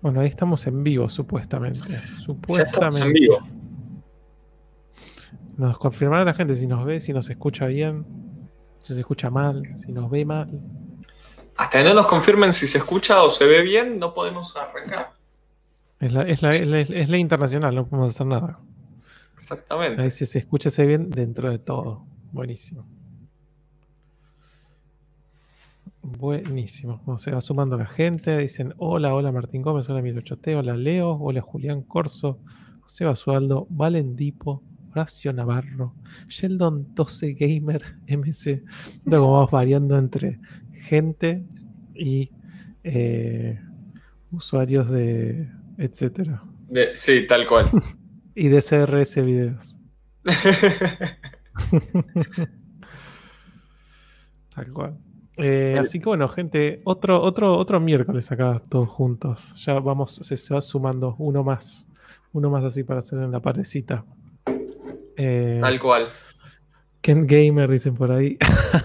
Bueno, ahí estamos en vivo, supuestamente. Ya estamos en vivo. Nos confirmará la gente si nos ve, si nos escucha bien, si se escucha mal, si nos ve mal. Hasta que no nos confirmen si se escucha o se ve bien, no podemos arrancar. Es ley internacional, no podemos hacer nada. Exactamente. Ahí si se escucha bien dentro de todo. Buenísimo. Buenísimo. Se va sumando la gente. Dicen: hola, hola Martín Gómez, hola Milochote, hola Leo, hola Julián Corso, José Basualdo, Valendipo, Horacio Navarro, Sheldon 12 Gamer MC. Luego vamos variando entre gente y usuarios de etcétera. Sí, tal cual. Y de CRS videos. Tal cual. Así que bueno, gente, otro miércoles acá todos juntos. Ya vamos, se va sumando uno más así para hacer en la parecita. Tal cual. Ken Gamer dicen por ahí.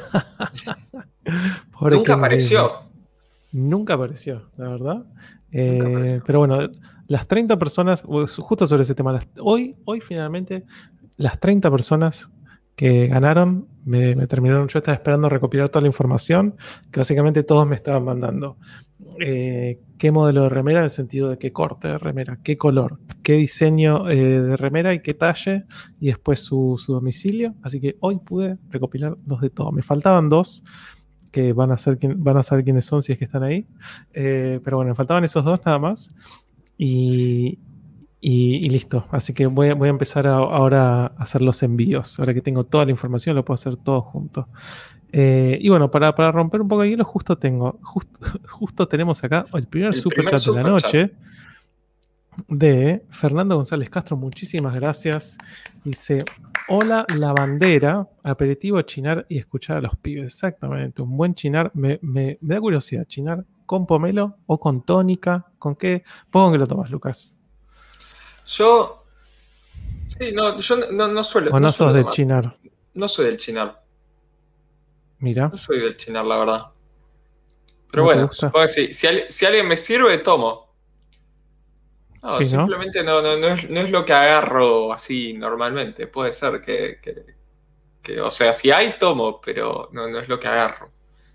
Pobre Nunca Ken apareció. Gamer. Nunca apareció, la verdad. Nunca apareció. Pero bueno, las 30 personas, justo sobre ese tema, hoy finalmente, las 30 personas que ganaron me terminaron. Yo estaba esperando recopilar toda la información que básicamente todos me estaban mandando. Qué modelo de remera, en el sentido de qué corte de remera, qué color, qué diseño de remera y qué talle, y después su domicilio. Así que hoy pude recopilar los de todo. Me faltaban dos que van a saber quiénes son si es que están ahí. Pero bueno, me faltaban esos dos nada más. Y listo. Así que voy a empezar ahora a hacer los envíos. Ahora que tengo toda la información, lo puedo hacer todo junto. Y bueno, para romper un poco de hielo, justo tenemos acá el primer superchat de la noche de Fernando González Castro. Muchísimas gracias. Dice: hola, la bandera, aperitivo, chinar y escuchar a los pibes. Exactamente, un buen chinar. Me da curiosidad, chinar con pomelo o con tónica. ¿Con qué? ¿Con qué lo tomas, Lucas? Yo no suelo. ¿O no sos del tomar. chinar? No soy del chinar. Mira. No soy del chinar, la verdad. Pero ¿No bueno, supongo que si alguien me sirve, tomo. No, sí, simplemente no es lo que agarro así normalmente. Puede ser que o sea, si hay, tomo, pero no es lo que agarro.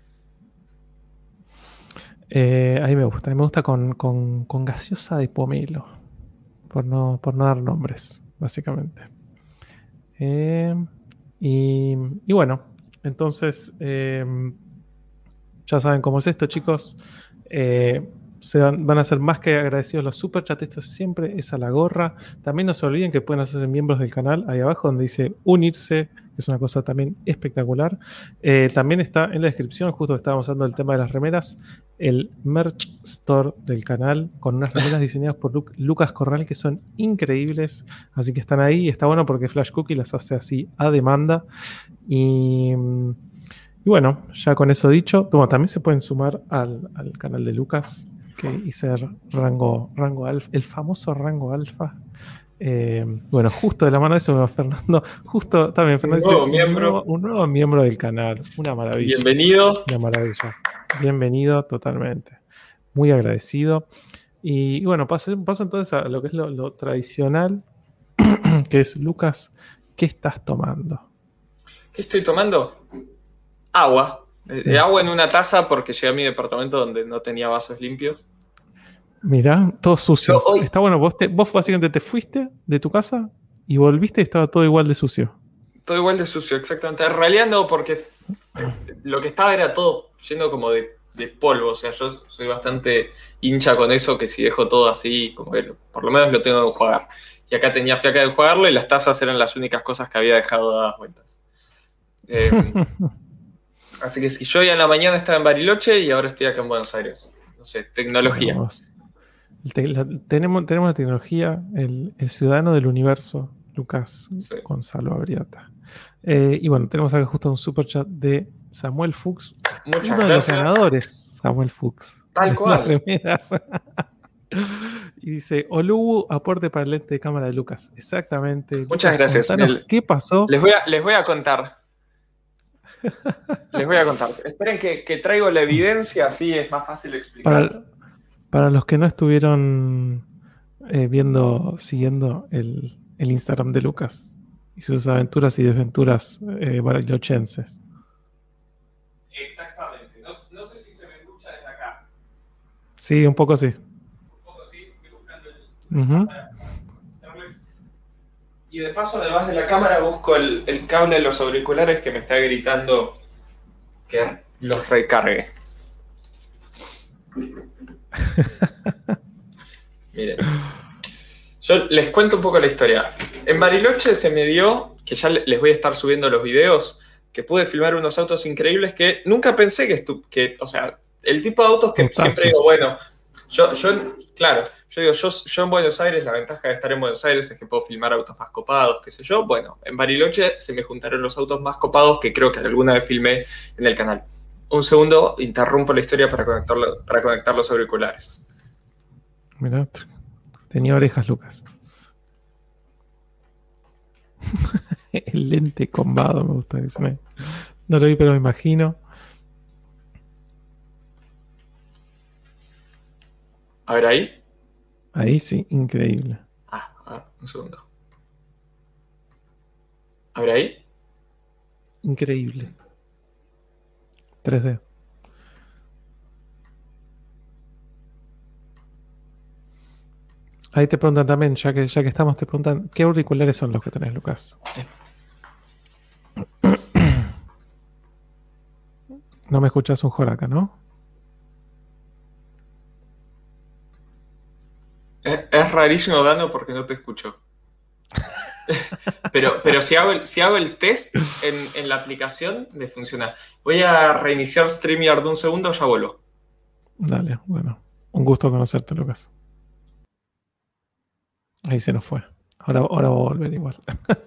A mí me gusta con gaseosa de pomelo, por no dar nombres, básicamente. Y bueno, entonces ya saben cómo es esto, chicos. Van a ser más que agradecidos los superchats. Esto siempre es a la gorra. También no se olviden que pueden hacerse miembros del canal ahí abajo donde dice unirse, que es una cosa también espectacular. También está en la descripción, justo que estábamos hablando del tema de las remeras, el merch store del canal con unas remeras diseñadas por Lucas Corral que son increíbles. Así que están ahí y está bueno porque Flash Cookie las hace así a demanda. Y bueno, ya con eso dicho, bueno, también se pueden sumar al canal de Lucas y ser rango alfa, el famoso rango alfa. Bueno, justo de la mano de eso, Fernando, justo también Fernando dice un nuevo miembro del canal. Una maravilla. Bienvenido. Una maravilla. Bienvenido totalmente. Muy agradecido. Y bueno, paso entonces a lo que es lo tradicional, que es: Lucas, ¿qué estás tomando? ¿Qué estoy tomando? Agua. Agua en una taza porque llegué a mi departamento donde no tenía vasos limpios. Mirá, todos sucios. Está bueno, vos básicamente te fuiste de tu casa y volviste y estaba todo igual de sucio. Todo igual de sucio, exactamente. En realidad no, porque lo que estaba era todo lleno como de polvo. O sea, yo soy bastante hincha con eso, que si dejo todo así, como que por lo menos lo tengo que enjuagar. Y acá tenía fiaca de enjuagarlo y las tazas eran las únicas cosas que había dejado dadas vueltas. Así que si yo ya en la mañana estaba en Bariloche y ahora estoy acá en Buenos Aires. No sé, tecnología. Tenemos la tecnología, el ciudadano del universo, Lucas Gonzalo Abriata. Y bueno, tenemos acá justo un superchat de Samuel Fuchs. Muchas uno gracias. De los ganadores, Samuel Fuchs. Tal cual. Y dice: Olubu, aporte para el lente de cámara de Lucas. Exactamente. Muchas gracias. ¿Qué pasó? Les voy a contar. Les voy a contar. Esperen que traigo la evidencia, así es más fácil explicar. Para los que no estuvieron siguiendo el Instagram de Lucas y sus aventuras y desventuras barilochenses. Exactamente. No sé si se me escucha desde acá. Sí, un poco sí. Un poco sí, estoy buscando Ujú. Y de paso, además de la cámara, busco el cable de los auriculares que me está gritando que los recargue. Miren. Yo les cuento un poco la historia. En Bariloche se me dio, que ya les voy a estar subiendo los videos, que pude filmar unos autos increíbles que nunca pensé que o sea, el tipo de autos que siempre digo, Autazos. bueno, claro, yo en Buenos Aires, la ventaja de estar en Buenos Aires es que puedo filmar autos más copados, qué sé yo. Bueno, en Bariloche se me juntaron los autos más copados que creo que alguna vez filmé en el canal. Un segundo, interrumpo la historia para conectar los auriculares. Mirá, tenía orejas, Lucas. El lente combado me gusta. No lo vi, pero me imagino. A ver ahí. Ahí sí, increíble. Un segundo. A ver ahí. Increíble. 3D. Ahí te preguntan también, ya que estamos, te preguntan, ¿qué auriculares son los que tenés, Lucas? No me escuchas un joraca, ¿no? Es rarísimo, Dano, porque no te escucho. Pero si hago el test en la aplicación, me funciona. Voy a reiniciar StreamYard un segundo, ya vuelvo. Dale, bueno. Un gusto conocerte, Lucas. Ahí se nos fue. Ahora va a volver igual.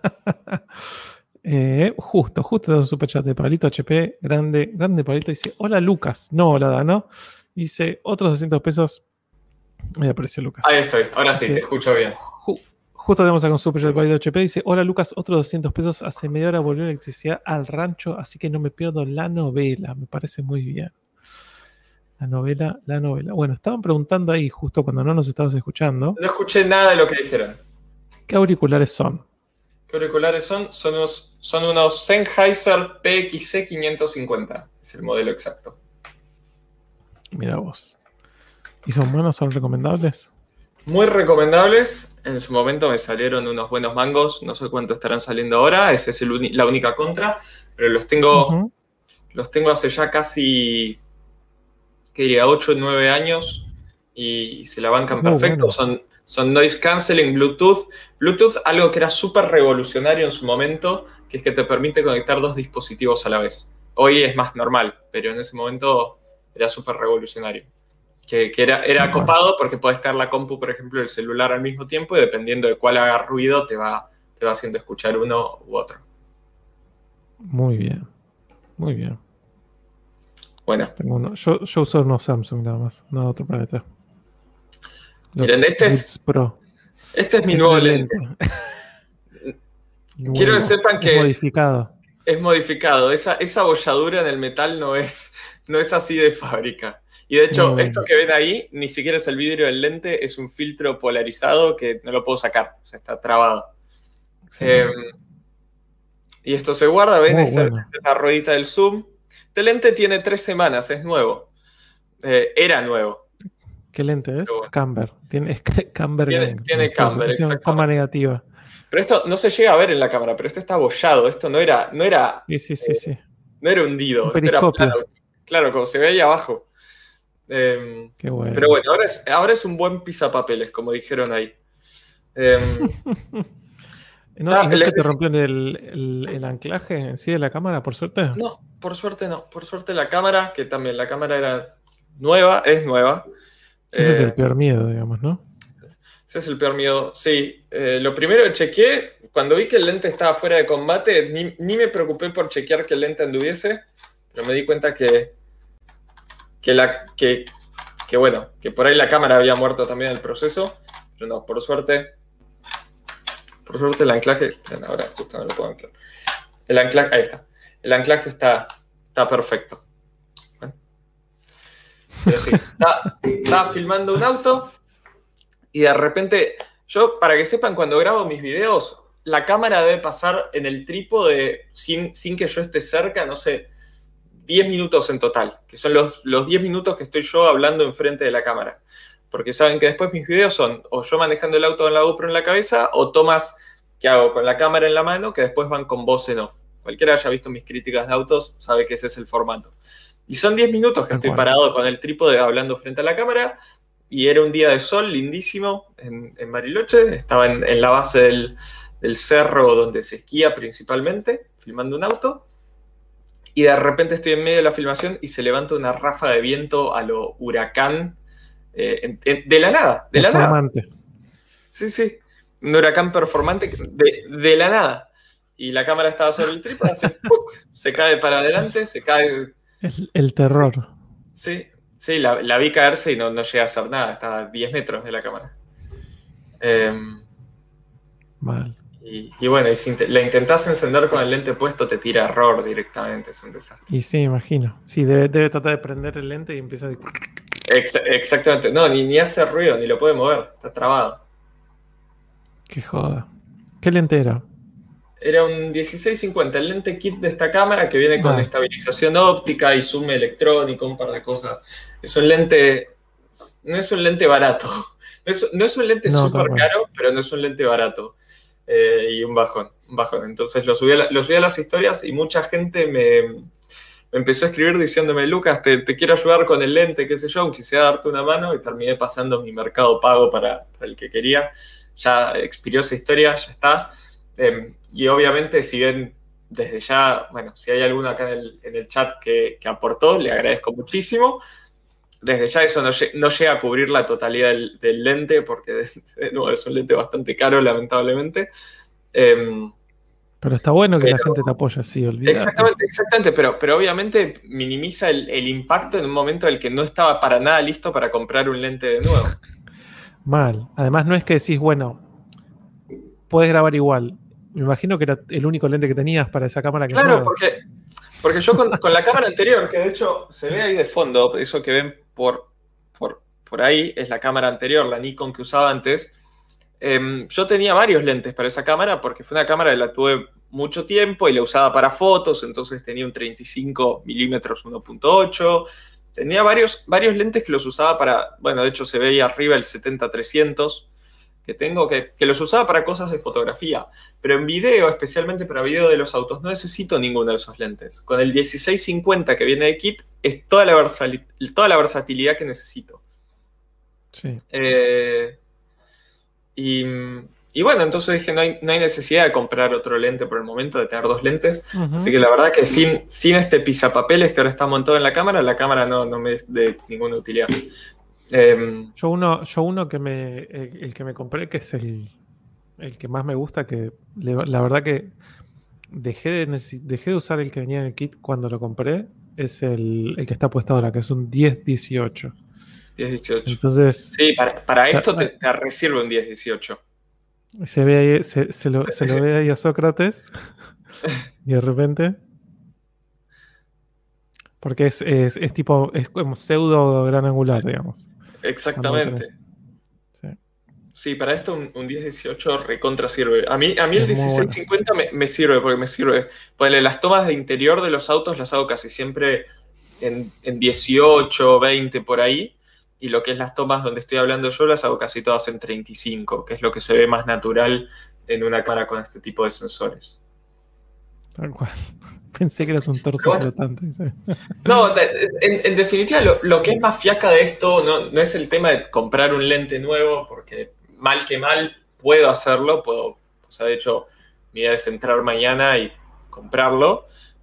Justo de un superchat de Pablito HP, grande Pablito, dice, hola Lucas, no hola Dano, dice, otros 200 pesos, ahí apareció Lucas. Ahí estoy, ahora sí, dice, te escucho bien. Justo tenemos acá un superchat de Pablito HP, dice, hola Lucas, otros 200 pesos, hace media hora volvió electricidad al rancho, así que no me pierdo la novela, me parece muy bien. La novela. Bueno, estaban preguntando ahí, justo cuando no nos estabas escuchando. No escuché nada de lo que dijeron. ¿Qué auriculares son? ¿Qué auriculares son? Son unos Sennheiser PXC 550. Es el modelo exacto. Mira vos. ¿Y son buenos? ¿Son recomendables? Muy recomendables. En su momento me salieron unos buenos mangos. No sé cuánto estarán saliendo ahora. Esa es la única contra. Pero los tengo hace ya casi, ¿qué diría? 8 o 9 años. Y se la bancan perfecto. Bueno. Son noise canceling Bluetooth. Bluetooth, algo que era súper revolucionario en su momento, que es que te permite conectar dos dispositivos a la vez. Hoy es más normal, pero en ese momento era súper revolucionario. Que era copado porque podés tener la compu, por ejemplo, el celular al mismo tiempo y dependiendo de cuál haga ruido te va haciendo escuchar uno u otro. Muy bien. Muy bien. Bueno. Yo uso unos Samsung nada más, no de otro planeta. Miren, este es mi nuevo lente. Quiero que sepan que es modificado. Esa bolladura en el metal no es así de fábrica. Y de hecho, esto que ven ahí, ni siquiera es el vidrio del lente, es un filtro polarizado que no lo puedo sacar. O sea, está trabado. Y esto se guarda, ¿ven? Esta es la ruedita del zoom. Este lente tiene 3 semanas, es nuevo. Era nuevo. ¿Qué lente es? Bueno. Camber. Tiene camber. Tiene camber, exacto. Coma negativa. Pero esto no se llega a ver en la cámara, pero esto está abollado. Esto no era. Sí. No era hundido. Un periscopio. Esto era plano. Claro, como se ve ahí abajo. Qué bueno. Pero bueno, ahora es un buen pisapapeles, como dijeron ahí. ¿No se te rompió el anclaje en sí de la cámara, por suerte? No, por suerte no. Por suerte la cámara, que también la cámara era nueva, es nueva. Ese es el peor miedo, digamos, ¿no? Ese es el peor miedo, sí. Lo primero que chequeé, cuando vi que el lente estaba fuera de combate, ni me preocupé por chequear que el lente anduviese, pero me di cuenta que bueno, que por ahí la cámara había muerto también el proceso, pero no, por suerte el anclaje, ahora justo no lo puedo anclar. El anclaje, ahí está. El anclaje está perfecto. Bueno. Pero sí, estaba filmando un auto y de repente, yo, para que sepan, cuando grabo mis videos, la cámara debe pasar en el trípode sin que yo esté cerca, no sé, 10 minutos en total, que son los 10 minutos que estoy yo hablando enfrente de la cámara. Porque saben que después mis videos son o yo manejando el auto con la GoPro en la cabeza o tomas que hago con la cámara en la mano que después van con voz en off. Cualquiera haya visto mis críticas de autos sabe que ese es el formato. Y son 10 minutos que estoy parado con el trípode hablando frente a la cámara y era un día de sol lindísimo en Bariloche. Estaba en la base del cerro donde se esquía principalmente, filmando un auto. Y de repente estoy en medio de la filmación y se levanta una ráfaga de viento a lo huracán. De la nada, de la nada. Sí, sí. Un huracán performante de la nada. Y la cámara estaba sobre el trípode, se cae para adelante, se cae. El terror. Sí, sí, la vi caerse y no llega a hacer nada. Estaba a 10 metros de la cámara. Mal. Y bueno, y si la intentás encender con el lente puesto, te tira error directamente. Es un desastre. Y sí, imagino. Sí, debe tratar de prender el lente y empieza a... Exactamente. No, ni hace ruido, ni lo puede mover. Está trabado. Qué joda. ¿Qué lente era? Era un 1650, el lente kit de esta cámara que viene con estabilización óptica y zoom electrónico, un par de cosas. Es un lente... No es un lente barato. No es un lente súper caro, pero no es un lente barato. Y un bajón. Entonces lo subí a las historias y mucha gente me empezó a escribir diciéndome, Lucas, te quiero ayudar con el lente, qué sé yo, quisiera darte una mano, y terminé pasando mi Mercado Pago para el que quería. Ya expiró esa historia, ya está. Y obviamente, si bien desde ya, bueno, si hay alguno acá en el chat que aportó, le agradezco muchísimo. Desde ya eso no llega a cubrir la totalidad del lente, porque de nuevo es un lente bastante caro, lamentablemente. Pero está bueno que la gente te apoye así, olvídate. Exactamente, pero obviamente minimiza el impacto en un momento en el que no estaba para nada listo para comprar un lente de nuevo. Mal. Además no es que decís, bueno, puedes grabar igual. Me imagino que era el único lente que tenías para esa cámara que claro, porque yo con la cámara anterior, que de hecho se ve ahí de fondo, eso que ven por ahí es la cámara anterior, la Nikon que usaba antes. Yo tenía varios lentes para esa cámara porque fue una cámara que la tuve mucho tiempo y la usaba para fotos, entonces tenía un 35 milímetros 1.8. Tenía varios lentes que los usaba para, bueno, de hecho se ve ahí arriba el 70-300 que tengo, que los usaba para cosas de fotografía. Pero en video, especialmente para video de los autos, no necesito ninguno de esos lentes. Con el 1650 que viene de kit, es toda la versatilidad que necesito. Sí. Y bueno, entonces dije, no hay necesidad de comprar otro lente por el momento, de tener dos lentes. Así que la verdad que sin este pisapapeles que ahora está montado en la cámara no me es de ninguna utilidad. Yo uno que el que me compré, que es el que más me gusta, que la verdad que dejé de usar el que venía en el kit cuando lo compré, es el que está puesto ahora, que es un 10-18. 10-18. Entonces, sí, para esto te resirve un 10-18. Se ve ahí, se lo ve ahí a Sócrates y de repente, porque es tipo, es como pseudo gran angular, digamos. Exactamente. Sí, para esto un 10-18 recontra sirve. A mí el 1650 me sirve porque me sirve. Ponele, las tomas de interior de los autos las hago casi siempre en 18, 20 por ahí. Y lo que es las tomas donde estoy hablando yo las hago casi todas en 35, que es lo que se ve más natural en una cámara con este tipo de sensores. Tal cual. Pensé que eras un torso flotante. ¿Sí? No, en definitiva lo que es más fiaca de esto no es el tema de comprar un lente nuevo, porque mal que mal puedo hacerlo, o sea, de hecho, mi idea es entrar mañana y comprarlo.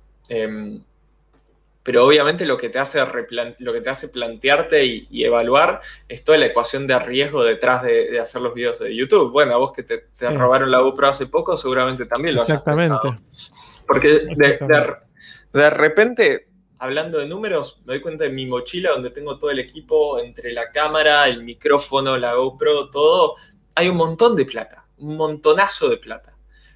Pero obviamente lo que te hace plantearte y evaluar es toda la ecuación de riesgo detrás de hacer los videos de YouTube. Bueno, a vos que te robaron la GoPro hace poco, seguramente también lo hayas pensado. Porque de repente, hablando de números, me doy cuenta de mi mochila donde tengo todo el equipo, entre la cámara, el micrófono, la GoPro, todo. Hay un montón de plata, un montonazo de plata.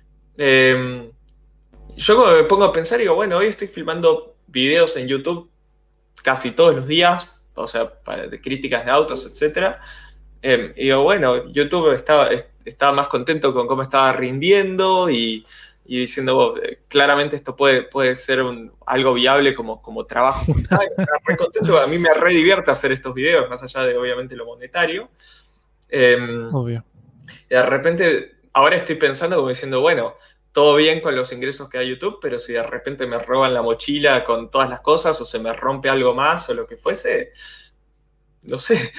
Yo como me pongo a pensar, digo, bueno, hoy estoy filmando videos en YouTube casi todos los días, o sea, de críticas de autos, etcétera. Y digo, bueno, YouTube estaba más contento con cómo estaba rindiendo y diciendo, claramente esto puede ser algo viable como trabajo full time. Estaba re contento, a mí me re divierte hacer estos videos, más allá de obviamente lo monetario. Obvio. Y de repente, ahora estoy pensando como diciendo, bueno, todo bien con los ingresos que da YouTube, pero si de repente me roban la mochila con todas las cosas o se me rompe algo más o lo que fuese, no sé.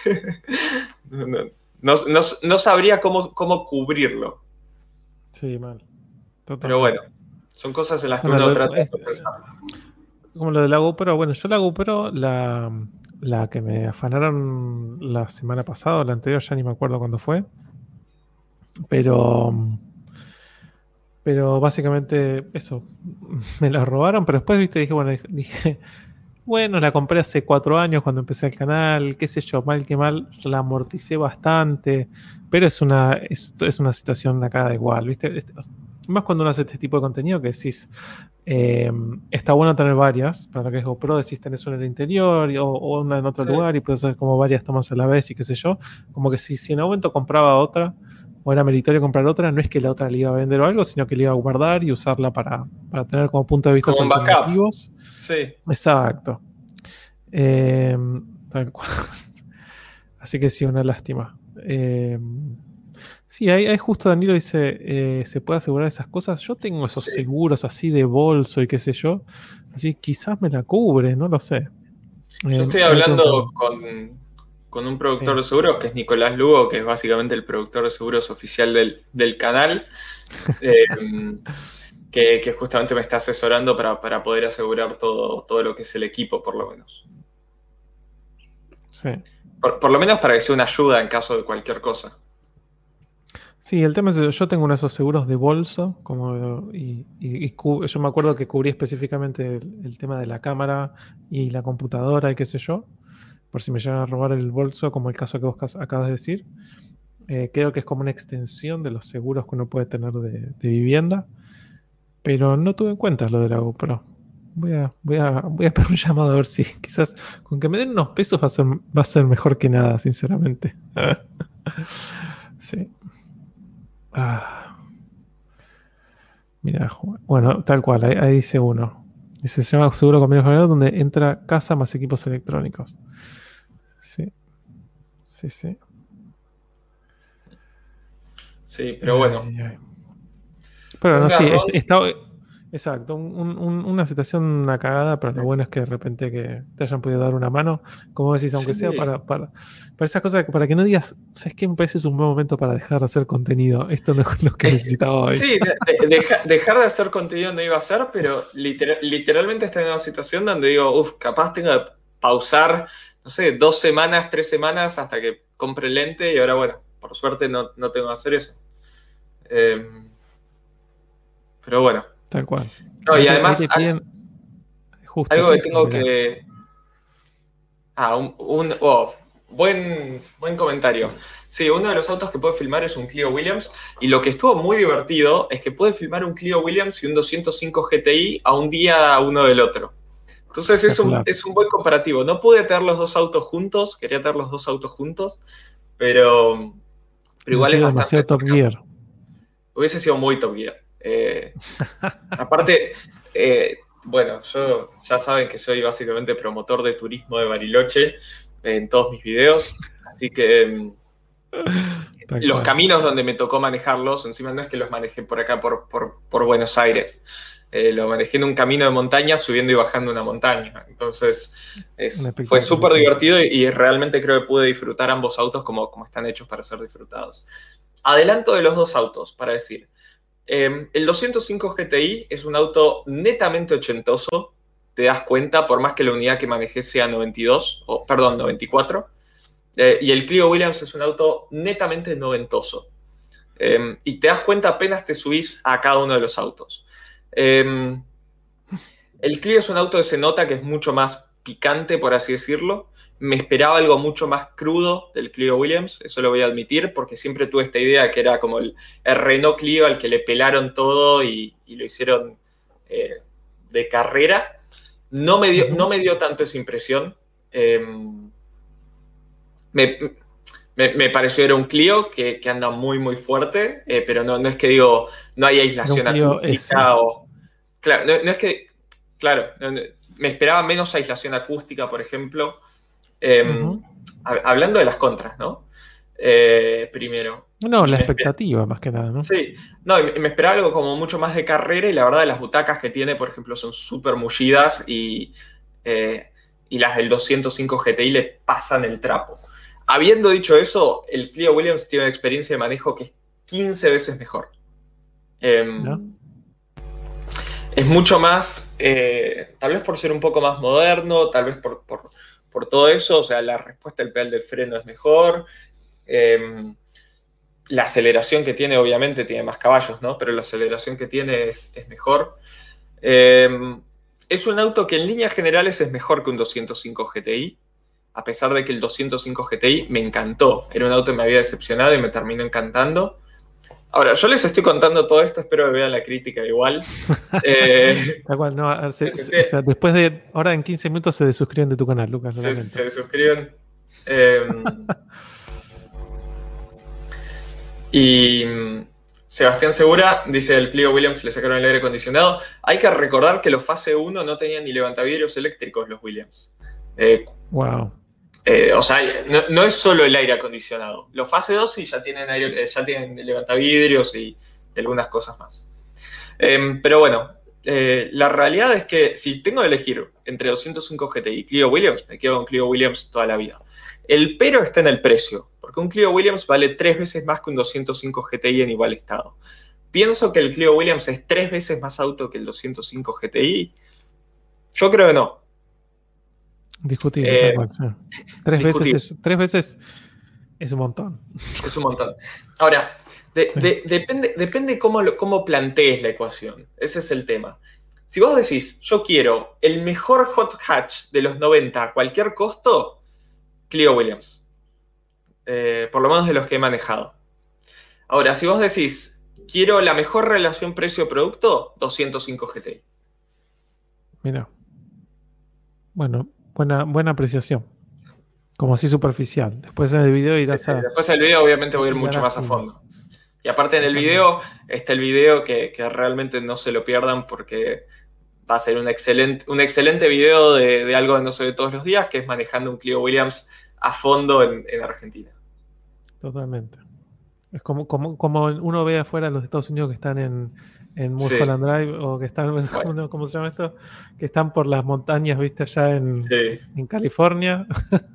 No sabría cómo cubrirlo. Sí, mal. Pero Totalmente. bueno, son cosas en las que Bueno, uno trata de pensar. como lo de la GoPro, bueno, yo la GoPro, la que me afanaron la semana pasada o la anterior, ya ni me acuerdo cuándo fue, pero, pero básicamente eso, me la robaron, pero después, viste, dije, bueno, la compré hace 4 años cuando empecé el canal, qué sé yo, mal que mal, la amorticé bastante, pero es una situación acá de igual, ¿viste? Más cuando uno hace este tipo de contenido que decís, está bueno tener varias, para lo que es GoPro, decís tenés una en el interior o una en otro Sí. lugar y puedes hacer como varias tomas a la vez y qué sé yo, como que si en un momento compraba otra o era meritorio comprar otra, no es que la otra le iba a vender o algo, sino que le iba a guardar y usarla para tener como punto de vista Como un backup. alternativos. Sí. Exacto. Eh, Tal cual. Así que sí, una lástima. Sí, ahí justo Danilo dice, ¿se puede asegurar esas cosas? Yo tengo esos Sí. seguros así de bolso y qué sé yo. Así que quizás me la cubre, no lo sé. Yo estoy Ahí tengo que ver. hablando con un productor Sí. de seguros, que es Nicolás Lugo, que es básicamente el productor de seguros oficial del canal, eh, que justamente me está asesorando para poder asegurar todo lo que es el equipo, por lo menos. Sí. Por lo menos para que sea una ayuda en caso de cualquier cosa. Sí, el tema es que yo tengo uno de esos seguros de bolso, yo me acuerdo que cubrí específicamente el tema de la cámara y la computadora y qué sé yo, por si me llegan a robar el bolso, como el caso que vos acabas de decir. Creo que es como una extensión de los seguros que uno puede tener de vivienda, pero no tuve en cuenta lo de la GoPro. Voy a esperar un llamado a ver si quizás con que me den unos pesos va a ser mejor que nada, sinceramente. Sí. Ah, mira, bueno, tal cual, ahí dice uno. Dice, se llama seguro convenio general donde entra casa más equipos electrónicos. Sí, sí, sí. Sí, pero bueno, Ay, ay. Pero un no, sí, garrón. exacto, una situación, una cagada, pero Sí. lo bueno es que de repente que te hayan podido dar una mano, como decís, aunque sea Sí. para esas cosas, para que no digas, ¿sabes qué? Me parece es un buen momento para dejar de hacer contenido. Esto no es lo que necesitaba hoy. Sí, dejar de hacer contenido no iba a hacer, pero literalmente estoy en una situación donde digo, capaz tengo que pausar, no sé, 2 semanas, 3 semanas hasta que compre el lente y ahora, bueno, por suerte no tengo que hacer eso. Eh, pero bueno. Tal cual. No, y además, Ahí te piden, justo, algo ¿qué que dice? tengo Mirá. que... buen comentario. Sí, uno de los autos que puede filmar es un Clio Williams y lo que estuvo muy divertido es que puede filmar un Clio Williams y un 205 GTI a un día uno del otro. Entonces Espectacular. es un buen comparativo. No pude tener los dos autos juntos, quería tener los dos autos juntos, pero Hubiese igual es sido bastante demasiado Top cercano. Gear. Hubiese sido muy Top Gear. Aparte, bueno, yo ya saben que soy básicamente promotor de turismo de Bariloche en todos mis videos, así que Tal los cual. caminos donde me tocó manejarlos, encima no es que los manejé por acá, por Buenos Aires, lo manejé en un camino de montaña subiendo y bajando una montaña, entonces Un fue espectáculo, súper sí. divertido y realmente creo que pude disfrutar ambos autos como están hechos para ser disfrutados. Adelanto de los dos autos, para decir. El 205 GTI es un auto netamente ochentoso, te das cuenta, por más que la unidad que manejé sea 92, o perdón, 94. Y el Clio Williams es un auto netamente noventoso. Y te das cuenta apenas te subís a cada uno de los autos. El Clio es un auto que se nota que es mucho más picante, por así decirlo. Me esperaba algo mucho más crudo del Clio Williams, eso lo voy a admitir, porque siempre tuve esta idea que era como el Renault Clio al que le pelaron todo y lo hicieron de carrera. No me dio tanto esa impresión. Me, me pareció era un Clio que anda muy, muy fuerte, pero no es que digo, no hay aislación acústica o... Claro, no es que... Claro, me esperaba menos aislación acústica, por ejemplo. Hablando de las contras, ¿no? Primero. No, la expectativa más que nada, ¿no? Sí, no, me esperaba algo como mucho más de carrera y la verdad las butacas que tiene, por ejemplo, son súper mullidas y las del 205 GTI le pasan el trapo. Habiendo dicho eso, el Clio Williams tiene una experiencia de manejo que es 15 veces mejor. ¿No? Es mucho más, tal vez por ser un poco más moderno, tal vez por todo eso, o sea, la respuesta del pedal del freno es mejor. La aceleración que tiene, obviamente, tiene más caballos, ¿no? Pero la aceleración que tiene es mejor. Es un auto que en líneas generales es mejor que un 205 GTI, a pesar de que el 205 GTI me encantó. Era un auto que me había decepcionado y me terminó encantando. Ahora, yo les estoy contando todo esto, espero que vean la crítica igual. Tal cual, no, o sea, después de, ahora en 15 minutos se desuscriben de tu canal, Lucas. Se desuscriben. Y Sebastián Segura dice: el Clio Williams le sacaron el aire acondicionado. Hay que recordar que los fase 1 no tenían ni levantavidrios eléctricos los Williams. Wow. O sea, no es solo el aire acondicionado. Los fase 2 sí ya tienen levantavidrios y algunas cosas más. Pero bueno, la realidad es que si tengo que elegir entre 205 GTI y Clio Williams, me quedo con Clio Williams toda la vida. El pero está en el precio, porque un Clio Williams vale 3 veces más que un 205 GTI en igual estado. ¿Pienso que el Clio Williams es 3 veces más auto que el 205 GTI? Yo creo que no. Discutible, sí. Tres veces es un montón. Es un montón. Ahora, depende cómo plantees la ecuación. Ese es el tema. Si vos decís, yo quiero el mejor hot hatch de los 90 a cualquier costo, Clio Williams. Por lo menos de los que he manejado. Ahora, si vos decís, quiero la mejor relación precio-producto, 205 GTI. Mira. Bueno, buena apreciación. Como así superficial. Después en el video irás a... Después en el video obviamente voy a ir mucho más a fondo. Y aparte en el video, está el video que realmente no se lo pierdan porque va a ser un excelente video de algo que no se ve todos los días, que es manejando un Clio Williams a fondo en Argentina. Totalmente. Es como uno ve afuera los Estados Unidos que están en Mulholland Drive o que están, bueno, ¿cómo se llama esto? Que están por las montañas, viste, allá en California.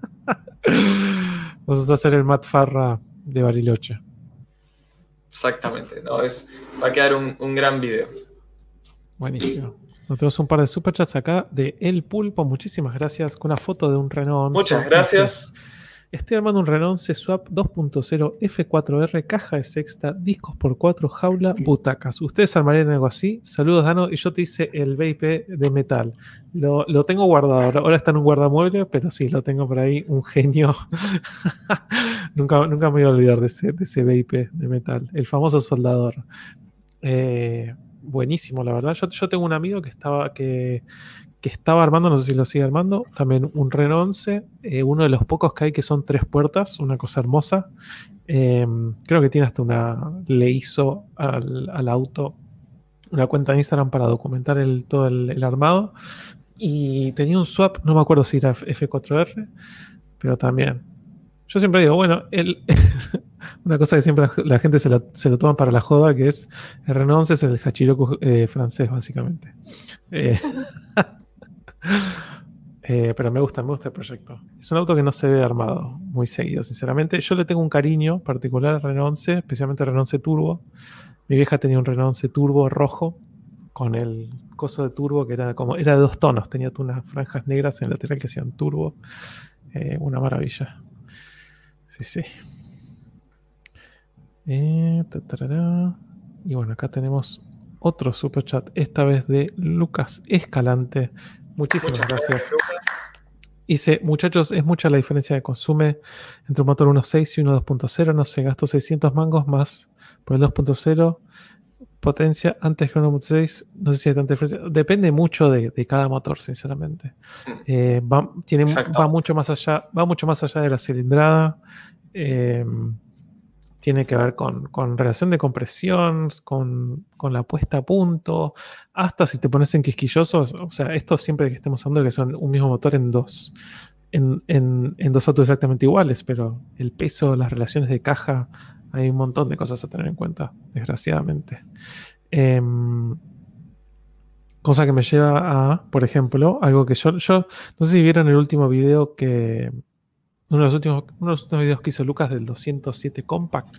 Vamos a hacer el Matt Farra de Bariloche. Exactamente, va a quedar un gran video. Buenísimo. Nos tenemos un par de superchats acá de El Pulpo, muchísimas gracias, con una foto de un Renault 11. Muchas gracias. Estoy armando un Renault 11 Swap 2.0 F4R, caja de sexta, discos por 4, jaula, butacas. ¿Ustedes armarían algo así? Saludos, Dano. Y yo te hice el VIP de metal. Lo tengo guardado. Ahora está en un guardamueble, pero sí, lo tengo por ahí. Un genio. nunca me voy a olvidar de ese VIP de metal. El famoso soldador. Buenísimo, la verdad. Yo tengo un amigo que estaba armando, no sé si lo sigue armando, también un Renault 11, uno de los pocos que hay que son 3 puertas, una cosa hermosa. Creo que tiene hasta le hizo al auto una cuenta de Instagram para documentar todo el armado. Y tenía un swap, no me acuerdo si era F4R, pero también. Yo siempre digo, bueno, una cosa que siempre la gente se lo toma para la joda, que es el Renault 11 es el Hachiroku francés, básicamente. Pero me gusta el proyecto. Es un auto que no se ve armado muy seguido, sinceramente. Yo le tengo un cariño particular al Renault 11, especialmente al Renault 11 Turbo. Mi vieja tenía un Renault 11 Turbo rojo con el coso de turbo que era de 2 tonos. Tenía unas franjas negras en el lateral que hacían turbo. Una maravilla. Sí. Y bueno, acá tenemos otro superchat, esta vez de Lucas Escalante. Muchas gracias. Dice, muchachos, es mucha la diferencia de consumo entre un motor 1.6 y uno 2.0. No sé, gasto 600 mangos más por el 2.0 potencia antes que un 1.6. No sé si hay tanta diferencia. Depende mucho de cada motor, sinceramente. Va Exacto. mucho más allá de la cilindrada. Eh, Tiene que ver con relación de compresión, con la puesta a punto, hasta si te pones en quisquillosos. O sea, esto siempre que estemos hablando de que son un mismo motor en dos autos exactamente iguales, pero el peso, las relaciones de caja, hay un montón de cosas a tener en cuenta, desgraciadamente. Em, Cosa que me lleva a, por ejemplo, algo que yo no sé si vieron el último video que, uno de los últimos videos que hizo Lucas del 207 Compact.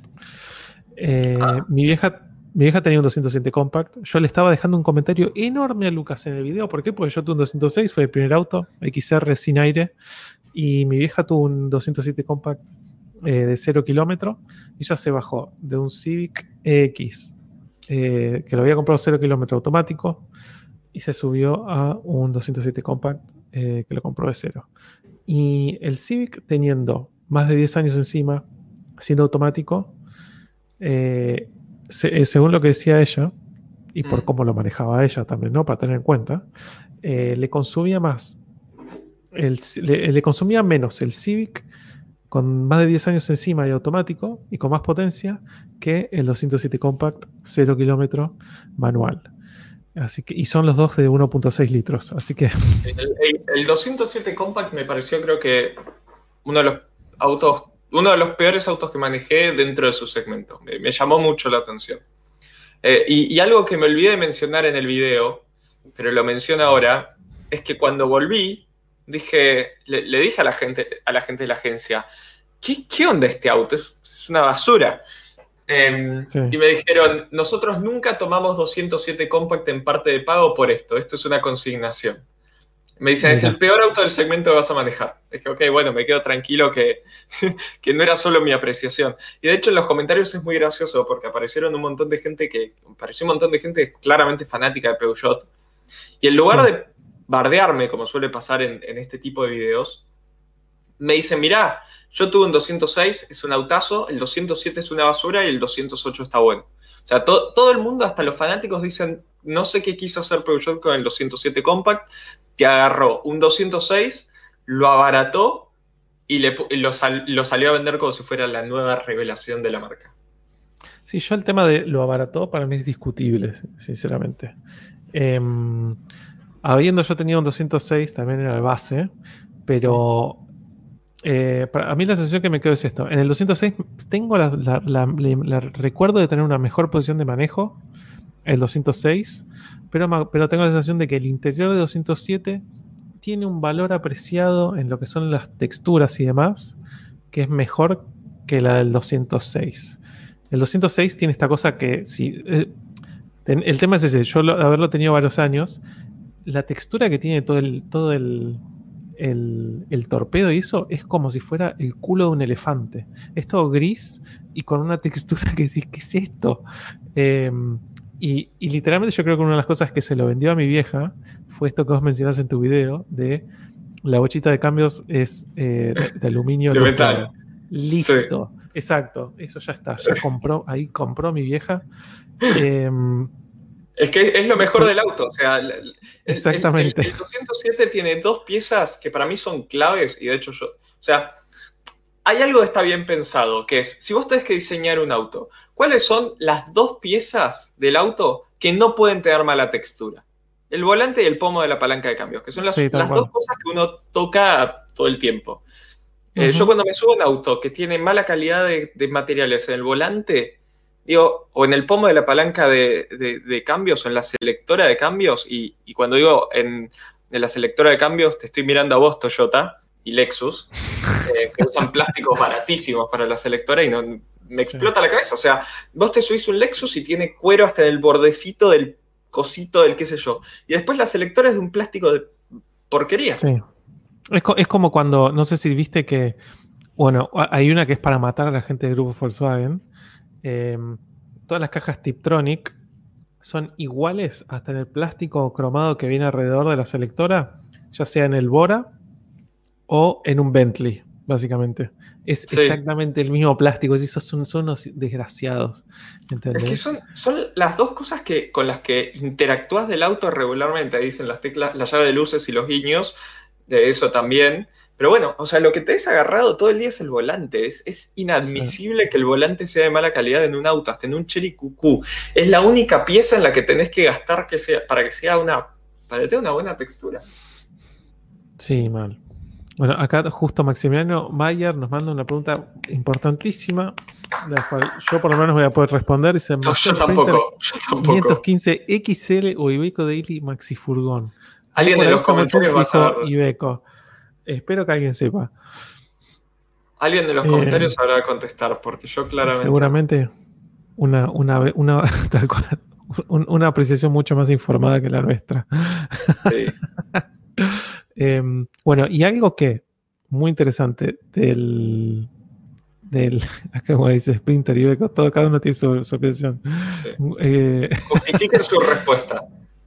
Mi vieja tenía un 207 Compact. Yo le estaba dejando un comentario enorme a Lucas en el video. ¿Por qué? Porque yo tuve un 206, fue el primer auto, XR sin aire. Y mi vieja tuvo un 207 Compact de 0 kilómetros. Y ya se bajó de un Civic EX, que lo había comprado 0 kilómetros automático. Y se subió a un 207 Compact que lo compró de cero. Y el Civic, teniendo más de 10 años encima, siendo automático, según lo que decía ella, y por cómo lo manejaba ella también, ¿no? Para tener en cuenta, le consumía más, le consumía menos el Civic con más de 10 años encima y automático y con más potencia que el 207 Compact 0 kilómetro manual. Así que, y son los dos de 1.6 litros. Así que. El 207 Compact me pareció, creo que, uno de los peores autos que manejé dentro de su segmento. Me llamó mucho la atención. Y algo que me olvidé de mencionar en el video, pero lo menciono ahora, es que cuando volví, le dije a la gente de la agencia, ¿qué onda este auto? Es una basura. Sí. Y me dijeron, nosotros nunca tomamos 207 Compact en parte de pago por esto es una consignación. Me dicen, es el peor auto del segmento que vas a manejar. Dije, ok, bueno, me quedo tranquilo que no era solo mi apreciación. Y de hecho en los comentarios es muy gracioso porque apareció un montón de gente claramente fanática de Peugeot. Y en lugar de bardearme, como suele pasar en este tipo de videos, me dicen, mirá, yo tuve un 206, es un autazo, el 207 es una basura y el 208 está bueno. O sea, todo el mundo, hasta los fanáticos, dicen, no sé qué quiso hacer Peugeot con el 207 Compact, que agarró un 206, lo abarató y lo salió a vender como si fuera la nueva revelación de la marca. Sí, yo el tema de lo abarató para mí es discutible, sinceramente. Habiendo yo tenido un 206, también era el base, pero a mí la sensación que me quedo es esto. En el 206 tengo recuerdo de tener una mejor posición de manejo, el 206, pero tengo la sensación de que el interior de 207 tiene un valor apreciado en lo que son las texturas y demás, que es mejor que la del 206. El 206 tiene esta cosa que, si, el tema es ese, haberlo tenido varios años, la textura que tiene todo el torpedo y eso es como si fuera el culo de un elefante. Es todo gris y con una textura que decís, ¿qué es esto? Y literalmente yo creo que una de las cosas que se lo vendió a mi vieja fue esto que vos mencionás en tu video de la bochita de cambios es de aluminio. De metal. Listo. Sí. Exacto. Eso ya está. Ahí compró mi vieja. Es que es lo mejor del auto. O sea, exactamente. El 207 tiene dos piezas que para mí son claves y de hecho o sea, hay algo que está bien pensado, que es, si vos tenés que diseñar un auto, ¿cuáles son las dos piezas del auto que no pueden tener mala textura? El volante y el pomo de la palanca de cambios, que son las dos cosas que uno toca todo el tiempo. Yo cuando me subo a un auto que tiene mala calidad de materiales en el volante, digo, o en el pomo de la palanca de cambios, o en la selectora de cambios, y cuando digo en la selectora de cambios, te estoy mirando a vos, Toyota y Lexus, que usan plásticos baratísimos para la selectora y me explota la cabeza. O sea, vos te subís un Lexus y tiene cuero hasta en el bordecito del cosito del qué sé yo. Y después la selectora es de un plástico de porquería. Sí. Es como cuando, no sé si viste que, bueno, hay una que es para matar a la gente del grupo Volkswagen. Todas las cajas Tiptronic son iguales hasta en el plástico cromado que viene alrededor de la selectora, ya sea en el Bora o en un Bentley. básicamente. Es Sí. exactamente el mismo plástico. Son unos desgraciados. Es que ¿Entendés? son las dos cosas con las que interactúas del auto regularmente. Ahí dicen las teclas, la llave de luces y los guiños, de eso también. Pero bueno, o sea, lo que te has agarrado todo el día es el volante. Es O sea, inadmisible que el volante sea de mala calidad en un auto, hasta en un Chery QQ. Es la única pieza en la que tenés que gastar para que sea para que tenga una buena textura. sí, mal. Bueno, acá justo Maximiliano Mayer nos manda una pregunta importantísima, la cual yo por lo menos voy a poder responder. Dice, No, yo Mercedes Sprinter tampoco, yo tampoco. 515 XL o Iveco Daily Maxi Furgón. Acá Alguien por en ahí los Samuel comentarios Fuchs va a dijo saber. Iveco. Espero que alguien sepa. Alguien en los Eh, comentarios sabrá contestar, porque yo claramente no. Seguramente tal cual, una apreciación mucho más informada que la nuestra. Sí. Bueno, y algo que muy interesante del acá como dice Sprinter y Iveco, cada uno tiene su apreciación. Sí. Eh, Justifiquen su respuesta.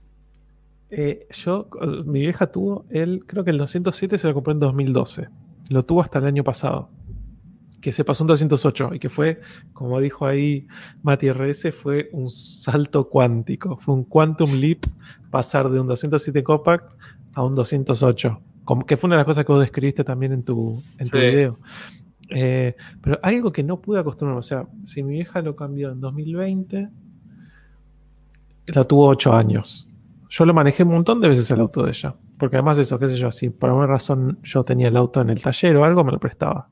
mi vieja tuvo creo que el 207 se lo compró en 2012. Lo tuvo hasta el año pasado, que se pasó un 208 y que fue, como dijo ahí Mati RS, fue un salto cuántico, fue un quantum leap pasar de un 207 compact a un 208, como que fue una de las cosas que vos describiste también en tu Sí. video. Pero algo que no pude acostumbrarme, o sea, si mi vieja lo cambió en 2020, lo tuvo 8 años. Yo lo manejé un montón de veces el auto de ella, porque además eso, qué sé yo, si por alguna razón yo tenía el auto en el taller o algo, me lo prestaba.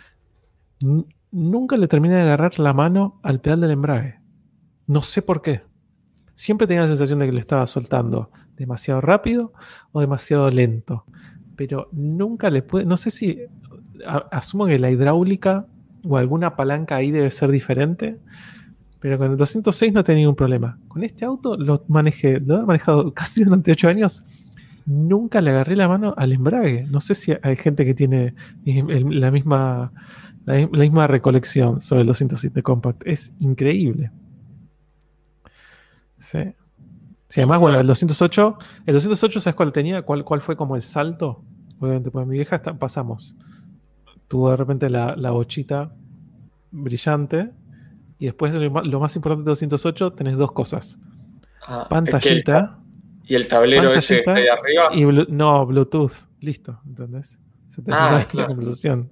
Nunca le terminé de agarrar la mano al pedal del embrague. No sé por qué. Siempre tenía la sensación de que lo estaba soltando demasiado rápido o demasiado lento. Pero nunca le pude. No sé si. Asumo que la hidráulica o alguna palanca ahí debe ser diferente. Pero con el 206 no tenía ningún problema. Con este auto lo he manejado casi durante 8 años. Nunca le agarré la mano al embrague. No sé si hay gente que tiene la misma recolección sobre el 207 Compact. Es increíble. Sí. Sí, Yo además, no bueno, es. el 208, ¿sabes cuál tenía? ¿Cuál fue como el salto? Obviamente, pues mi vieja pasamos. Tuvo de repente la bochita brillante. Y después lo más importante del 208, tenés dos cosas. Es que Pantallita, y el tablero ese está ahí pantallita y arriba. no, Bluetooth. Listo, ¿entendés? Se terminó ahí la Claro. conversación.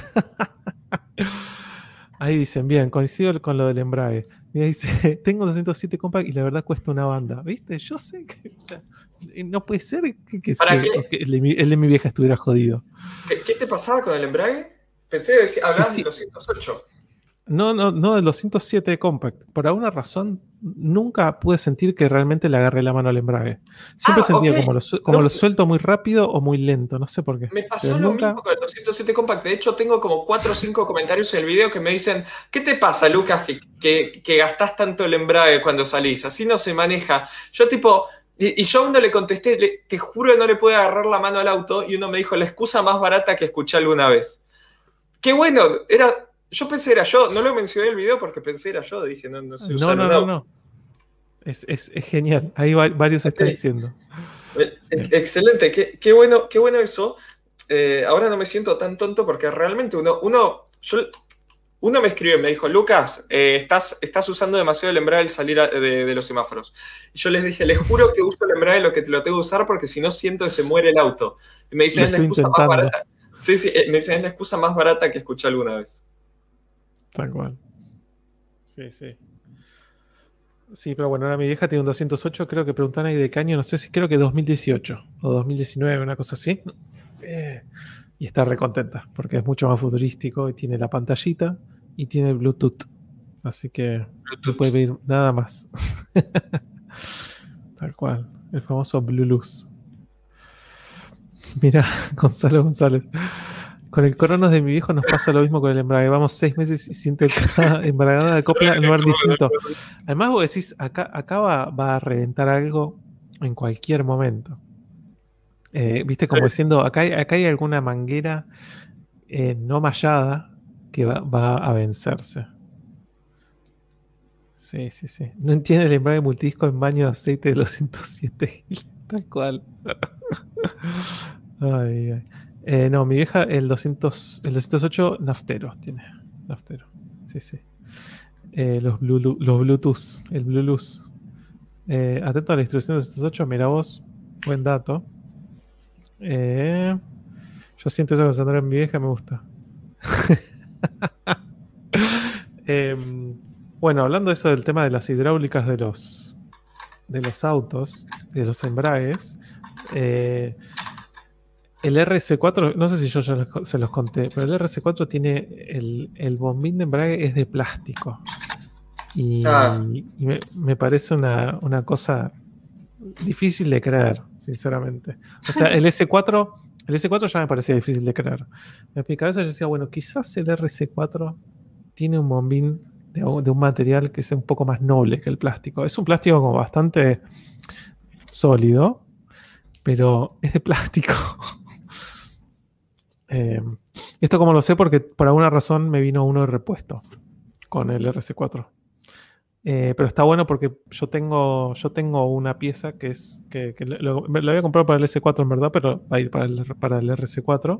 Ahí dicen, bien, coincido con lo del embrague. Mira, dice, tengo 207 compact y la verdad cuesta una banda. ¿Viste? Yo sé que o sea, no puede ser ¿Para qué? que el de mi vieja estuviera jodido. ¿Qué te pasaba con el embrague? Que Hablabas del sí, 208. no, no, no, del 207 compact. Por alguna razón, nunca pude sentir que realmente le agarré la mano al embrague. Siempre Ok. sentía como lo No, suelto muy rápido o muy lento, no sé por qué. me Pero pasó lo mismo nunca. con el 207 Compact. De hecho, tengo como 4 o 5 comentarios en el video que me dicen: ¿qué te pasa, Lucas, que gastás tanto el embrague cuando salís? Así no se maneja. Yo tipo, y yo a uno le contesté, te juro que no le pude agarrar la mano al auto, y uno me dijo, la excusa más barata que escuché alguna vez. Qué bueno, yo pensé era yo, no lo mencioné en el video porque pensé era yo, dije, no, no sé No, usar no, un no, auto. no. Es genial. Ahí varios Ok. están diciendo. Sí. Excelente, qué bueno eso. Ahora no me siento tan tonto porque realmente uno me escribió y me dijo, Lucas, estás usando demasiado el embrague al salir de los semáforos. Y yo les dije, les juro que uso el embrague lo que te lo tengo que usar porque si no siento que se muere el auto. Y me dicen, Lo es la estoy excusa más intentando. barata. Sí, sí, me dicen, es la excusa más barata que escuché alguna vez. Tal cual. Sí, sí. Sí, pero bueno, ahora mi vieja tiene un 208, creo que preguntan ahí de qué año, no sé si creo que 2018 o 2019, una cosa así. Eh, y está recontenta porque es mucho más futurístico y tiene la pantallita y tiene el Bluetooth. Así que no puede Bluetooth. pedir nada más. Tal cual, el famoso Bluetooth. Mira, Gonzalo González. Con el Cronos de mi viejo nos pasa lo mismo con el embrague. Vamos 6 meses y siento cada embragada de copla en un lugar distinto. Además, vos decís, acá va a reventar algo en cualquier momento. Viste, Sí. como diciendo, acá hay alguna manguera no mallada que va a vencerse. Sí, sí, sí. No entiende el embrague multidisco en baño de aceite de los 107. Tal cual. Ay, ay. No, mi vieja el 208 nafteros tiene. Naftero. Sí, sí. Los Bluetooth. El Bluetooth. Atento a la instrucción de 208, mira vos. Buen dato. Yo siento eso con Sandra en mi vieja, me gusta. Bueno, hablando de eso del tema de las hidráulicas de los autos, de los embragues, el RS4, no sé si yo ya se los conté, pero el RS4 tiene el bombín de embrague es de plástico. Y me parece una cosa difícil de creer, sinceramente. O sea, el S4 ya me parecía difícil de creer. En mi cabeza yo decía, bueno, quizás el RS4 tiene un bombín de un material que es un poco más noble que el plástico. Es un plástico como bastante sólido, pero es de plástico. Esto como lo sé porque por alguna razón me vino uno de repuesto con el RS4. Pero está bueno porque yo tengo una pieza que es que me la voy a comprar para el S4 en verdad, pero va a ir para el RS4.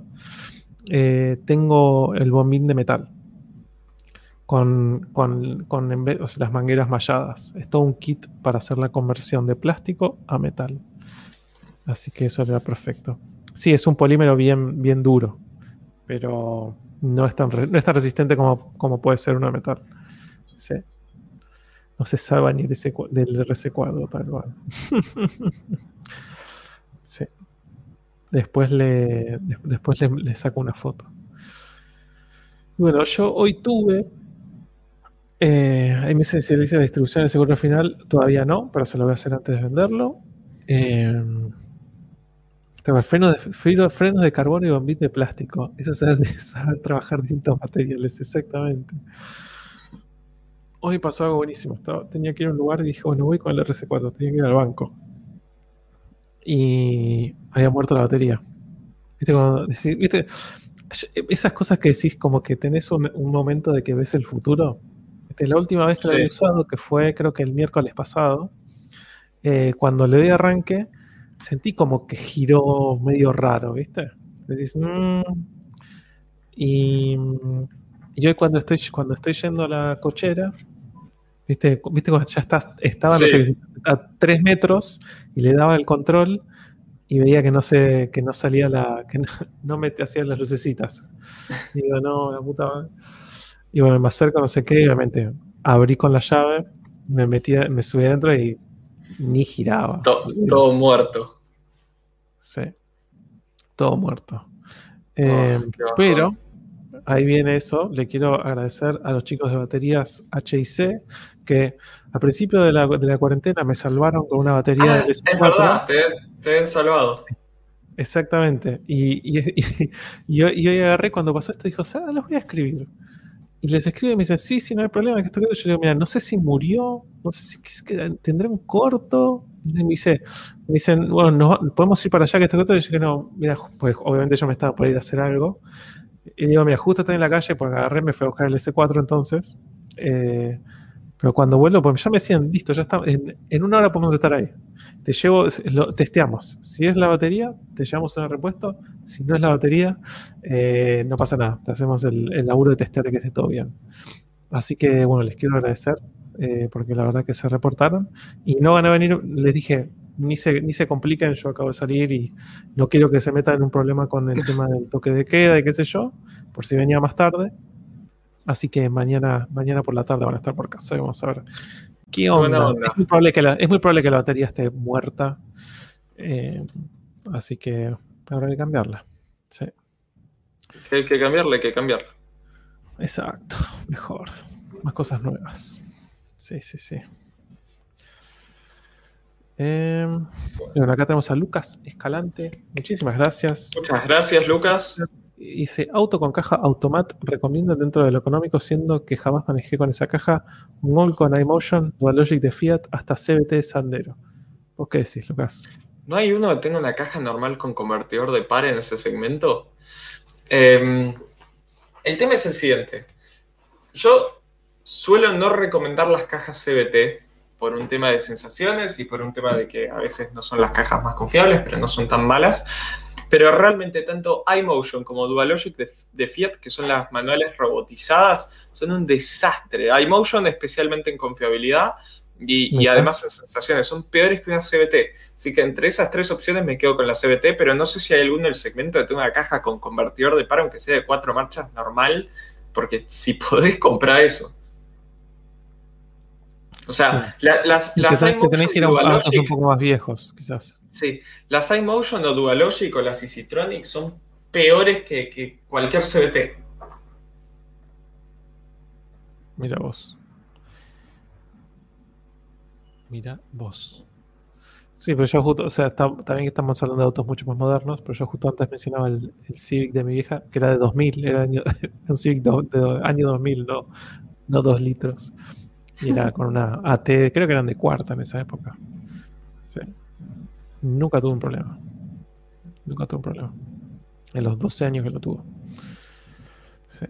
Tengo el bombín de metal con o sea, las mangueras malladas. Es todo un kit para hacer la conversión de plástico a metal. Así que eso era perfecto. Sí, es un polímero bien duro, pero no es tan resistente como puede ser uno de metal. Sí. No se sabe ni del RC4, tal cual. Sí. Después le saco una foto. Bueno, yo hoy tuve. Ahí me dice si le hice la distribución del seguro final. Todavía no, pero se lo voy a hacer antes de venderlo. Frenos de carbono y bombín de plástico. Eso es saber trabajar distintos materiales, exactamente. Hoy pasó algo buenísimo. Tenía que ir a un lugar y dije, bueno, voy con el RC4, tenía que ir al banco. Y había muerto la batería. ¿Viste? Esas cosas que decís como que tenés un momento de que ves el futuro. La última vez que lo había usado, que fue creo que el miércoles pasado, cuando le di arranque, sentí como que giró medio raro, ¿viste? Decís, y hoy cuando estoy yendo a la cochera, ¿viste cuando ya estaba no sé, a 3 metros y le daba el control y veía que no salía que no me hacían las lucecitas. Y digo, no, la puta madre. Y bueno, me acerco, no sé qué, y obviamente abrí con la llave, me subí adentro y ni giraba. Todo muerto. Sí, todo muerto. Pero ahí viene eso. Le quiero agradecer a los chicos de baterías HIC que a principio de la cuarentena me salvaron con una batería del S4. Es verdad, te han salvado. Exactamente. Y hoy agarré cuando pasó esto, dijo, los voy a escribir. Y les escribe y me dicen, sí, no hay problema. Que esto, yo le digo, mira, no sé si murió, no sé si tendré un corto. Y me dicen, bueno, podemos ir para allá, que esto, y yo que no, mira, pues obviamente yo me estaba por ir a hacer algo. Y digo, mira, justo estoy en la calle, porque agarré, me fui a buscar el S4 entonces. Pero cuando vuelvo, pues ya me decían, listo, ya está, en una hora podemos estar ahí. Te llevo, testeamos. Si es la batería, te llevamos un repuesto. Si no es la batería, no pasa nada. Te hacemos el laburo de testear que esté todo bien. Así que, bueno, les quiero agradecer porque la verdad que se reportaron. Y no van a venir, les dije, ni se compliquen, yo acabo de salir y no quiero que se metan en un problema con el tema del toque de queda y qué sé yo, por si venía más tarde. Así que mañana por la tarde van a estar por casa y vamos a ver qué onda. Es muy probable que la batería esté muerta. Así que habrá que cambiarla. Sí. Hay que cambiarla. Exacto, mejor. Más cosas nuevas. Sí. Bueno, acá tenemos a Lucas Escalante. Muchísimas gracias. Muchas gracias, Lucas. Dice, auto con caja Automat recomiendo dentro de lo económico, siendo que jamás manejé con esa caja un Gol con iMotion, Dualogic de Fiat, hasta CVT de Sandero. ¿Vos qué decís, Lucas? ¿No hay uno que tenga una caja normal con convertidor de par en ese segmento? El tema es el siguiente. Yo suelo no recomendar las cajas CVT por un tema de sensaciones y por un tema de que a veces no son las cajas más confiables, pero no son tan malas. pero realmente tanto iMotion como DualLogic de Fiat, que son las manuales robotizadas, son un desastre. iMotion especialmente en confiabilidad y además en sensaciones, son peores que una CVT. Así que entre esas tres opciones me quedo con la CVT, pero no sé si hay alguno en el segmento que tenga una caja con convertidor de par, aunque sea de 4 marchas normal, porque si podés comprar eso. O sea, Sí. las Que tenés iMotion que y ir a autos un DualLogic, poco más viejos, quizás. sí, las iMotion o DualLogic o las EasyTronic son peores que cualquier CVT. Mira vos. Mira vos. Sí, pero yo justo, o sea, está bien que estamos hablando de autos mucho más modernos, pero yo justo antes mencionaba el Civic de mi vieja, que era de 2000, era un Civic año 2000, no 2 litros. Y era con una AT, creo que eran de cuarta en esa época. Sí. Nunca tuve un problema. Nunca tuve un problema. En los 12 años que lo tuvo. Sí.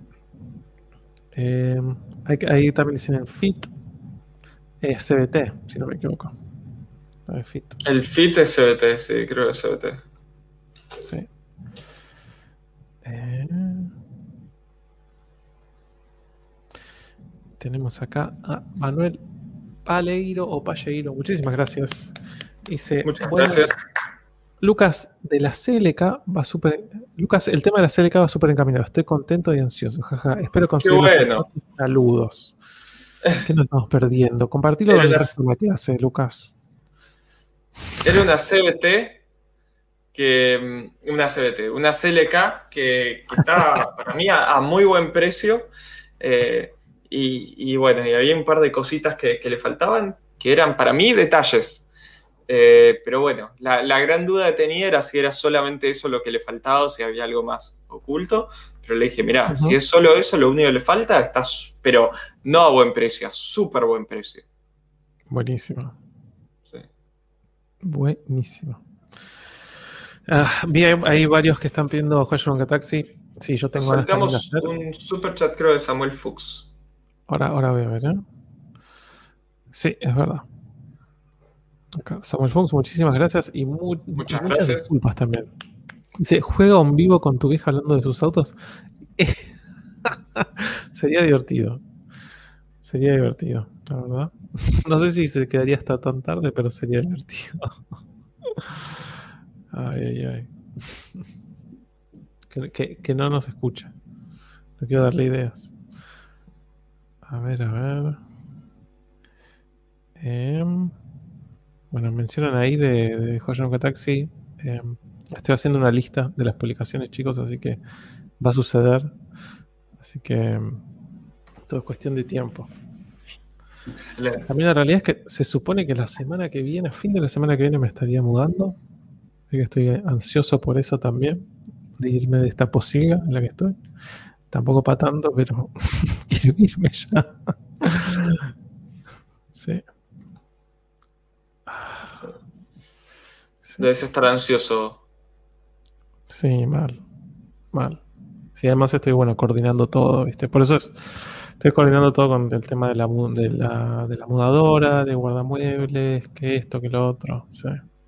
Ahí también dicen en Fit, CVT, si no me equivoco. Fit. El Fit es CVT, sí, creo que es CVT. Sí. Tenemos acá a Manuel Paleiro o Palleiro. Muchísimas gracias. Dice, Muchas gracias. Lucas, de la CLK va súper. Lucas, el tema de la CLK va súper encaminado. Estoy contento y ansioso. Jaja. Espero conseguir los bueno. saludos. ¿Qué nos estamos perdiendo? Compartilo con el resto de la clase, Lucas. Era una CVT una CLK que estaba para mí a muy buen precio. Y bueno, y había un par de cositas que le faltaban, que eran para mí detalles. Pero bueno, la gran duda que tenía era si era solamente eso lo que le faltaba o si había algo más oculto. Pero le dije, mirá, si es solo eso, lo único que le falta, pero no a buen precio, a súper buen precio. Buenísimo. Sí. Buenísimo. Hay varios que están pidiendo Hoshirunga Taxi. Sí, yo tengo ganas también de hacer. Un super chat, creo, de Samuel Fuchs. Ahora voy a ver, ¿eh? Sí, es verdad. Acá, Samuel Fox, muchísimas gracias y muchas disculpas también. Dice, ¿juega en vivo con tu vieja hablando de sus autos? Sería divertido. Sería divertido, la verdad. No sé si se quedaría hasta tan tarde, pero sería divertido. Ay. Que no nos escucha. No quiero darle ideas. A ver. Bueno, mencionan ahí de Hoshirunga Taxi. Estoy haciendo una lista de las publicaciones, chicos, así que va a suceder. Así que todo es cuestión de tiempo. Excelente. También la realidad es que se supone que la semana que viene, a fin de la semana que viene, me estaría mudando. Así que estoy ansioso por eso también, de irme de esta posilga en la que estoy. Tampoco para tanto, pero quiero irme ya. Sí. Debes estar ansioso. Sí, mal. Sí, además estoy, coordinando todo, ¿viste? Por eso estoy coordinando todo con el tema de la mudadora, de guardamuebles, que esto, que lo otro, sí.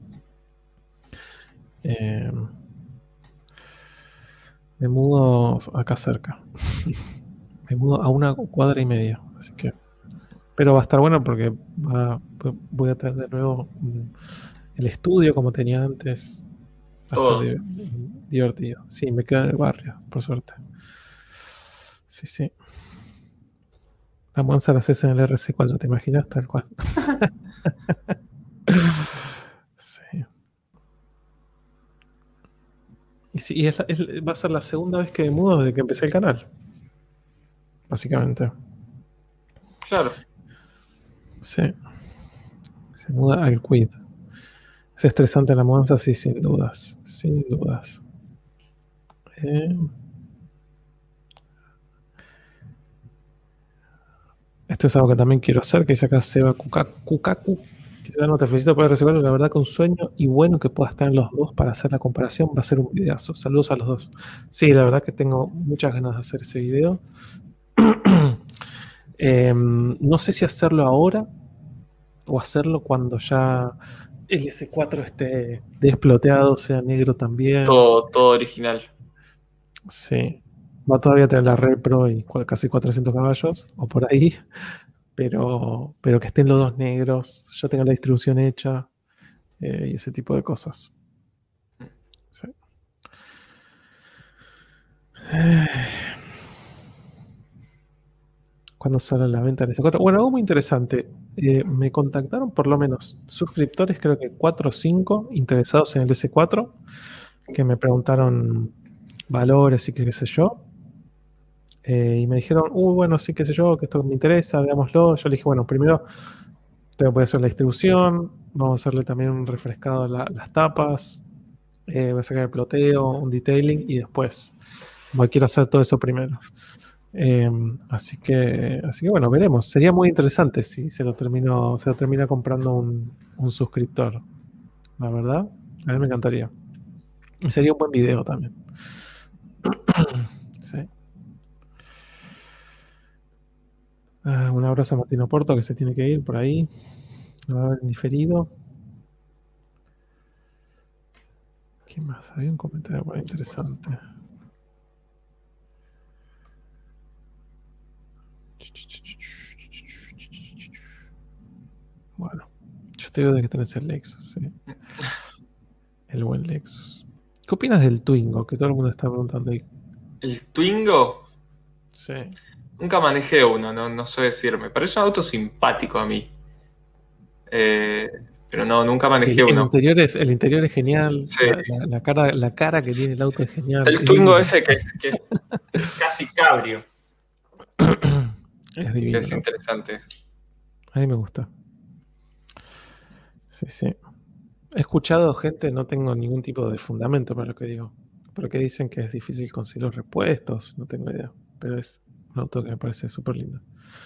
Me mudo acá cerca. Me mudo a 1,5 cuadras, así que... Pero va a estar bueno porque voy a tener de nuevo el estudio como tenía antes. Todo. Divertido. Sí, me quedo en el barrio, por suerte. Sí. La mudanza la haces en el RC4, ¿te imaginas? Tal cual. Sí. Y va a ser la segunda vez que me mudo desde que empecé el canal. Básicamente. Claro. Sí. Se muda al Quid. Es estresante la mudanza, sí, sin dudas. Esto es algo que también quiero hacer, que dice acá Seba Kukaku. Quizás no te felicito por el reciclaje, la verdad que un sueño y bueno que puedas tener los dos para hacer la comparación va a ser un videazo. Saludos a los dos. Sí, la verdad que tengo muchas ganas de hacer ese video. No sé si hacerlo ahora o hacerlo cuando ya el S4 esté desploteado, sea negro también. Todo original. Sí. Va todavía a tener la Red Pro y casi 400 caballos, o por ahí, pero que estén los dos negros, ya tenga la distribución hecha y ese tipo de cosas. Sí. ¿Cuándo sale a la venta el S4? Bueno, algo muy interesante. Me contactaron por lo menos suscriptores, creo que 4 o 5 interesados en el S4, que me preguntaron valores y qué sé yo. Y me dijeron, bueno, sí, qué sé yo, que esto me interesa, veámoslo. Yo le dije, bueno, primero voy a hacer la distribución, vamos a hacerle también un refrescado a las tapas, voy a sacar el ploteo, un detailing y después quiero hacer todo eso primero. Así que bueno, veremos. Sería muy interesante si se lo termina comprando un suscriptor. La verdad, a mí me encantaría. Y sería un buen video también. Sí. Un abrazo a Martino Porto que se tiene que ir por ahí. Lo va a ver en diferido. ¿Qué más? Había un comentario muy interesante. Bueno, yo te digo de que tenés el Lexus, sí. El buen Lexus. ¿Qué opinas del Twingo? Que todo el mundo está preguntando ahí. ¿El Twingo? Sí. Nunca manejé uno, no sé decir. Me parece un auto simpático a mí. Pero no, nunca Sí, manejé uno. el interior es genial. Sí. La cara que tiene el auto es genial. El Es Twingo divino. ese que es casi cabrio. Es Que divino. es interesante. A mí me gusta. Sí, sí. He escuchado gente, no tengo ningún tipo de fundamento para lo que digo, pero que dicen que es difícil conseguir los repuestos, no tengo idea, pero es un auto que me parece súper lindo.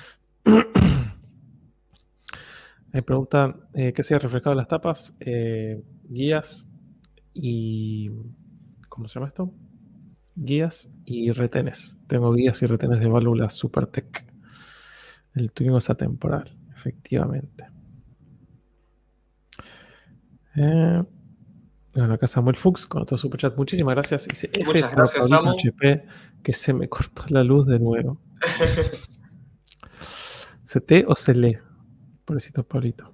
Me preguntan qué se ha refrescado en las tapas, guías y... ¿Cómo se llama esto? Guías y retenes. Tengo guías y retenes de válvula SuperTech. El Twingo es atemporal, efectivamente. Bueno, acá Samuel Fuchs con otro superchat. Muchísimas gracias. Dice F Muchas por gracias, Pablito Samu. HP, que se me cortó la luz de nuevo. ¿Se te o se lee? Pobrecito Pablito.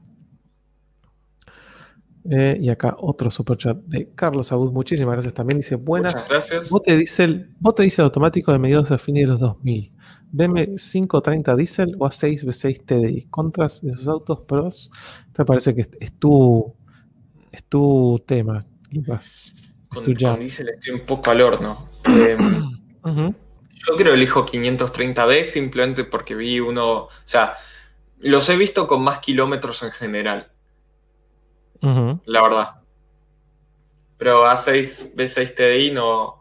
Y acá otro superchat de Carlos Abud. Muchísimas gracias también. Dice, buenas. Muchas gracias. Bote diésel automático de mediados a fines de los 2000. BM530 diésel o A6 V6 TDI. Contras de esos autos pros. Me parece que es tu tema, Lucas. Con jam. diésel estoy un poco al horno. Ujú. Yo creo que elijo 530D simplemente porque vi uno. O sea, los he visto con más kilómetros en general, Ujú. la verdad. Pero A6, B6 TDI no.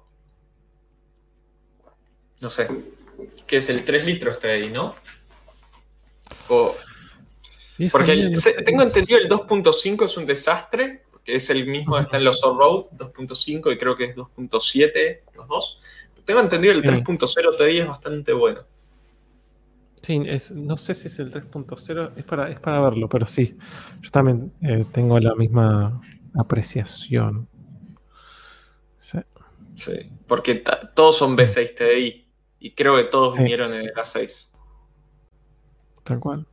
No sé. ¿Qué es el 3 litros TDI, no? O, Y eso, porque mira, no sé. tengo entendido el 2.5 es un desastre, porque es el mismo que está en los off-road, 2.5 y creo que es 2.7, los dos. Tengo entendido el Sí. 3.0 TDI es bastante bueno. Sí, no sé si es el 3.0, es para verlo, pero sí. Yo también tengo la misma apreciación. Sí. Sí, porque todos son B6 TDI y creo que todos Sí, vinieron en el A6. tal cual.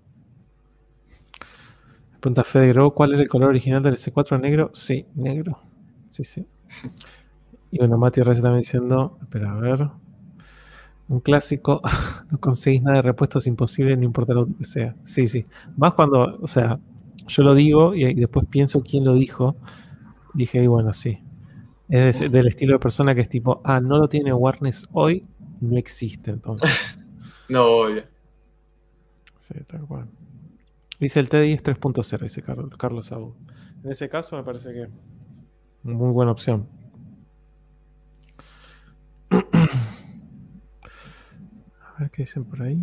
Pregunta Fede Grow, ¿cuál era el color original del S4 negro? Sí, negro. Sí, sí. Y bueno, Mati Reyes también diciendo, espera, a ver. Un clásico, no conseguís nada de repuestos, imposible, no importa lo que sea. Sí, sí. Más cuando, o sea, yo lo digo y después pienso quién lo dijo. Dije, y bueno, sí. Es del estilo de persona que es tipo, no lo tiene Warnes hoy, no existe entonces. No, obvio. Sí, tal cual. Dice el TDI es 3.0, dice Carlos Saúl. En ese caso me parece que muy buena opción. A ver qué dicen por ahí.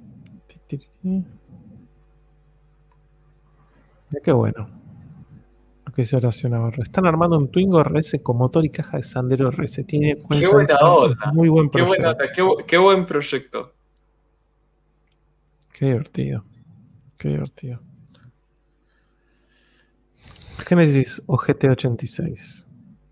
Qué bueno. Lo que dice Horacio Navarro. Están armando un Twingo RS con motor y caja de Sandero RS. Tiene Qué cuenta buena Instagram. onda. Muy buen Qué buena proyecto. onda. Qué buen proyecto. Qué divertido. Qué divertido. Genesis o GT86.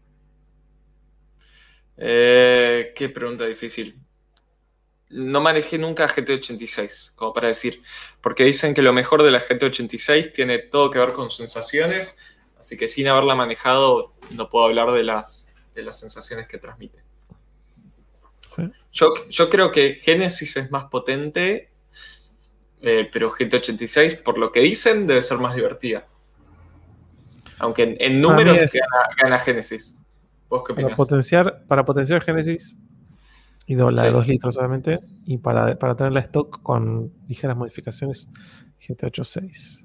Qué pregunta difícil. No manejé nunca GT86, como para decir, porque dicen que lo mejor de la GT86 tiene todo que ver con sensaciones, así que sin haberla manejado no puedo hablar de las sensaciones que transmite. Sí. Yo creo que Genesis es más potente, pero GT86, por lo que dicen, debe ser más divertida. Aunque en números gana Genesis. ¿Vos qué opinás? Para potenciar Genesis, y la de 2 litros obviamente, y para tenerla stock con ligeras modificaciones, GT86.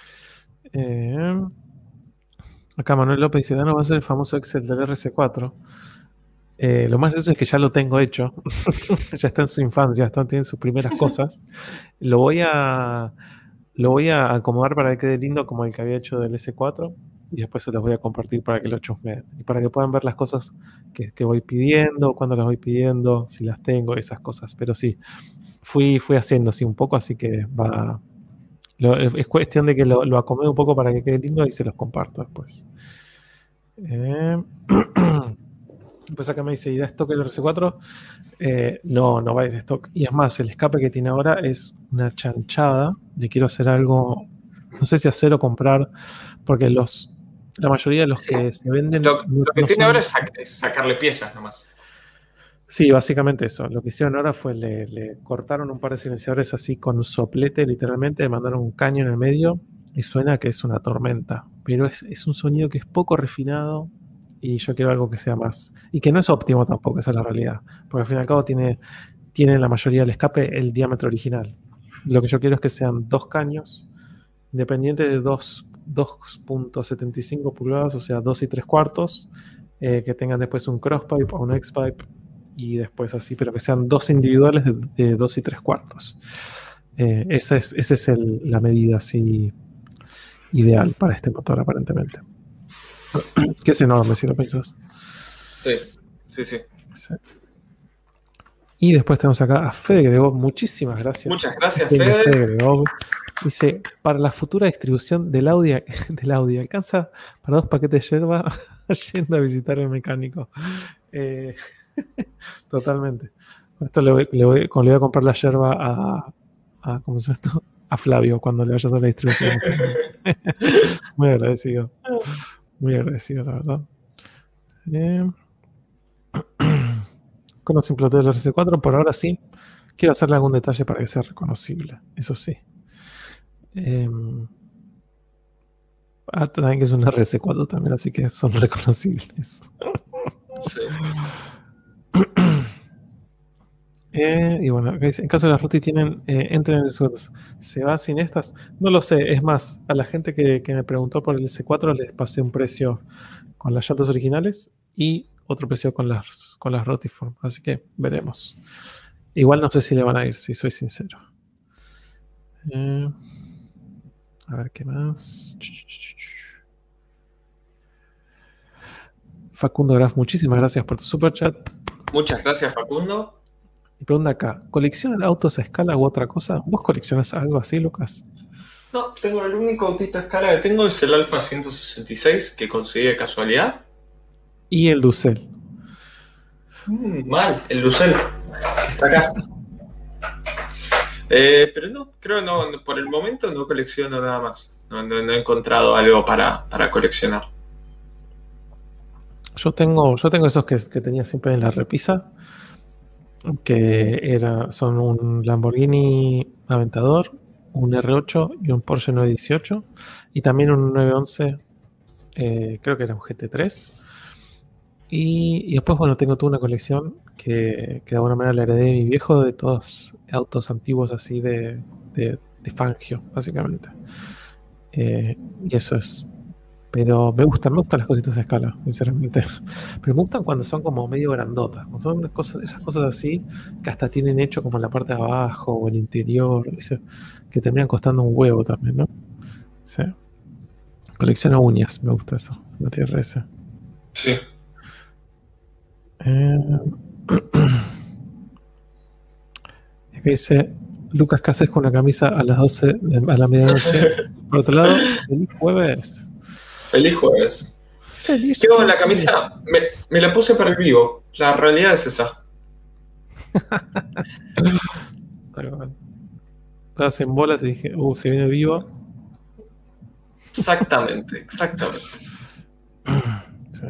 Acá Manuel López dice, Dano va a ser el famoso Excel del RC4. Lo más gracioso es que ya lo tengo hecho. Ya está en su infancia, tiene sus primeras cosas. Lo voy a acomodar para que quede lindo como el que había hecho del S4. Y después se los voy a compartir para que lo chusmeen. Y para que puedan ver las cosas que voy pidiendo, cuándo las voy pidiendo, si las tengo, esas cosas. Pero sí, fui haciendo así un poco, así que va. Es cuestión de que lo acomode un poco para que quede lindo y se los comparto después. Pues acá me dice, ¿irá stock el RC4? No va a ir stock. Y es más, el escape que tiene ahora es una chanchada. Le quiero hacer algo, no sé si hacer o comprar, porque la mayoría de los que se venden... Lo que tiene ahora es sacarle piezas nomás. Sí, básicamente eso. Lo que hicieron ahora fue le cortaron un par de silenciadores así con soplete, literalmente, le mandaron un caño en el medio y suena que es una tormenta. Pero es un sonido que es poco refinado y yo quiero algo que sea más... Y que no es óptimo tampoco, esa es la realidad. Porque al fin y al cabo tiene la mayoría del escape el diámetro original. Lo que yo quiero es que sean 2 caños, independientes de 2.75 pulgadas, o sea, 2 3/4, que tengan después un crosspipe o un X-pipe, y después así, pero que sean 2 individuales de 2 3/4. Esa es la medida así ideal para este motor, aparentemente. Que es enorme, si lo pensás. Sí. Y después tenemos acá a Fede Gregov. Muchísimas gracias. Muchas gracias, Fede. Dice, para la futura distribución del Audi, alcanza para 2 paquetes de yerba yendo a visitar el mecánico. Totalmente. Con esto le voy a comprar la yerba ¿cómo se llama esto? A Flavio cuando le vayas a la distribución. Muy agradecido. Muy agradecido, la verdad. Con los implantes del RC4, por ahora sí. Quiero hacerle algún detalle para que sea reconocible. Eso sí. También que es un RC4 también, así que son reconocibles. Sí. Y bueno, en caso de las Roti entren en el S4. ¿Se va sin estas? No lo sé. Es más, a la gente que me preguntó por el S4 les pasé un precio con las llantas originales y otro precio con las Rotiform. Así que veremos. Igual no sé si le van a ir, si soy sincero. A ver qué más. Facundo Graf, muchísimas gracias por tu superchat. Muchas gracias, Facundo. Y pregunta acá, ¿coleccionan autos a escala u otra cosa? ¿Vos coleccionas algo así, Lucas? No, tengo el único autito a escala que tengo es el Alfa 166 que conseguí de casualidad. Y el Ducel. Mal, el Ducel. Está acá. Pero no, creo no, por el momento no colecciono nada más. No he encontrado algo para coleccionar. Yo tengo esos que tenía siempre en la repisa, que son un Lamborghini Aventador, un R8 y un Porsche 918, y también un 911, creo que era un GT3. Y después, bueno, tengo toda una colección que de alguna manera la heredé de mi viejo, de todos autos antiguos así de Fangio, básicamente. Y eso es. Pero me gustan las cositas a escala, sinceramente. Pero me gustan cuando son como medio grandotas. Cuando son esas cosas así que hasta tienen hecho como la parte de abajo o el interior, que terminan costando un huevo también, ¿no? Sí. Colecciono uñas, me gusta eso, la TRS. Sí. Acá dice Lucas, ¿qué con una camisa a las 12 a la medianoche? Por otro lado, feliz jueves. Feliz jueves. Feliz Yo la jueves. camisa me la puse para el vivo. La realidad es esa. Tal cual. Estabas en bolas y dije, se viene vivo. Exactamente, exactamente. Sí.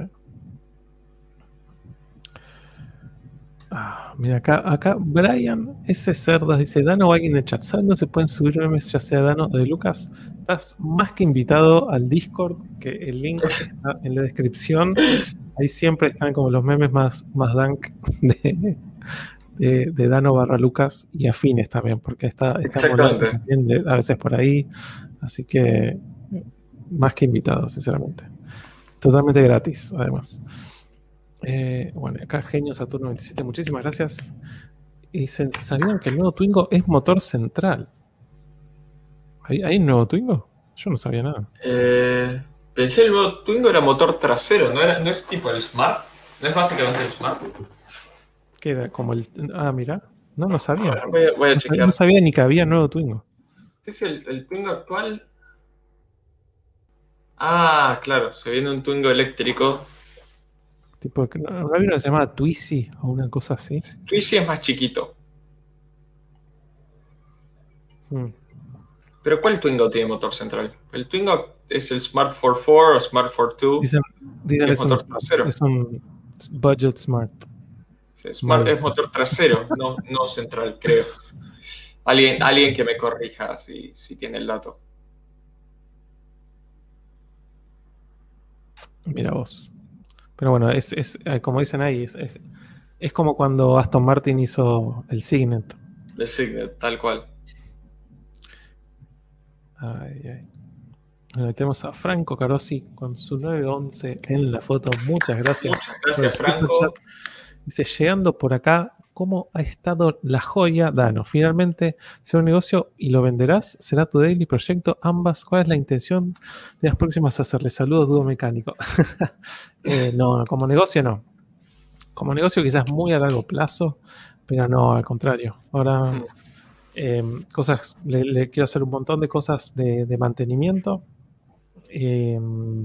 Mira, acá Brian S. Cerdas dice, Dano o alguien en el chat, ¿saben dónde se pueden subir memes, ya sea Dano o de Lucas? Estás más que invitado al Discord, que el link está en la descripción. Ahí siempre están como los memes más dank de Dano barra Lucas y afines también, porque está Molazo Exactamente. también a veces por ahí. Así que más que invitado, sinceramente. Totalmente gratis, además. Bueno, acá Genio Saturno 27, muchísimas gracias. Y dicen, ¿sabían que el nuevo Twingo es motor central? ¿Hay un nuevo Twingo? Yo no sabía nada. Pensé el nuevo Twingo era motor trasero, no es tipo el Smart. No es básicamente el Smart. ¿Qué era? Como el. Mira. No A sabía. ver, voy a No chequear. sabía ni que había nuevo Twingo. ¿Qué es el Twingo actual? Ah, claro, se viene un Twingo eléctrico. Tipo, ¿no había uno que se llamaba Twizy o una cosa así? Twizy es más chiquito. Mm. Pero ¿cuál Twingo tiene motor central? El Twingo es el Smart 44 o Smart 42, Dicen que es es un motor Smart. trasero. Es un Budget Smart. Sí, Smart Mal. es motor trasero, no central, creo. Alguien que me corrija si tiene el dato. Mira vos. Pero bueno, como dicen ahí, es como cuando Aston Martin hizo el Signet. El Signet, tal cual. Ay, ay. Bueno, ahí tenemos a Franco Carosi con su 911 en la foto. Muchas gracias Muchas por el gracias, superchat. Franco. Dice, llegando por acá, ¿cómo ha estado la joya Dano? Finalmente, será un negocio y lo venderás. ¿Será tu daily proyecto? Ambas. ¿Cuál es la intención de las próximas a hacerle? Saludos, dúo mecánico. No, como negocio no. Como negocio quizás muy a largo plazo, pero no, al contrario. Ahora cosas, le quiero hacer un montón de cosas de mantenimiento. eh,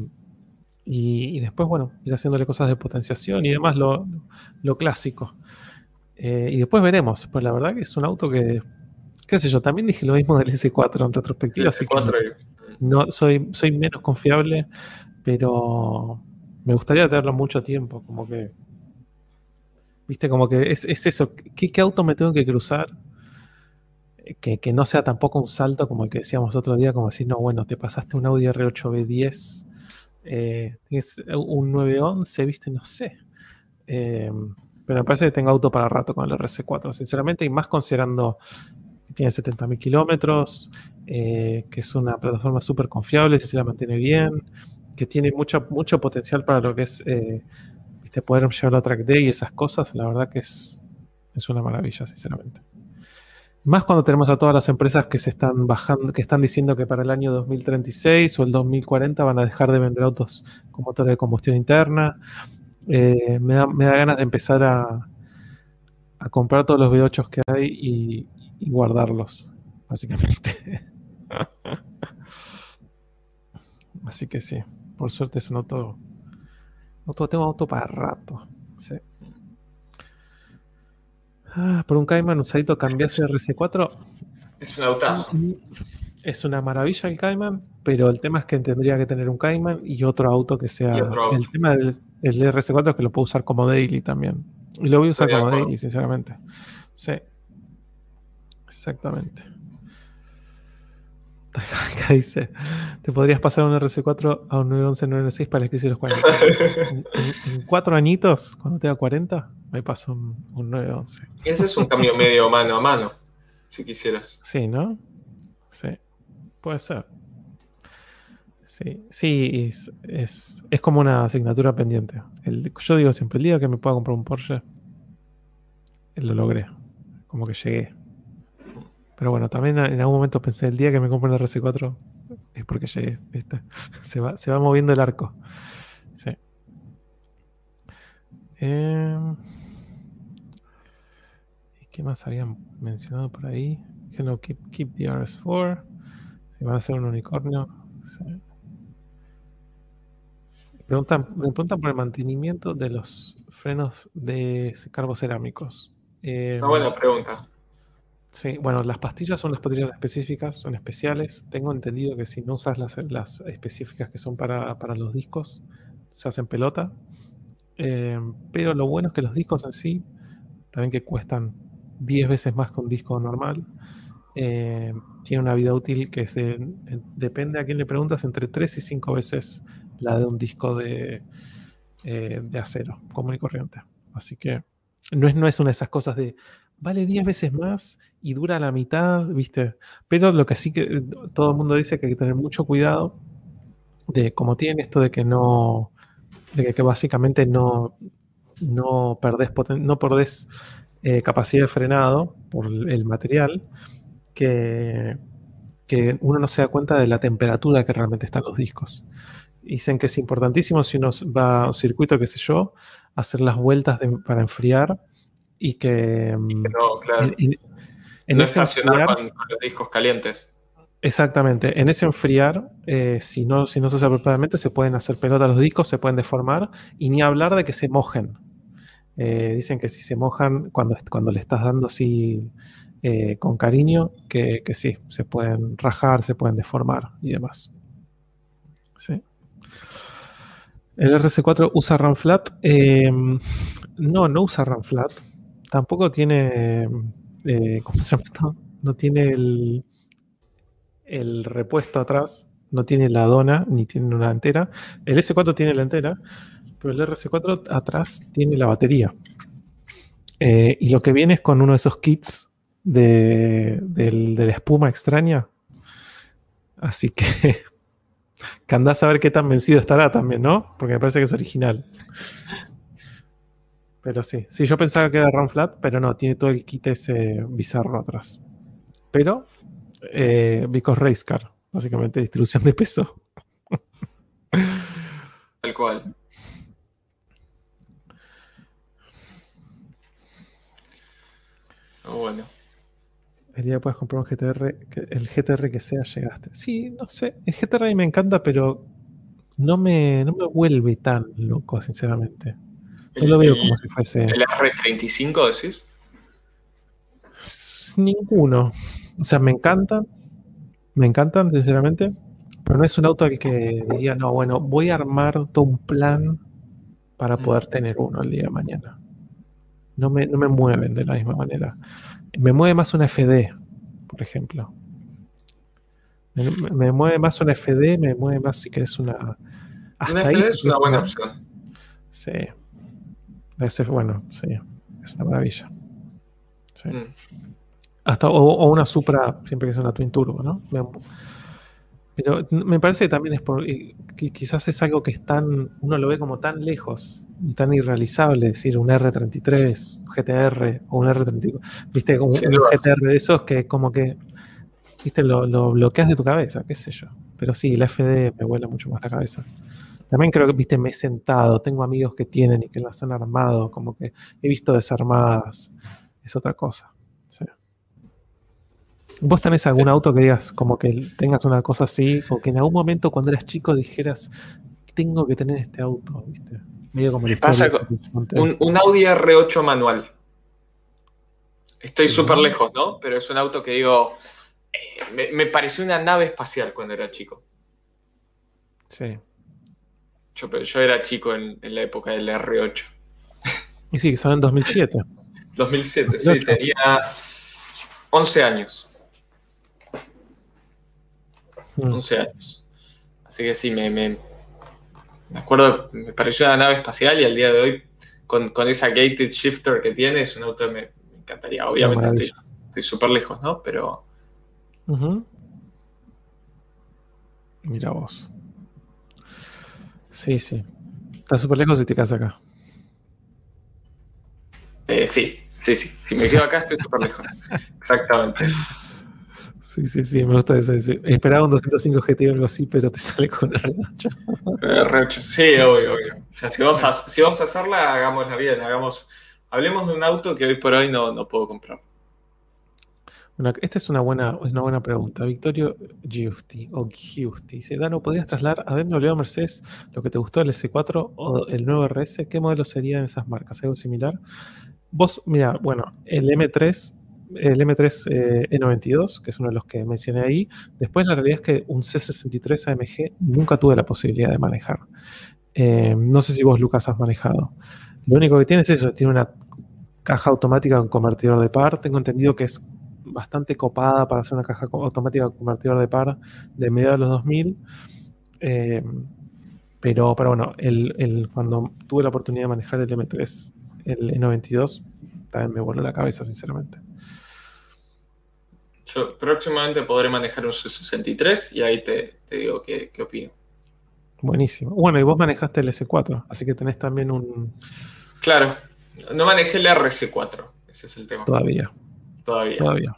y después, bueno, ir haciéndole cosas de potenciación y demás, lo clásico. Y después veremos. Pues la verdad que es un auto que, qué sé yo, también dije lo mismo del S4 en El retrospectiva, así que C4. no soy menos confiable, pero me gustaría tenerlo mucho tiempo, como que, viste, como que es eso, ¿qué auto me tengo que cruzar? Que no sea tampoco un salto como el que decíamos otro día, como decir, no, bueno, te pasaste un Audi R8 B10, tienes un 911, viste, no sé. Eh, pero me parece que tengo auto para rato con el RC4, sinceramente, y más considerando que tiene 70.000 kilómetros, que es una plataforma súper confiable, si se la mantiene bien, que tiene mucho potencial para lo que es, viste, poder llevarlo a track day y esas cosas, la verdad que es una maravilla, sinceramente. Más cuando tenemos a todas las empresas que se están bajando, que están diciendo que para el año 2036 o el 2040 van a dejar de vender autos con motores de combustión interna. Me da ganas de empezar a comprar todos los V8 que hay y guardarlos, básicamente. Así que sí, por suerte es un tengo auto para rato. Sí. Por un Cayman usadito cambiase RC4. Es un autazo. Es una maravilla el Cayman, pero el tema es que tendría que tener un Cayman y otro auto que Y sea. otro auto. El tema del el RC4 es que lo puedo usar como daily también. Y lo voy a usar Estoy de como acuerdo. daily, sinceramente. Sí, exactamente. Acá dice: te podrías pasar un RC4 a un 911 996 para la crisis de los 40. En 4 añitos, cuando tenga 40, me paso un 911. Ese es un cambio medio mano a mano, si quisieras. Sí, ¿no? Sí, puede ser. Sí, sí, es como una asignatura pendiente. Yo digo siempre, el día que me pueda comprar un Porsche, lo logré. Como que llegué. Pero bueno, también en algún momento pensé, el día que me compre un RC4 es porque llegué, ¿viste? Se va moviendo el arco. Sí. ¿Y qué más habían mencionado por ahí? Hello, keep the RS4. Si van a hacer un unicornio. Sí. Me preguntan por el mantenimiento de los frenos de carbocerámicos. Una buena pregunta. Sí, bueno, las pastillas son las pastillas específicas, son especiales. Tengo entendido que si no usas las específicas que son para los discos, se hacen pelota. Pero lo bueno es que los discos en sí, también que cuestan 10 veces más que un disco normal, tiene una vida útil que depende a quién le preguntas, entre 3 y 5 veces la de un disco de acero común y corriente. Así que no es una de esas cosas de vale 10 veces más y dura la mitad, ¿viste? Pero lo que sí que todo el mundo dice que hay que tener mucho cuidado de como tienen esto de que no, de que básicamente no perdés, no perdés capacidad de frenado por el material, que uno no se da cuenta de la temperatura que realmente están los discos. Dicen que es importantísimo si uno va a un circuito, qué sé yo, hacer las vueltas para enfriar y que No, claro. en No ese estacionar enfriar, con los discos calientes. exactamente, en ese enfriar, si no se hace apropiadamente, se pueden hacer pelota los discos, se pueden deformar y ni hablar de que se mojen. Dicen que si se mojan cuando le estás dando así con cariño, que sí, se pueden rajar, se pueden deformar y demás. Sí. El RC4 usa RAM flat. No usa RAM flat. Tampoco tiene. ¿Cómo se llama esto? No tiene el repuesto atrás. No tiene la dona, ni tiene una entera. El S4 tiene la entera, pero el RC4 atrás tiene la batería. Y lo que viene es con uno de esos kits de la espuma extraña. Así que andás a ver qué tan vencido estará también, ¿no? Porque me parece que es original. Pero sí, yo pensaba que era RAM flat, pero no, tiene todo el kit ese bizarro atrás. Pero, because race car, básicamente distribución de peso. Tal cual. Bueno. El día puedes comprar un GTR, el GTR que sea, llegaste. Sí, no sé, el GTR a mí me encanta, pero no me vuelve tan loco, sinceramente. No lo veo como si fuese. ¿El R35 decís? Ninguno. O sea, me encantan, sinceramente, pero no es un auto al que diría, no, bueno, voy a armar todo un plan para poder tener uno el día de mañana. No me mueven de la misma manera. Me mueve más una FD, por ejemplo. Me mueve más una FD, me mueve más si querés una. Hasta Una ahí FD es una buena opción. Sí. Bueno, sí. Es una maravilla. Sí. Hasta, o una Supra, siempre que sea una Twin Turbo, ¿no? Pero me parece que también es que quizás es algo que uno lo ve como tan lejos y tan irrealizable, decir un R33, un GTR o un R34, viste, como un GTR de esos que como que, viste, lo bloqueas de tu cabeza, qué sé yo. Pero sí, la FD me vuela mucho más la cabeza. También creo que, viste, me he sentado, tengo amigos que tienen y que las han armado, como que he visto desarmadas, es otra cosa. Sí. ¿Vos tenés algún auto que digas, como que tengas una cosa así, o que en algún momento cuando eras chico dijeras, tengo que tener este auto, ¿viste? Medio como me pasa con un Audi R8 manual. Estoy súper lejos, ¿no? Pero es un auto que digo, me pareció una nave espacial cuando era chico. Sí. Yo era chico en la época del R8. Y sí, que son en 2007. 2007, 2008. Sí, tenía 11 años. 11 años. Así que sí, me acuerdo, me pareció una nave espacial y al día de hoy, con esa gated shifter que tiene, es un auto que me encantaría. Obviamente estoy súper lejos, ¿no? Pero... Mira vos. Sí. Estás súper lejos y te quedas acá. Sí. Si me quedo acá, estoy súper lejos. Exactamente. Sí, me gusta eso. Esperaba un 205 GT o algo así, pero te sale con R8. R8, sí, obvio. O sea, si vamos a hacerla, hagámosla bien. Hablemos de un auto que hoy por hoy no puedo comprar. Esta es una buena pregunta. Victorio Giusti, o Giusti, dice, Dano, ¿podrías trasladar a BMW o Mercedes lo que te gustó del S4 o el nuevo RS? ¿Qué modelo serían esas marcas? ¿Algo similar? Vos, mira, bueno, el M3 E92, que es uno de los que mencioné ahí. Después la realidad es que un C63 AMG nunca tuve la posibilidad de manejar. No sé si vos, Lucas, has manejado. Lo único que tiene es eso, tiene una caja automática con convertidor de par. Tengo entendido que es bastante copada para hacer una caja automática con convertidor de par de mediados de los 2000. Eh, pero bueno, cuando tuve la oportunidad de manejar el M3, el E92, también me voló la cabeza, sinceramente. Yo próximamente podré manejar un C63 y ahí te digo qué opino. Buenísimo. Bueno, y vos manejaste el S4, así que tenés también un... Claro, no manejé el RC4, ese es el tema. Todavía. Todavía.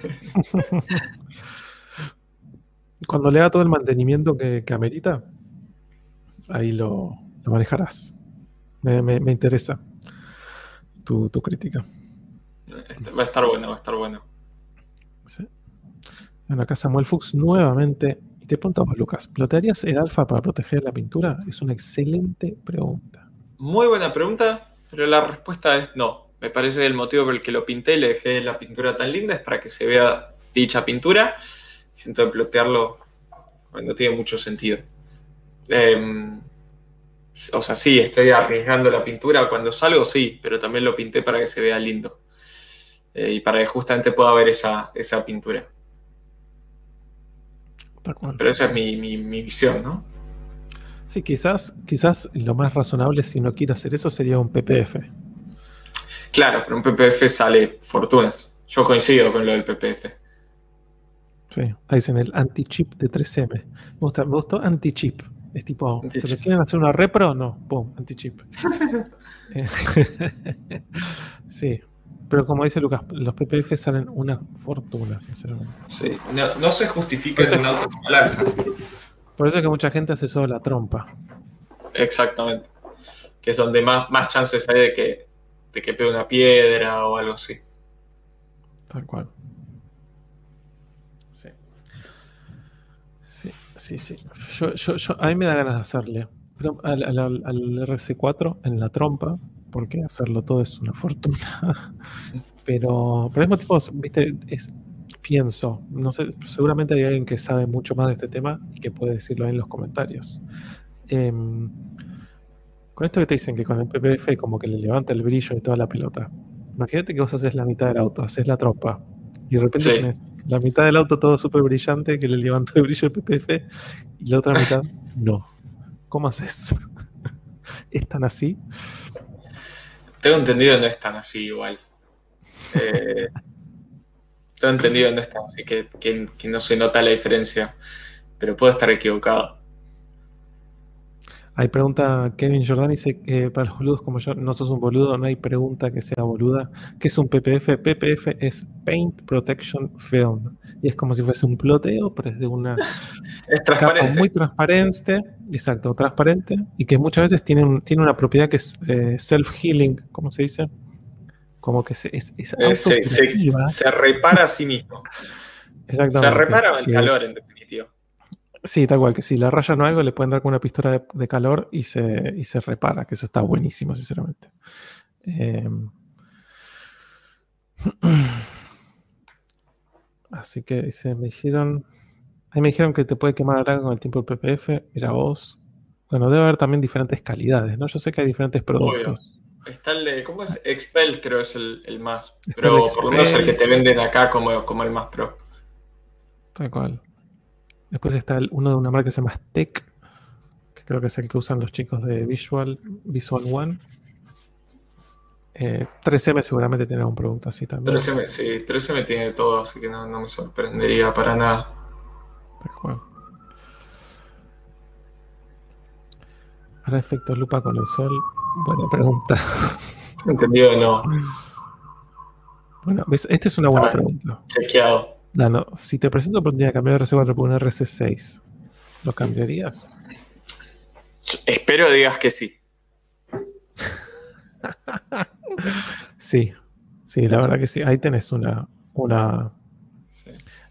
Cuando le haga todo el mantenimiento que amerita, ahí lo manejarás. Me interesa tu crítica. Va a estar bueno, va a estar bueno. Sí. Bueno, acá Samuel Fuchs nuevamente. Y te pregunto a vos, Lucas, ¿plotearías el alfa para proteger la pintura? Es una excelente pregunta. Muy buena pregunta, pero la respuesta es no. Me parece que el motivo por el que lo pinté y le dejé la pintura tan linda es para que se vea dicha pintura. Siento que plotearlo no tiene mucho sentido. O sea, sí, estoy arriesgando la pintura cuando salgo, sí, pero también lo pinté para que se vea lindo. Y para que justamente pueda ver esa pintura. Pero esa es mi visión, ¿no? Sí, quizás lo más razonable si uno quiere hacer eso sería un PPF. Claro, pero un PPF sale fortunas. Yo coincido con lo del PPF. Sí, ahí dicen el anti-chip de 3M. Me gustó anti-chip. Es tipo, ¿te lo quieren hacer una repro? No, pum, anti-chip. Sí, pero como dice Lucas, los PPF salen una fortuna, sinceramente. Sí, no se justifica en un auto como el Alfa. Por eso es que mucha gente hace solo la trompa. Exactamente. Que es donde más chances hay de que pegue una piedra o algo así. Tal cual. Sí. A mí me da ganas de hacerle. Pero al RC4 en la trompa, porque hacerlo todo es una fortuna. Pero al mismo tiempo, viste, pienso, no sé, seguramente hay alguien que sabe mucho más de este tema y que puede decirlo ahí en los comentarios. Con esto que te dicen que con el PPF como que le levanta el brillo y toda la pelota. Imagínate que vos haces la mitad del auto, haces la trompa y de repente Sí. tenés la mitad del auto todo súper brillante que le levantó el brillo el PPF y la otra mitad no. ¿Cómo haces? ¿Es tan así? Tengo entendido no es tan así igual. Tengo entendido no es tan así, que no se nota la diferencia. Pero puedo estar equivocado. Hay pregunta Kevin Jordan, dice que para los boludos como yo, no sos un boludo, no hay pregunta que sea boluda. ¿Qué es un PPF? PPF es Paint Protection Film. Y es como si fuese un ploteo, pero es de una Es capa transparente. muy transparente, exacto, transparente, y que muchas veces tiene una propiedad que es self-healing, ¿cómo se dice? Como que es autocurativa. Se repara a sí mismo. Exactamente. Se repara el calor, en definitiva. Sí, tal cual, que si le rayan o algo le pueden dar con una pistola de calor y se repara, que eso está buenísimo, sinceramente. Así que me dijeron que te puede quemar algo con el tiempo del PPF. Mira vos. Bueno, debe haber también diferentes calidades, ¿no? Yo sé que hay diferentes productos. Obvio. Está el de, ¿cómo es? Expel creo es el más. Pero por lo menos el que te venden acá como el más pro. Tal cual. Después está uno de una marca que se llama Tech, que creo que es el que usan los chicos de Visual One. 3M seguramente tiene un producto así también. 3M, sí, 3M tiene todo, así que no me sorprendería para nada. Tal cual. ¿Hará efecto lupa con el sol? Buena pregunta. Entendido, no. Bueno, ¿ves? Esta es una buena pregunta. Chequeado. Dano, si te presento la oportunidad de cambiar el RC4 por un RC6, ¿lo cambiarías? Espero digas que sí. Sí, la verdad que sí. Ahí tenés una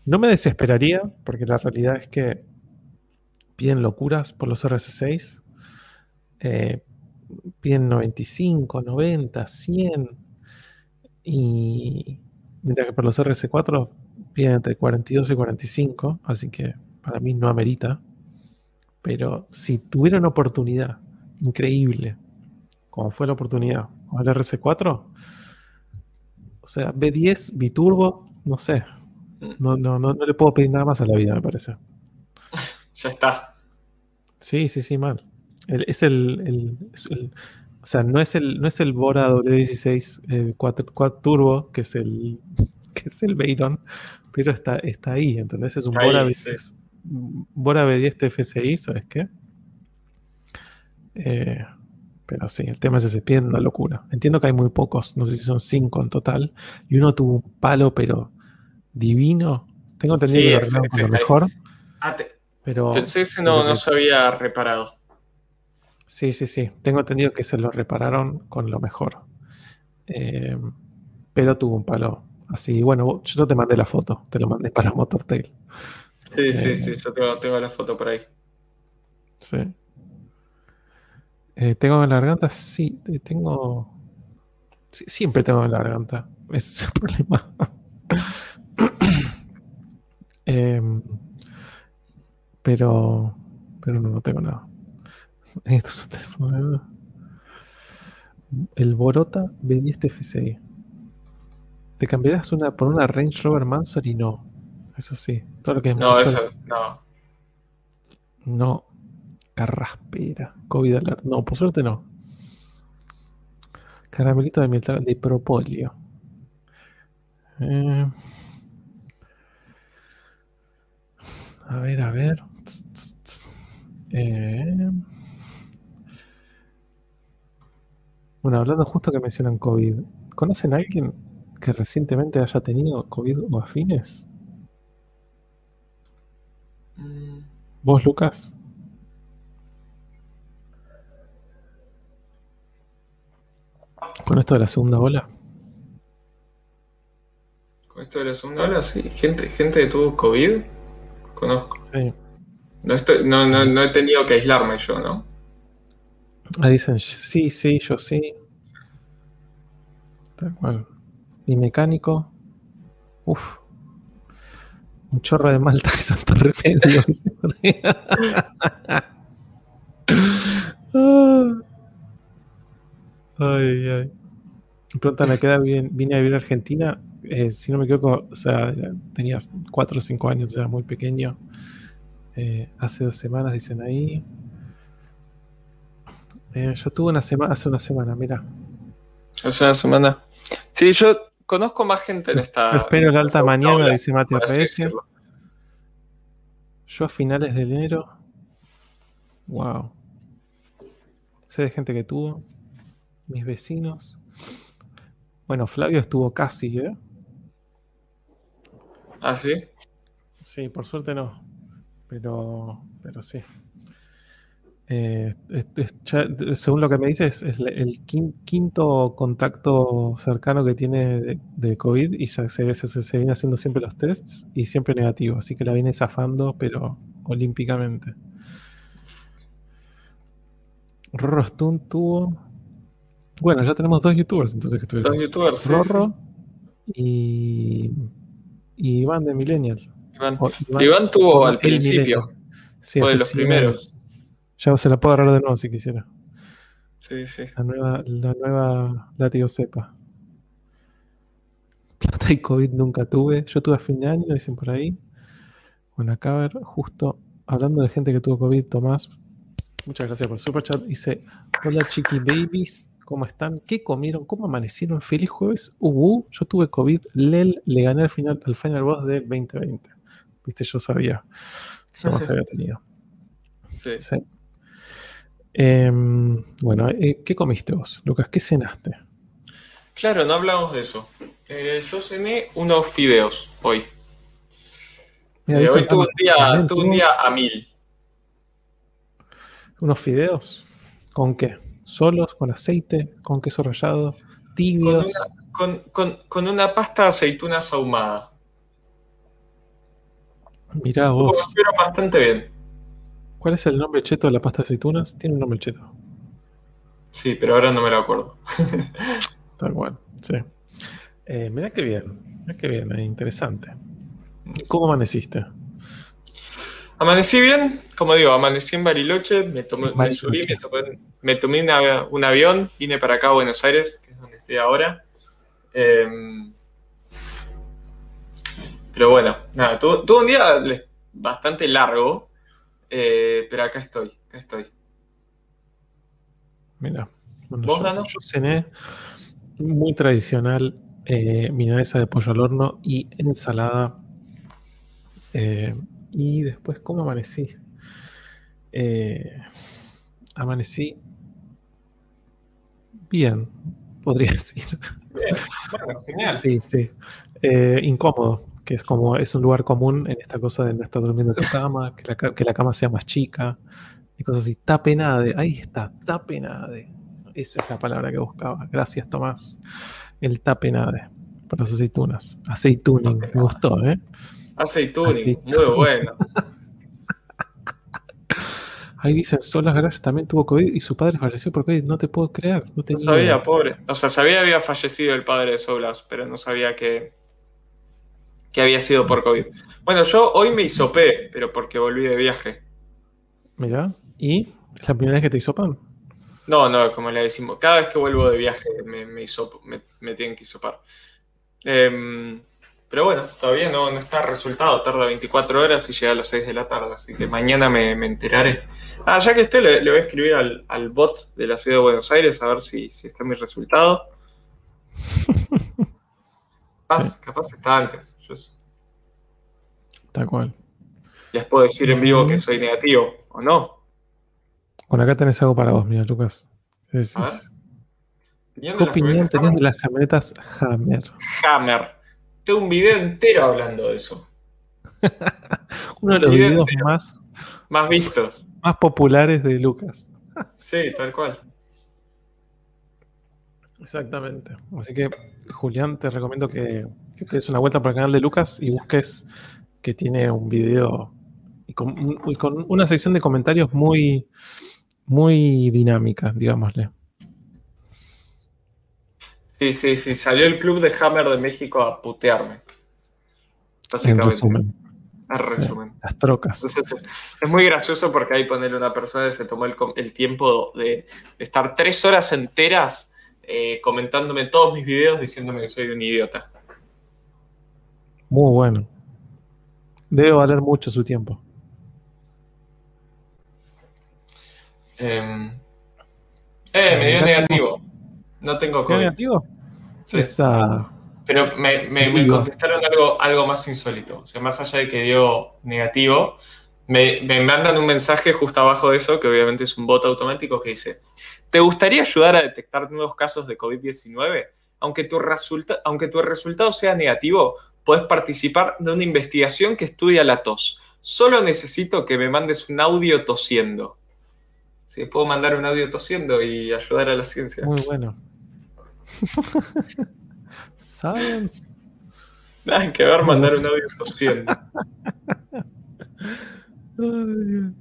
No me desesperaría, porque la realidad es que piden locuras por los RS6. eh, Piden 95, 90, 100. Y mientras que por los RS4 piden entre 42 y 45. Así que para mí no amerita. Pero si tuviera una oportunidad increíble, como fue la oportunidad con el RS4, o sea, B10, biturbo, no sé. Mm, No le puedo pedir nada más a la vida, me parece. Ya está. Sí, sí, sí, mal. O sea, no es el Bora W16 quad turbo, que es el Veyron, pero está ahí, ¿entendés? Es un Está Bora ahí, sí. B10, Bora B10 TFSI, ¿sabes qué? Eh, pero sí, el tema es ese, piden una locura. Entiendo que hay muy pocos, no sé si son 5 en total, y uno tuvo un palo, pero divino. Tengo entendido que Sí, lo ese, arreglaron con ese lo está ahí. mejor, Ah, pero, pensé ese pero no que se había reparado. sí, sí, sí. Tengo entendido que se lo repararon con lo mejor. Eh, pero tuvo un palo así. Bueno, yo te mandé la foto, te lo mandé para Motortail. Sí, sí, Eh, sí, yo tengo la foto por ahí. sí. ¿Tengo en la garganta? Sí, tengo. Siempre tengo en la garganta. Ese es el problema. Eh, pero. Pero no tengo nada. Esto es un teléfono. El Borota B10 TFCI. ¿Te cambiarás por una Range Rover Mansory? No. Eso sí. Todo lo que es No, Mansory. eso, no. No. Carraspera. COVID alert. No, por suerte no. Caramelito de miel de propóleo. Eh, a ver, a ver. Tss, tss, tss. Bueno, hablando justo que mencionan COVID. ¿Conocen a alguien que recientemente haya tenido COVID o afines? Mm, ¿Vos, Lucas? Con esto de la segunda ola. Con esto de la segunda ola, sí. Gente que tuvo COVID, conozco. Sí. No he tenido que aislarme yo, ¿no? Ahí dicen, sí, sí, yo sí. Tal cual. Y mecánico. Uf, un chorro de malta de santo remedio. Dice por ahí. Ah, ay, ay. Me preguntan a qué edad vine a vivir a Argentina. Si no me equivoco, o sea, tenías 4 o 5 años, era muy pequeño. Hace 2 semanas, dicen ahí. Yo tuve hace una semana, mira. Hace una semana. Sí, yo conozco más gente en Yo en espero la esta alta segunda mañana, ola, dice Mati por así RS. decirlo. Yo a finales de enero. Wow. Sé de gente que tuvo. Mis vecinos. Bueno, Flavio estuvo casi, ¿eh? Ah, sí. Sí, por suerte no. Pero sí. Según lo que me dice, es el quinto contacto cercano que tiene de COVID y ya se viene haciendo siempre los tests y siempre negativo. Así que la viene zafando, pero olímpicamente. Rorro Stun tuvo. Bueno, ya tenemos dos youtubers entonces que Dos estuvieron. youtubers, sí, sí. Rorro y, y Iván de Millennial. Iván. O Pero Iván o tuvo no, al el principio, Millennial. Sí, fue de hace los 100 años. primeros. Ya se la puedo agarrar de nuevo si quisiera. Sí, sí. La nueva látigo cepa. Plata y COVID nunca tuve. Yo tuve a fin de año, dicen por ahí. Bueno, acá a ver, justo hablando de gente que tuvo COVID, Tomás. Muchas gracias por el superchat. Dice: Hola chiqui babies, ¿cómo están? ¿Qué comieron? ¿Cómo amanecieron? Feliz jueves. Yo tuve COVID. LEL le gané al final boss del 2020. Viste, yo sabía. Tomás había tenido. Sí. Sí. Bueno, ¿qué comiste vos, Lucas? ¿Qué cenaste? Claro, no hablamos de eso. Yo cené unos fideos hoy. Mira, dicen, Hoy también tuve un tuvo día a mil. unos fideos. ¿Con qué? ¿Solos? ¿Con aceite? ¿Con queso rallado? Con una, ¿Tibios? con una pasta de aceitunas ahumada. Mirá vos. Estuvieron bastante bien. ¿Cuál es el nombre cheto de la pasta de aceitunas? Tiene un nombre cheto. Sí, pero ahora no me lo acuerdo. Tal cual, sí. Mirá qué bien. Mirá qué bien, interesante. ¿Cómo amaneciste? Amanecí bien, como digo, amanecí en Bariloche, me subí, Bariloche. me tomé un avión, vine para acá a Buenos Aires, que es donde estoy ahora. Eh, pero bueno, nada, tuve un día bastante largo, pero acá estoy, acá estoy. Mira, bueno, ¿Vos, yo, Dano? yo cené muy tradicional, milanesa de pollo al horno y ensalada. eh, y después, ¿cómo amanecí? Eh, Amanecí bien, podría decir. Bien, bueno, genial. Sí, sí. Incómodo, que es como es un lugar común en esta cosa de no estar durmiendo en tu cama, que la cama sea más chica y cosas así. Tapenade, ahí está, tapenade. Esa es la palabra que buscaba. Gracias, Tomás. El tapenade para las aceitunas. Aceituning, me gustó, ¿eh? Aceituning, muy Aceituning. bueno. Ahí dicen, Solas Garage también tuvo COVID y su padre falleció por COVID. No te puedo creer, no No tenía idea. sabía, pobre. O sea, sabía que había fallecido el padre de Soulas, pero no sabía que había sido por COVID. Bueno, yo hoy me hisopé, pero porque volví de viaje. Mirá, ¿y es la primera vez que te hisopan? No, no, como le decimos, cada vez que vuelvo de viaje me tienen que hisopar. Pero bueno, todavía no está resultado, tarda 24 horas y llega a las 6 de la tarde, así que mañana me enteraré. Ah, ya que esté, le voy a escribir al bot de la ciudad de Buenos Aires a ver si está mi resultado. Sí, Capaz está antes. Yo tal cual. les puedo decir en vivo que Mm. soy negativo, ¿o no? Bueno, acá tenés algo para vos, mira, Lucas. ¿Qué A ver, decís? opinión ¿Qué de las opinión camionetas tenés Hammer. de las camionetas Hammer? Hammer. Tengo un video entero hablando de eso. Uno de Un los video videos entero. más, Más vistos. más populares de Lucas. Sí, tal cual. Exactamente. Así que, Julián, te recomiendo que te des una vuelta por el canal de Lucas y busques que tiene un video y con una sección de comentarios muy, muy dinámica, digámosle. Sí, sí, sí. Salió el club de Hammer de México a putearme, En básicamente. resumen, En sí, resumen. las trocas. Entonces, es muy gracioso porque ahí ponerle una persona que se tomó el tiempo de estar 3 horas enteras comentándome todos mis videos diciéndome que soy un idiota. Muy bueno. Debe valer mucho su tiempo. Eh, me dio Mirá cómo. negativo. No tengo ¿Tiene COVID. negativo? Sí. Esa. Pero me Envidia. contestaron algo más insólito. O sea, más allá de que dio negativo, me mandan un mensaje justo abajo de eso, que obviamente es un bot automático, que dice: ¿te gustaría ayudar a detectar nuevos casos de COVID-19? Aunque tu resultado sea negativo, puedes participar de una investigación que estudia la tos. Solo necesito que me mandes un audio tosiendo. Sí, puedo mandar un audio tosiendo y ayudar a la ciencia. Muy bueno. Science. Nada que ver Muy mandar bueno. un audio tosiendo. Ay,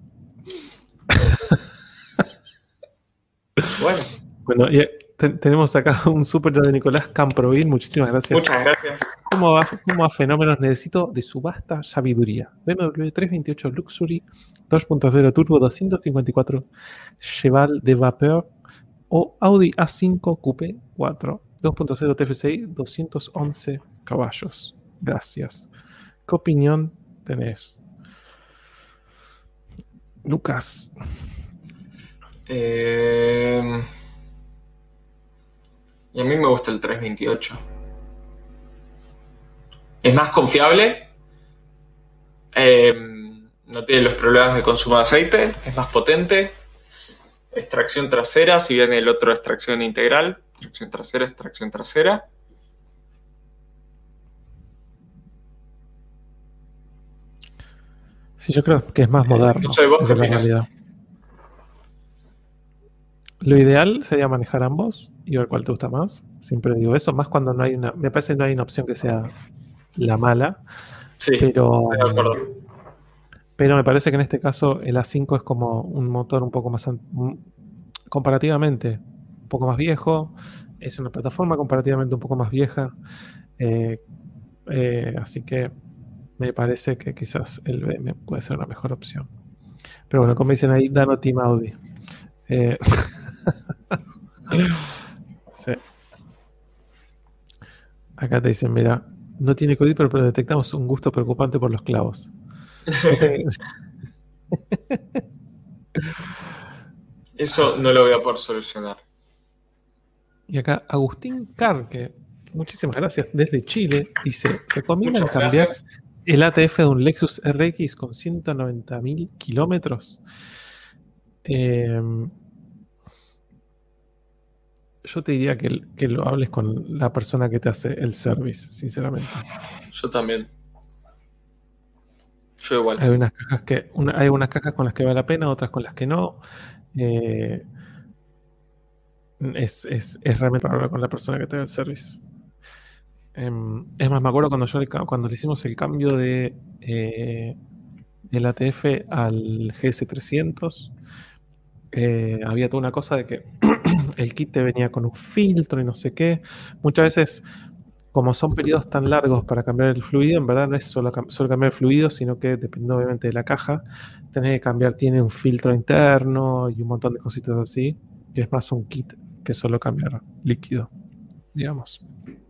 Bueno, bueno, y tenemos acá un súper de Nicolás Camprovil. Muchísimas gracias. muchas gracias. ¿Cómo va Fenómenos? Necesito de su vasta sabiduría. BMW 328 Luxury 2.0 Turbo 254 Cheval de Vapeur o Audi A5 Coupé 4 2.0 TFSI 211 caballos. Gracias. ¿Qué opinión tenés, Lucas? Y a mí me gusta el 328. Es más confiable. No tiene los problemas de consumo de aceite. Es más potente. Extracción trasera, si bien el otro es tracción integral. Tracción trasera es tracción trasera. Sí, yo creo que es más moderno. No sé, ¿vos qué Esa es la opinás? realidad. Lo ideal sería manejar ambos y ver cuál te gusta más. Siempre digo eso, más cuando me parece que no hay una opción que sea la mala, Sí, pero estoy de acuerdo. Pero me parece que en este caso el A5 es como un motor un poco más, comparativamente, un poco más viejo. Es una plataforma comparativamente un poco más vieja. eh, Así que me parece que quizás el BM puede ser una mejor opción. Pero bueno, como dicen ahí, Dano Team Audi. Eh, sí. Acá te dicen, mira, no tiene código, pero detectamos un gusto preocupante por los clavos. No te- Eso no lo voy a poder solucionar. Y acá Agustín Carque, muchísimas gracias, desde Chile, dice, ¿recomiendan Muchas cambiar gracias. el ATF de un Lexus RX con 190.000 kilómetros? Yo te diría que lo hables con la persona que te hace el service, sinceramente. Yo también. Yo igual. Hay unas cajas hay unas cajas con las que vale la pena, otras con las que no. Eh, es realmente para hablar con la persona que te da el service. Es más, me acuerdo cuando le hicimos el cambio del ATF al GS300, había toda una cosa de que el kit te venía con un filtro y no sé qué. Muchas veces, como son periodos tan largos para cambiar el fluido, en verdad no es solo cambiar el fluido, sino que dependiendo obviamente de la caja, tenés que cambiar, tiene un filtro interno y un montón de cositas así, que es más un kit que solo cambiar líquido, digamos.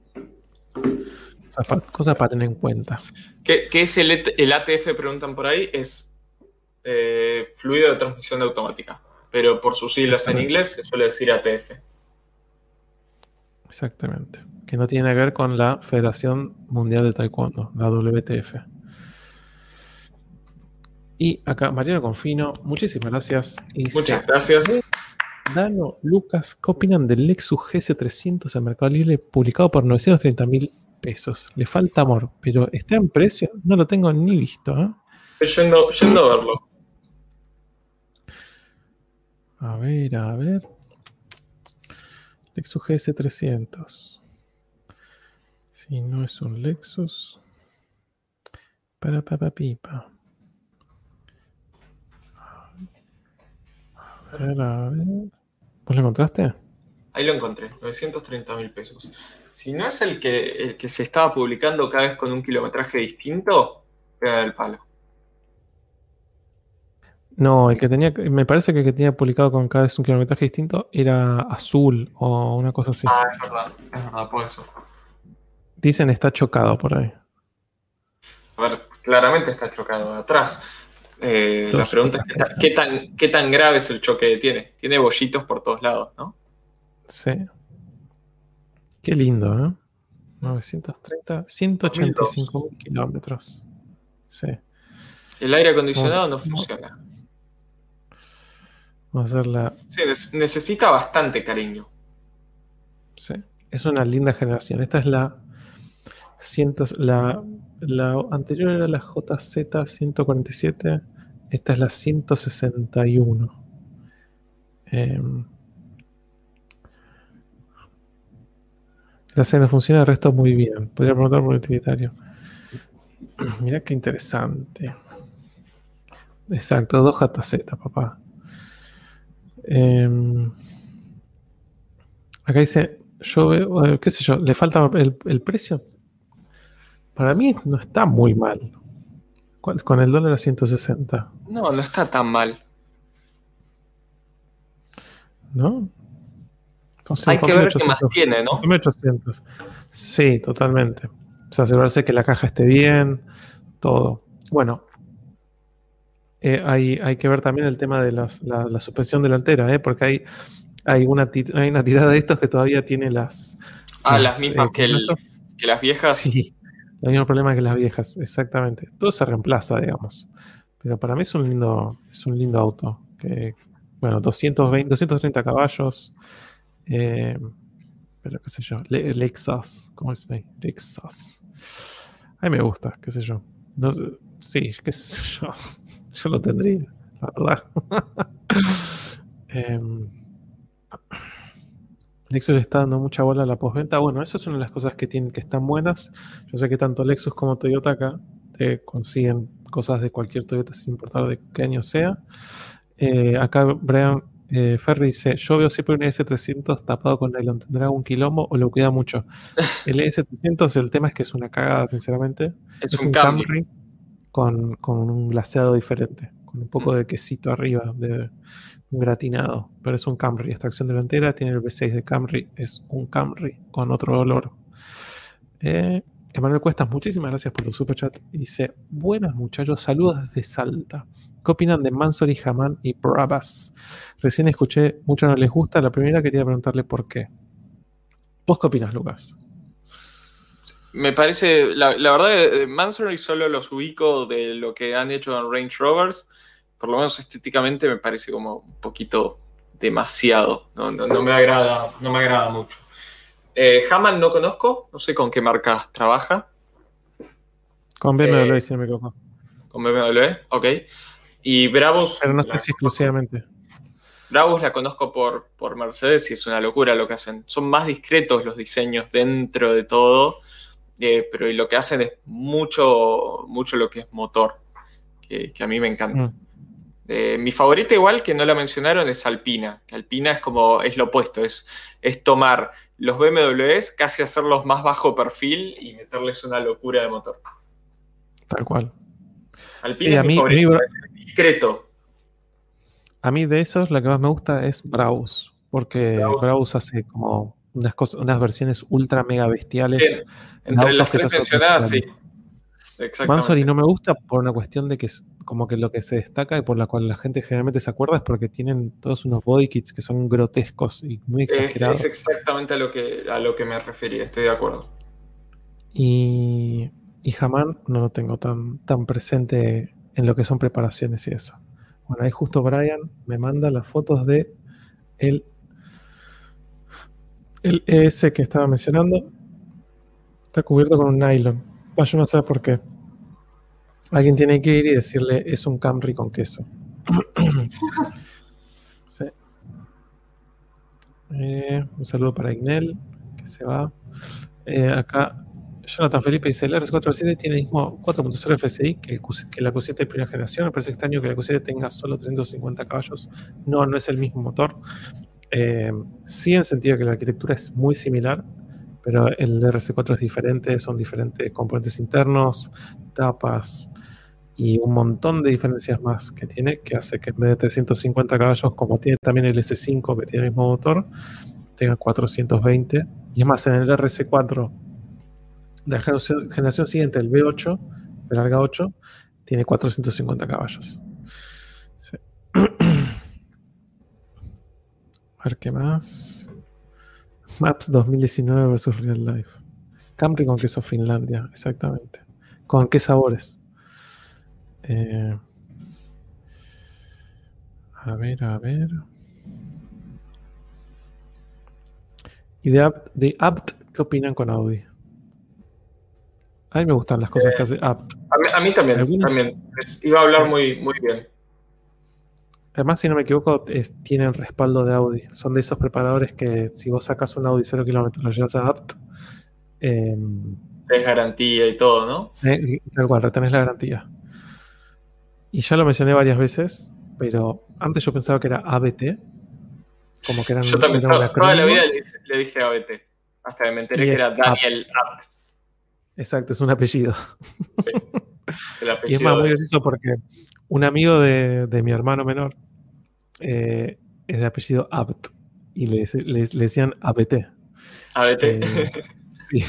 Cosas para tener en cuenta. ¿Qué es el ATF? Preguntan por ahí. Es fluido de transmisión automática. Pero por sus siglas en Exactamente. inglés se suele decir ATF. Exactamente. Que no tiene que ver con la Federación Mundial de Taekwondo, la WTF. Y acá, Mariano Confino, muchísimas gracias. Muchas Dice, gracias. Dano, Lucas, ¿qué opinan del Lexus GS300 en Mercado Libre publicado por 930.000 pesos? Le falta amor, pero ¿está en precio? No lo tengo ni visto. ¿Eh? Estoy yendo a verlo. A ver, a ver. Lexus GS300. Si no es un Lexus. Para pipa. A ver, a ver. ¿Vos lo encontraste? Ahí lo encontré, 930.000 pesos. Si no es el que se estaba publicando cada vez con un kilometraje distinto, pega del palo. No, el que tenía, me parece que el que tenía publicado con cada vez un kilometraje distinto era azul o una cosa así. Ah, es verdad, por eso. Dicen está chocado por ahí. A ver, claramente está chocado de atrás. La Dos pregunta es horas. qué tan grave es el choque que tiene. Tiene bollitos por todos lados, ¿no? Sí. Qué lindo, ¿eh? 930, 2002. 185.000 kilómetros. Sí. El aire Vamos, acondicionado no funciona. vamos a hacer la. Sí, necesita bastante cariño. Sí. Es una linda generación. Esta es la. La anterior era la JZ 147. Esta es la 161. La cena funciona, el resto muy bien. Podría preguntar por el utilitario. Mirá qué interesante. Exacto, 2JZ, papá. Acá dice, yo veo, qué sé yo, le falta el precio. Para mí no está muy mal. Con el dólar a 160, No, no está tan mal. ¿no? Son Hay que ver qué más 5.800. tiene, ¿no? 5.800. Sí, totalmente. O sea, asegurarse que la caja esté bien, todo. Bueno, hay que ver también el tema de la suspensión delantera, porque hay una tirada de estos que todavía tiene Ah, las mismas ¿cómo se llama esto? que las viejas. Sí, el mismo problema que las viejas, exactamente. Todo se reemplaza, digamos. Pero para mí es un lindo auto. Bueno, 230 caballos. eh, pero qué sé yo, Lexus, ¿cómo es ahí? Lexus. A mí me gusta, qué sé yo. No sé, sí, qué sé yo. Yo lo tendría, la verdad. Em, Lexus le está dando mucha bola a la postventa. Bueno, eso es una de las cosas que tienen que están buenas. Yo sé que tanto Lexus como Toyota acá te consiguen cosas de cualquier Toyota sin importar de qué año sea. Acá Brian Ferry dice, yo veo siempre un ES300 tapado con nylon, ¿tendrá algún quilombo o lo cuida mucho? El ES300, el tema es que es una cagada, sinceramente. Es Es un un Camry. Camry con un glaseado diferente, con un poco de quesito arriba, de un gratinado, pero es un Camry. Es tracción delantera, tiene el V6 de Camry, es un Camry con otro olor. Emanuel Cuestas, muchísimas gracias por tu superchat. Dice, buenas muchachos, saludos desde Salta. ¿Qué opinan de Mansory, Haman y Brabus? Recién escuché, mucho no les gusta. La primera quería preguntarle por qué. ¿Vos qué opinas, Lucas? Me parece, la verdad, Mansory solo los ubico de lo que han hecho en Range Rovers. Por lo menos estéticamente me parece como un poquito demasiado. No me agrada mucho. Haman no conozco, no sé con qué marcas trabaja. Con BMW, si no me equivoco. Con BMW, ok. Y Brabus. Pero no sé si exclusivamente. Brabus la conozco por Mercedes y es una locura lo que hacen. Son más discretos los diseños dentro de todo, pero lo que hacen es mucho lo que es motor, que a mí me encanta. Mi favorita igual, que no la mencionaron, es Alpina. Que Alpina es lo opuesto, es tomar los BMWs, casi hacerlos más bajo perfil y meterles una locura de motor. Tal cual. Alpina sí, es mi favorito, es discreto. A mí de esos la que más me gusta es Brabus, porque Brabus hace como unas versiones ultra mega bestiales. Sí, entre las tres mencionadas, sí. Exactamente. Mansory no me gusta por una cuestión de que es como que lo que se destaca y por la cual la gente generalmente se acuerda es porque tienen todos unos body kits que son grotescos y muy exagerados. Es exactamente a lo que me refería, estoy de acuerdo. Y Haman no lo tengo tan presente en lo que son preparaciones y eso. Bueno, ahí justo Brian me manda las fotos de el ES que estaba mencionando. Está cubierto con un nylon. Yo no sé por qué. Alguien tiene que ir y decirle, es un Camry con queso. Sí. Un saludo para Ignel, que se va. Acá, Jonathan Felipe dice, el RS407 tiene el mismo 4.0 FSI que la Q7 de primera generación. Me parece extraño que la Q7 tenga solo 350 caballos. No es el mismo motor. Sí, en sentido que la arquitectura es muy similar, pero el RS4 es diferente, son diferentes componentes internos, tapas y un montón de diferencias más que tiene, que hace que en vez de 350 caballos, como tiene también el S5 que tiene el mismo motor, tenga 420. Y es más, en el RS4 de la generación siguiente, el V8 de larga 8, tiene 450 caballos. Sí. A ver qué más. Maps 2019 versus Real Life. Camry con queso Finlandia, exactamente. ¿Con qué sabores? A ver. ¿Y de Abt qué opinan con Audi? A mí me gustan las cosas que hace Abt. A mí también. Iba a hablar muy bien. Además, si no me equivoco, tienen respaldo de Audi. Son de esos preparadores que si vos sacas un Audi 0 kilómetros, lo llevas a Abt. Es garantía y todo, ¿no? Tal cual, retenés la garantía. Y ya lo mencioné varias veces, pero antes yo pensaba que era ABT. Como que eran, yo también, toda la vida le dije ABT. Hasta que me enteré que era Daniel Abt. Exacto, es un apellido. Sí, es el apellido. Y es más, muy gracioso porque un amigo de mi hermano menor es de apellido Abt y le decían ABT. ABT. Sí.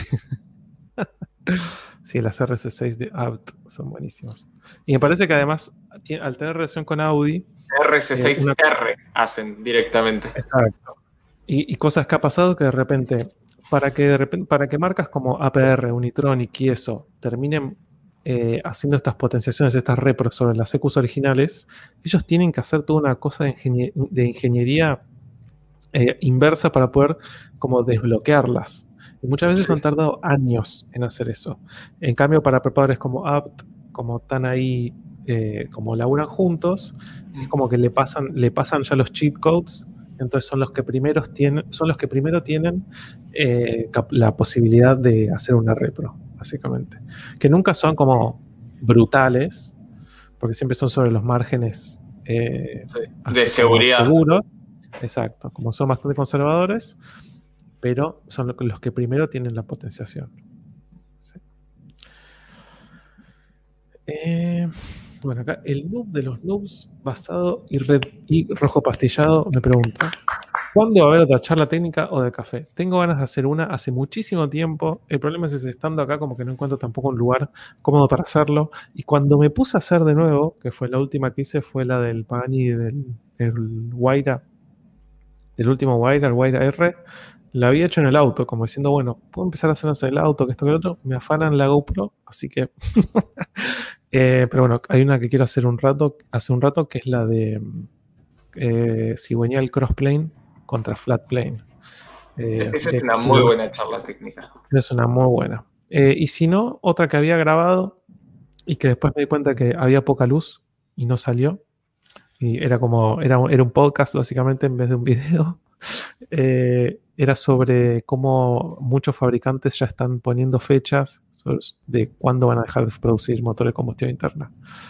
Sí, las RS6 de Abt son buenísimos. Y me parece que además, al tener relación con Audi, RS6R hacen directamente. Exacto. Y cosas que ha pasado que de repente, para que marcas como APR, Unitron y Kieso terminen haciendo estas potenciaciones, estas repros sobre las EQs originales, ellos tienen que hacer toda una cosa de ingeniería inversa para poder como desbloquearlas. Y muchas veces han tardado años en hacer eso. En cambio, para preparadores como Abt, como están ahí, como laburan juntos, es como que le pasan ya los cheat codes. Entonces son los que primero tienen la posibilidad de hacer una repro, básicamente. Que nunca son como brutales, porque siempre son sobre los márgenes de seguridad. Seguros. Exacto, como son bastante conservadores, pero son los que primero tienen la potenciación. Sí. Bueno, acá el noob de los noobs basado y rojo pastillado me pregunta: ¿cuándo va a haber otra charla técnica o de café? Tengo ganas de hacer una hace muchísimo tiempo. El problema es que estando acá como que no encuentro tampoco un lugar cómodo para hacerlo. Y cuando me puse a hacer de nuevo, que fue la última que hice, fue la del Pagani y del Guaira, del último Guaira, el Guaira R, la había hecho en el auto, como diciendo, bueno, puedo empezar a hacerlas en el auto, que esto que lo otro. Me afanan la GoPro, así que... pero bueno, hay una que quiero hacer hace un rato, que es la de cigüeñal crossplane contra flat plane. Esa es una muy buena charla técnica. Es una muy buena. Y si no, otra que había grabado y que después me di cuenta que había poca luz y no salió. Y era un podcast básicamente en vez de un video. Era sobre cómo muchos fabricantes ya están poniendo fechas de cuándo van a dejar de producir motores de combustión interna.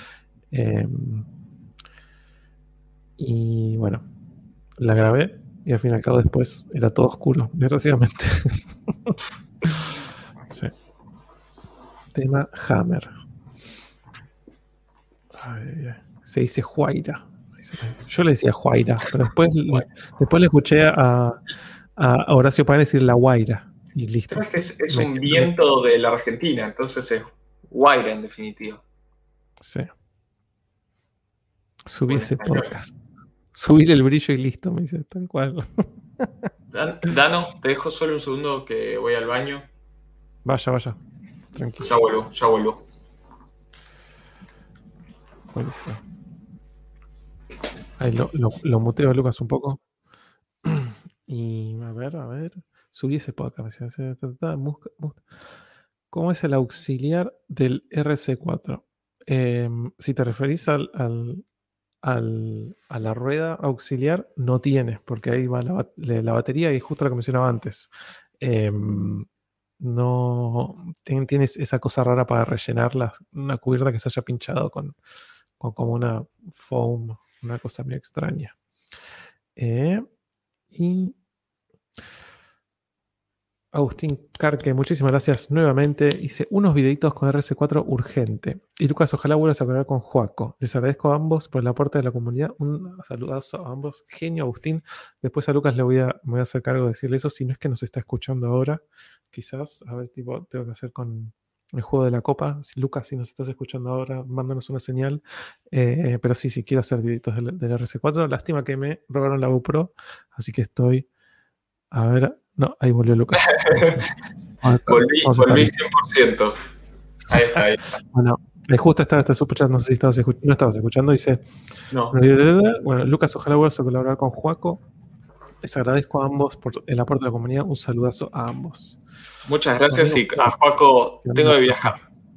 Y bueno, la grabé y al fin y al cabo después era todo oscuro, desgraciadamente. Sí. Tema Hammer. Se dice Juaira. Yo le decía Juaira, pero después le escuché a Horacio Pagani decir la Guaira. Y listo. Creo que es un viento de la Argentina, entonces es Guaira en definitiva. Sí. Subí ese podcast. Subir el brillo y listo, me dice, tal cual. Dano, te dejo solo un segundo que voy al baño. Vaya. Tranquilo. Ya vuelvo. Buenísimo. Ahí lo muteo a Lucas un poco. Y a ver. Subí ese podcast. ¿Cómo es el auxiliar del RC4? Si te referís a la rueda auxiliar, no tienes, porque ahí va la batería y es justo lo que mencionaba antes. No tienes esa cosa rara para rellenar una cubierta que se haya pinchado con como una foam, una cosa muy extraña. Y Agustín Carque, muchísimas gracias nuevamente. Hice unos videitos con RC4 urgente. Y Lucas, ojalá vuelvas a colaborar con Joaco. Les agradezco a ambos por el aporte de la comunidad. Un saludazo a ambos. Genio, Agustín. Después a Lucas me voy a hacer cargo de decirle eso, si no es que nos está escuchando ahora. Quizás, a ver, tengo que hacer con el juego de la copa. Lucas, si nos estás escuchando ahora, mándanos una señal. Pero sí, si quiero hacer videitos del RC4. Lástima que me robaron la GoPro, así que estoy... A ver... No, ahí volvió Lucas. Volví 100%. Ahí está. Bueno, justo estaba escuchando, no sé si no estabas escuchando, dice... No. Bueno, Lucas, ojalá vuelvas a colaborar con Joaco. Les agradezco a ambos por el aporte de la comunidad. Un saludazo a ambos. Muchas gracias y a Joaco tengo que viajar.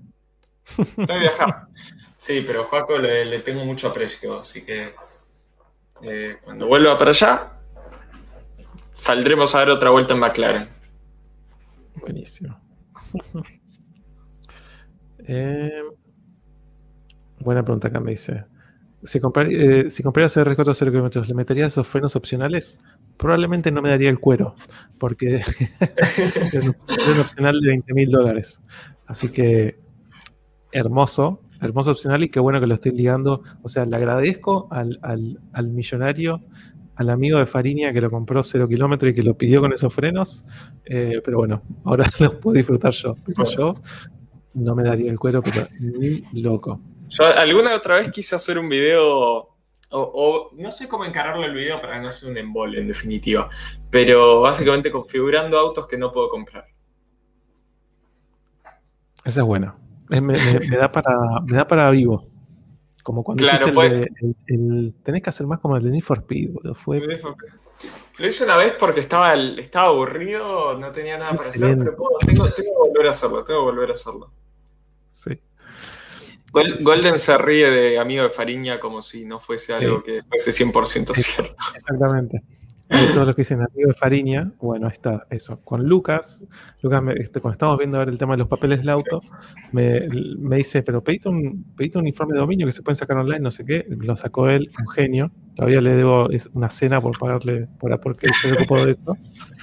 Sí, pero a Joaco le tengo mucho aprecio, así que cuando vuelva para allá saldremos a dar otra vuelta en McLaren. Buenísimo. Buena pregunta acá me dice. Si compraras el RS4 a 0 km, ¿le meterías esos frenos opcionales? Probablemente no me daría el cuero, porque es un opcional de $20,000. Así que hermoso opcional, y qué bueno que lo estoy ligando. O sea, le agradezco al millonario, al amigo de Fariña que lo compró 0 kilómetros y que lo pidió con esos frenos, pero bueno, ahora los puedo disfrutar yo. Pero yo no me daría el cuero, pero ni loco. Yo alguna otra vez quise hacer un video, o no sé cómo encararlo el video para no ser un embole en definitiva, pero básicamente configurando autos que no puedo comprar. Esa es buena. Me da para vivo. Como cuando claro, hiciste tenés que hacer más como el de Need for Speed, boludo. Lo hice una vez porque estaba aburrido, no tenía nada para hacer, pero tengo que volver a hacerlo. Sí. Golden se ríe de amigo de Fariña como si no fuese algo que fuese 100% cierto. Exactamente. Hay todos los que dicen amigo de Fariña. Bueno, ahí está, eso. Con Lucas, cuando estamos viendo a ver el tema de los papeles del auto, me dice, pero pedite un informe de dominio que se pueden sacar online, no sé qué. Lo sacó él, un genio. Todavía le debo una cena por pagarle, porque él se ocupó de eso.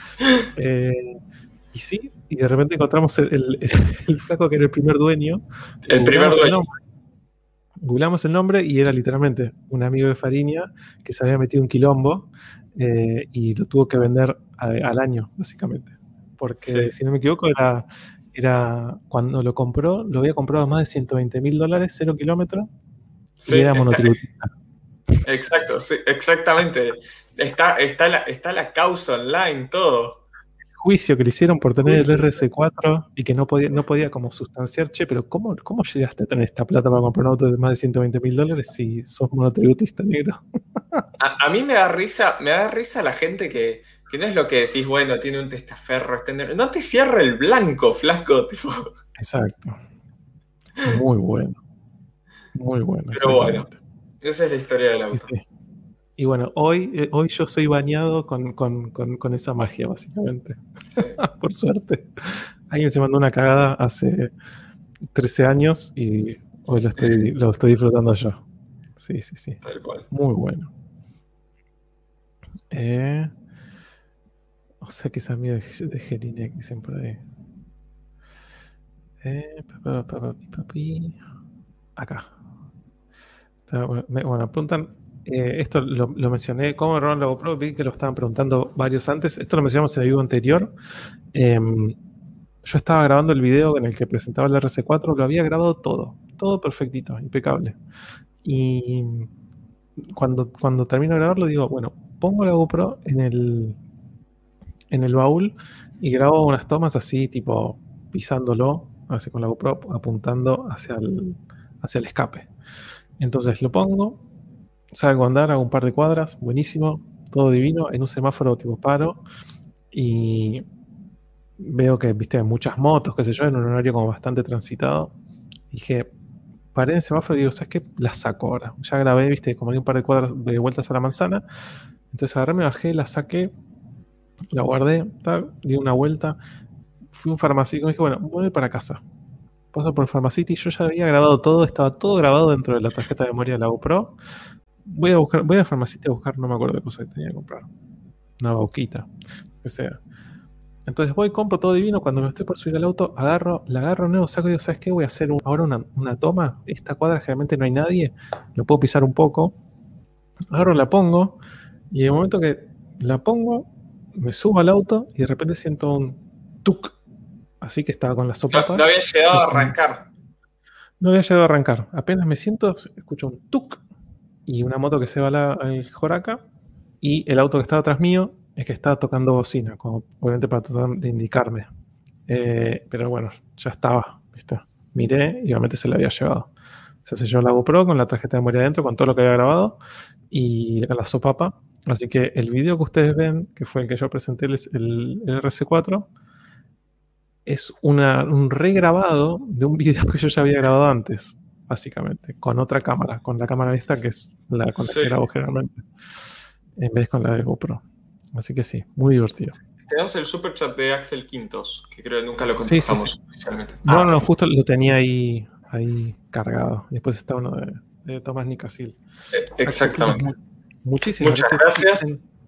Y sí, y de repente encontramos el flaco que era el primer dueño. El primer dueño. Googleamos el nombre y era literalmente un amigo de Fariña que se había metido un quilombo y lo tuvo que vender al año, básicamente. Porque, si no me equivoco, era cuando lo compró, lo había comprado a más de $120.000, 0 kilómetros, y era monotributista. Exacto, sí, exactamente. Está la causa online, todo. Juicio que le hicieron por tener el RS4 y que no podía como sustanciar, che, pero ¿cómo llegaste a tener esta plata para comprar un auto de más de $120.000 si sos monotributista, negro? A mí me da risa la gente que no es lo que decís, bueno, tiene un testaferro, no te cierra el blanco, flaco, tipo. Exacto. Muy bueno. Muy bueno. Pero bueno, esa es la historia del auto. Sí. Y bueno, hoy yo soy bañado con esa magia, básicamente. Sí. Por suerte. Alguien se mandó una cagada hace 13 años y hoy lo estoy disfrutando yo. Sí. Tal cual. Muy bueno. O sea que es amigo de Gelina que dicen por ahí. Papi. Acá. Bueno, preguntan. Esto lo mencioné, ¿cómo me robaron la GoPro? Vi que lo estaban preguntando varios antes. Esto lo mencionamos en el video anterior. Yo estaba grabando el video en el que presentaba el RC4, lo había grabado todo perfectito, impecable. Y cuando termino de grabarlo, digo, bueno, pongo la GoPro en el baúl y grabo unas tomas así, tipo pisándolo, así con la GoPro apuntando hacia el escape. Entonces lo pongo, salgo a andar, hago un par de cuadras, buenísimo, todo divino, en un semáforo tipo paro y veo que, viste, hay muchas motos, qué sé yo, en un horario como bastante transitado. Dije, paré en el semáforo y digo, ¿sabes qué? La saco ahora. Ya grabé, viste, como hay un par de cuadras de vueltas a la manzana. Entonces agarré, me bajé, la saqué, la guardé, di una vuelta, fui a un farmacéutico y dije, bueno, voy para casa. Paso por el farmacéutico y yo ya había grabado todo, estaba todo grabado dentro de la tarjeta de memoria de la GoPro. Voy al farmacéutico a buscar, no me acuerdo de cosa que tenía que comprar. Una bauquita, que sea. Entonces voy, compro todo divino. Cuando me estoy por subir al auto, la agarro nuevo, saco y digo, ¿sabes qué? Voy a hacer ahora una toma. Esta cuadra generalmente no hay nadie, lo puedo pisar un poco. Agarro, la pongo, y en el momento que la pongo, me subo al auto y de repente siento un tuc. Así que estaba con la sopapa. No había llegado a arrancar. No había llegado a arrancar. Apenas me siento, escucho un tuc y una moto que se va al Joraca. Y el auto que estaba atrás mío es que estaba tocando bocina, como obviamente para tratar de indicarme. Pero bueno, ya estaba, ¿viste? Miré y obviamente se la había llevado. Se selló la GoPro con la tarjeta de memoria adentro, con todo lo que había grabado y la sopapa. Así que el video que ustedes ven, que fue el que yo presenté, el RC4, es un regrabado de un video que yo ya había grabado antes, básicamente, con otra cámara, con la cámara esta que es la con la que grabo generalmente, en vez con la de GoPro. Así que sí, muy divertido. Tenemos el super chat de Axel Quintos, que creo que nunca lo contestamos oficialmente. No, justo lo tenía ahí cargado. Después está uno de Tomás Nicasil. Exactamente. Muchísimas gracias.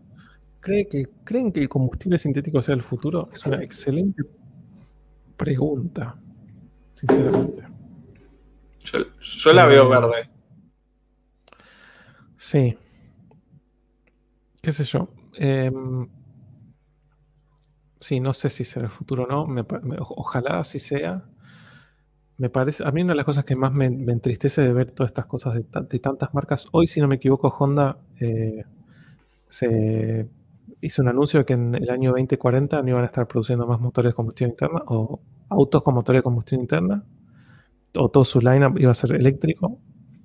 ¿Creen que el combustible sintético sea el futuro? Es una excelente pregunta, sinceramente. Yo la veo verde. Sí. ¿Qué sé yo? Sí, no sé si será el futuro o no. Ojalá así sea. Me parece, a mí una de las cosas que más me entristece de ver todas estas cosas de tantas marcas. Hoy, si no me equivoco, Honda se hizo un anuncio de que en el año 2040 no iban a estar produciendo más motores de combustión interna o autos con motores de combustión interna, o todo su lineup iba a ser eléctrico.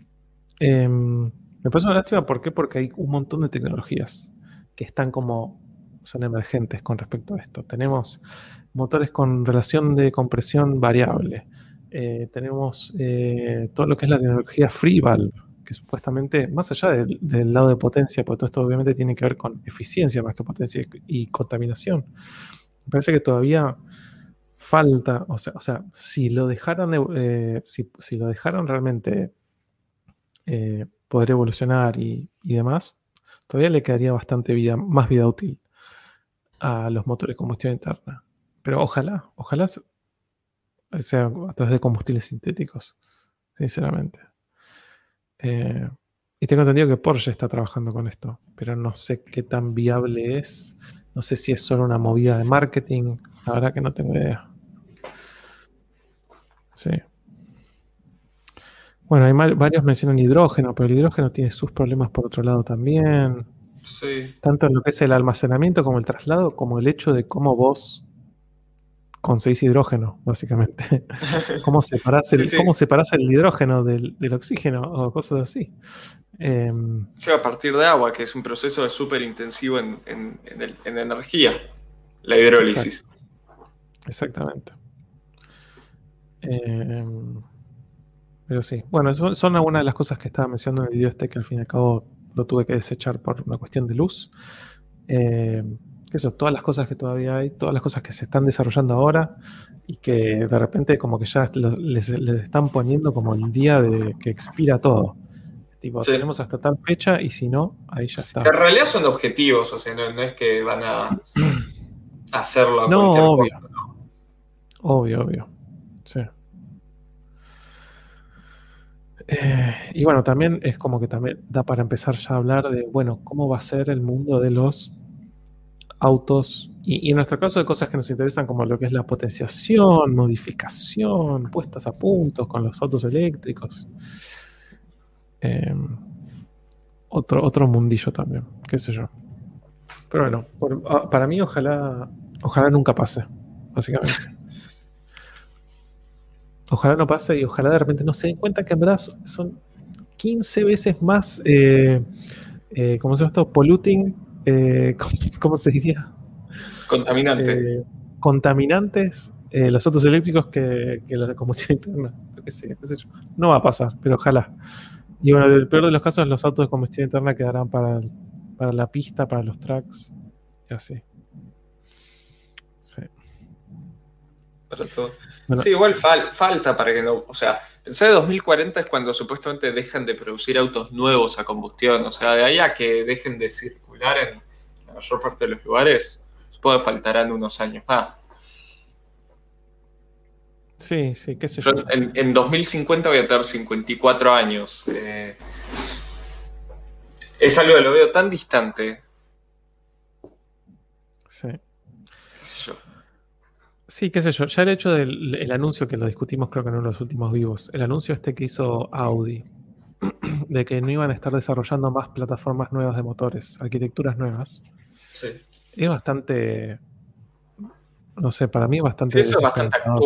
Me parece una lástima. ¿Por qué? Porque hay un montón de tecnologías que son emergentes con respecto a esto. Tenemos motores con relación de compresión variable. Tenemos todo lo que es la tecnología FreeValve, que supuestamente, más allá del lado de potencia, porque todo esto obviamente tiene que ver con eficiencia más que potencia y contaminación, me parece que todavía falta, si lo dejaran, si lo dejaran realmente poder evolucionar y demás, todavía le quedaría bastante vida, más vida útil a los motores de combustión interna. Pero ojalá sea a través de combustibles sintéticos, sinceramente. Y tengo entendido que Porsche está trabajando con esto, pero no sé qué tan viable es. No sé si es solo una movida de marketing. La verdad que no tengo idea. Sí. Bueno, varios mencionan hidrógeno, pero el hidrógeno tiene sus problemas por otro lado también. Sí. Tanto en lo que es el almacenamiento como el traslado, como el hecho de cómo vos conseguís hidrógeno, básicamente. ¿Cómo separás Sí, sí. el hidrógeno del oxígeno o cosas así? Llega a partir de agua, que es un proceso súper intensivo en energía, la hidrólisis. Exactamente. Pero sí, bueno, son algunas de las cosas que estaba mencionando en el video este que al fin y al cabo lo tuve que desechar por una cuestión de luz. Que eso, todas las cosas que todavía hay, todas las cosas que se están desarrollando ahora y que de repente como que ya les están poniendo como el día de que expira todo. Tipo, Sí. tenemos hasta tal fecha y si no, ahí ya está. Que en realidad son objetivos, o sea, no es que van a hacerlo a No, cualquier obvio, costo, ¿no? obvio. Sí. Y bueno, también es como que también da para empezar ya a hablar de, bueno, cómo va a ser el mundo de los autos y en nuestro caso de cosas que nos interesan como lo que es la potenciación, modificación, puestas a punto con los autos eléctricos. Otro mundillo también, qué sé yo. Pero bueno, para mí ojalá nunca pase, básicamente. Ojalá no pase y ojalá de repente no se den cuenta que en verdad son 15 veces más, ¿cómo se llama esto? Polluting, ¿cómo se diría? Contaminante. Contaminantes los autos eléctricos que los de combustión interna. Qué sé yo. No va a pasar, pero ojalá. Y bueno, en el peor de los casos, los autos de combustión interna quedarán para la pista, para los tracks, y así. Sí. Para todo. Bueno, Sí, igual falta para que no. O sea, pensé de 2040 es cuando supuestamente dejan de producir autos nuevos a combustión. O sea, de ahí a que dejen de circular en la mayor parte de los lugares, supongo que faltarán unos años más. sí, qué sé Yo yo. en 2050 voy a tener 54 años. Es algo que lo veo tan distante. Sí. Qué sé yo. Sí, qué sé yo. Ya el hecho del anuncio que lo discutimos, creo que en uno de los últimos vivos, el anuncio este que hizo Audi, de que no iban a estar desarrollando más plataformas nuevas de motores, arquitecturas nuevas, Sí. es bastante, no sé, para mí es Sí, bastante eso es bastante desesperanzador.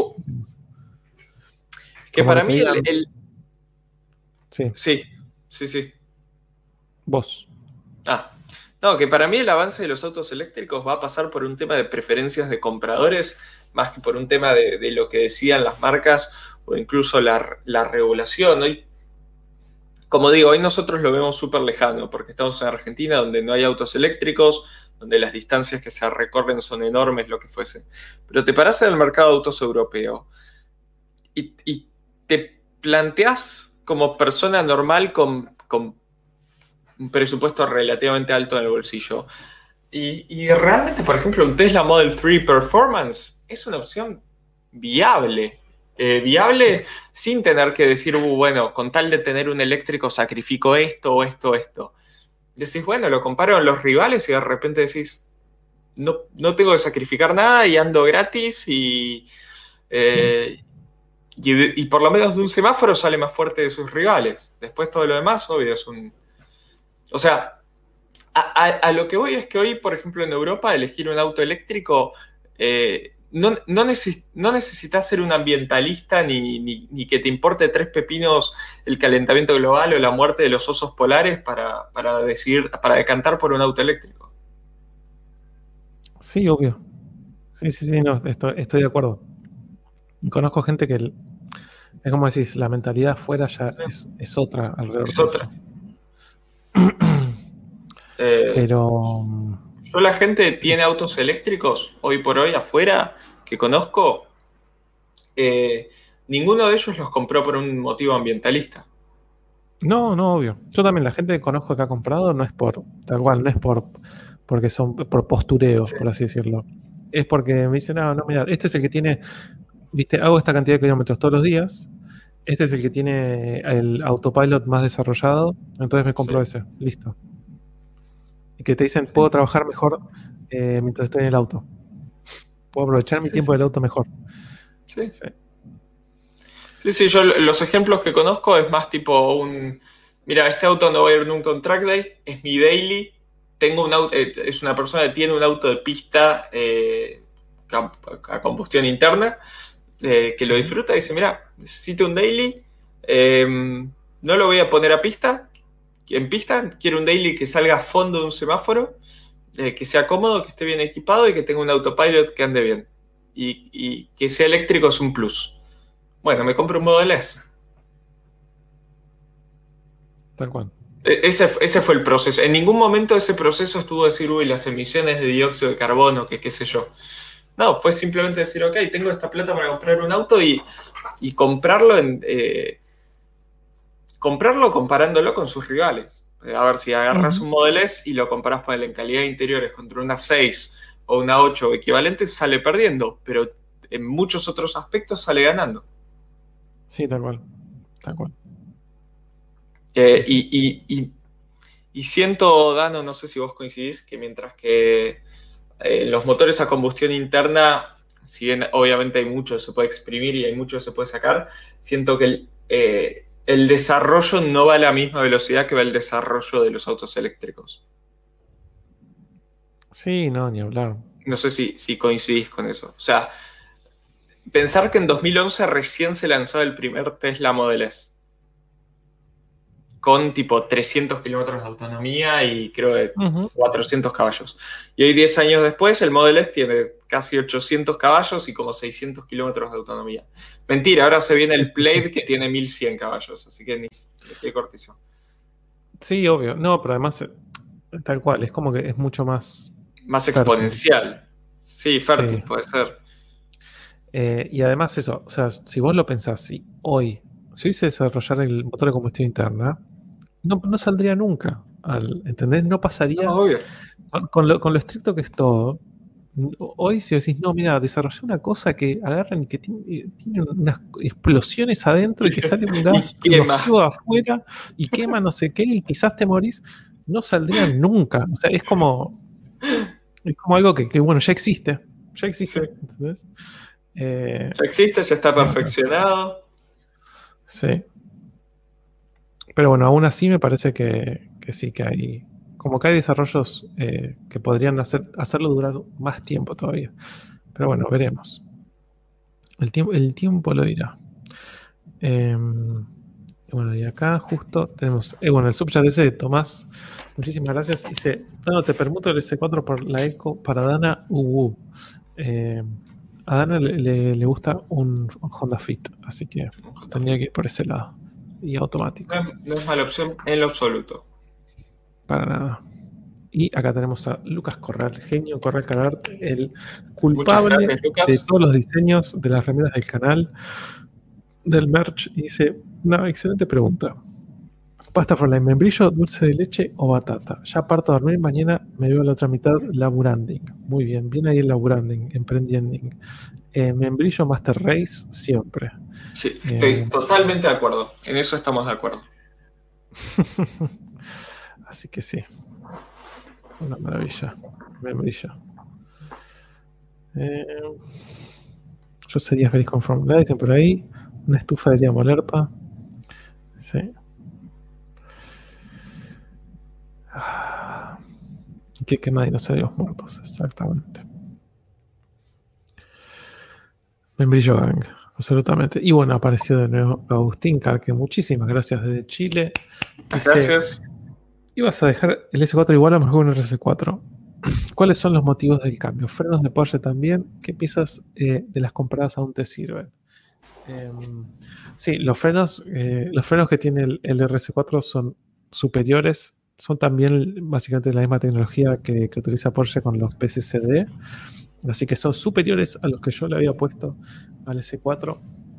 que Como que para te mí digan, sí, Sí, sí. vos. Ah, no, que para mí el avance de los autos eléctricos va a pasar por un tema de preferencias de compradores, más que por un tema de lo que decían las marcas o incluso la regulación. Hoy, como digo, hoy nosotros lo vemos súper lejano, porque estamos en Argentina, donde no hay autos eléctricos, donde las distancias que se recorren son enormes, lo que fuese. Pero te parás en el mercado de autos europeo y te planteás como persona normal con un presupuesto relativamente alto en el bolsillo. Y realmente, por ejemplo, un Tesla Model 3 Performance es una opción viable. Viable sin tener que decir, bueno, con tal de tener un eléctrico sacrifico esto o esto. Decís, bueno, lo comparo con los rivales y de repente decís, no tengo que sacrificar nada y ando gratis y por lo menos de un semáforo sale más fuerte de sus rivales. Después todo lo demás, obvio, es un... O sea, a lo que voy es que hoy, por ejemplo, en Europa, elegir un auto eléctrico no necesitas ser un ambientalista ni que te importe tres pepinos el calentamiento global o la muerte de los osos polares para decidir, para decantar por un auto eléctrico. Sí, obvio. Sí, no, estoy de acuerdo. Y conozco gente que Es como decís, la mentalidad afuera ya Sí, es otra alrededor es de otra. eso. Eh, Pero yo la gente tiene autos eléctricos hoy por hoy afuera que conozco, eh, ninguno de ellos los compró por un motivo ambientalista. no, no, obvio. Yo también, la gente que conozco que ha comprado no es por, tal cual, no es porque son por postureo, Sí, por así decirlo. Es porque me dicen, no, no, mira, este es el que tiene, viste, hago esta cantidad de kilómetros todos los días. Este es el que tiene el autopilot más desarrollado, entonces me compro sí, ese. Listo. Y que te dicen, sí, puedo trabajar mejor mientras estoy en el auto. Puedo aprovechar mi sí, tiempo sí, del auto mejor. sí. Sí. Sí, sí, yo los ejemplos que conozco es más tipo mira, este auto no va a ir nunca a un track day, es mi daily, tengo un auto, es una persona que tiene un auto de pista a combustión interna, que lo Ujú. disfruta y dice, mira, necesito un daily, eh, no lo voy a poner a pista, en pista, quiero un daily que salga a fondo de un semáforo, que sea cómodo, que esté bien equipado y que tenga un autopilot que ande bien. Y que sea eléctrico es un plus. Bueno, me compro un Model S. Tal cual. Ese fue el proceso. En ningún momento ese proceso estuvo decir, uy, las emisiones de dióxido de carbono, que qué sé yo. No, fue simplemente decir, ok, tengo esta plata para comprar un auto y comprarlo comprarlo comparándolo con sus rivales. A ver, si agarras Ujú. un Model S y lo comparas en calidad de interiores contra una 6 o una 8 equivalente, sale perdiendo, pero en muchos otros aspectos sale ganando. Sí, tal cual. Tal cual. Sí, Eh, sí. y, y, y, y siento, Dano, no sé si vos coincidís, que mientras que los motores a combustión interna, si bien obviamente hay mucho que se puede exprimir y hay mucho que se puede sacar, siento que el desarrollo no va a la misma velocidad que va el desarrollo de los autos eléctricos. Sí, no, ni hablar. No sé si coincidís con eso. O sea, pensar que en 2011 recién se lanzó el primer Tesla Model S, con tipo 300 kilómetros de autonomía y creo de Ujú. 400 caballos. Y hoy 10 años después el Model S tiene casi 800 caballos y como 600 kilómetros de autonomía. Mentira, ahora se viene Sí, el sí, sí. Plaid que tiene 1100 caballos, así que ni qué cortizo. Sí, obvio. No, pero además, tal cual, es como que es mucho más Más fértil. exponencial. Sí, fértil Sí. puede ser. Y además eso, o sea, si vos lo pensás, si hoy se desarrollara el motor de combustión interna, no saldría nunca. ¿Entendés? No No, pasaría obvio. con lo estricto que es todo. Hoy si decís, no, mira, desarrollé una cosa que agarran y que tiene unas explosiones adentro y que sale un Y gas quema. explosivo afuera y quema no sé qué y quizás te morís, no saldría nunca. O sea, es como algo que, bueno, ya Sí. existe, ¿entendés? Eh, Ya existe, ya está es otra. perfeccionado. Sí. Pero bueno, aún así me parece que sí, que hay, como que hay desarrollos que podrían hacerlo durar más tiempo todavía. Pero bueno, veremos. El tiempo lo dirá. Eh, y bueno, y acá justo tenemos, bueno, el subchat ese de Tomás, muchísimas gracias. Dice, no, te permuto el S4 por la Eco para Dana UU. Eh, a Dana le gusta un Honda Fit, así que tendría que ir por ese lado. Y automático, No es mala opción en lo absoluto. para nada. Y acá tenemos a Lucas Corral, genio Corral Calart, el Muchas culpable gracias, de Lucas. todos los diseños de las remeras del canal, del merch. Y dice, una excelente pregunta. Pasta Frontline, ¿membrillo, dulce de leche o batata? Ya parto a dormir, mañana me veo la otra mitad laburanding. Muy bien, bien ahí el laburanding, emprendiending. Membrillo Master Race, siempre. Sí, estoy Eh, totalmente de acuerdo. En eso estamos de acuerdo. así que sí, una maravilla. Membrillo. Eh, yo sería feliz con Formula, dicen por ahí. Una estufa de Molerpa. Sí. Ah, ¿qué quema dinosaurios muertos? Exactamente. Membrillo Gang, absolutamente. Y bueno, apareció de nuevo Agustín Carque. Muchísimas gracias desde Chile. Muchas Dice, gracias. ibas a dejar el S4 igual a lo mejor un RS4. ¿Cuáles son los motivos del cambio? Frenos de Porsche también. ¿Qué piezas de las compradas aún te sirven? Sí, los frenos que tiene el RS4 son superiores, son también básicamente la misma tecnología que utiliza Porsche con los PCCD, así que son superiores a los que yo le había puesto al S4.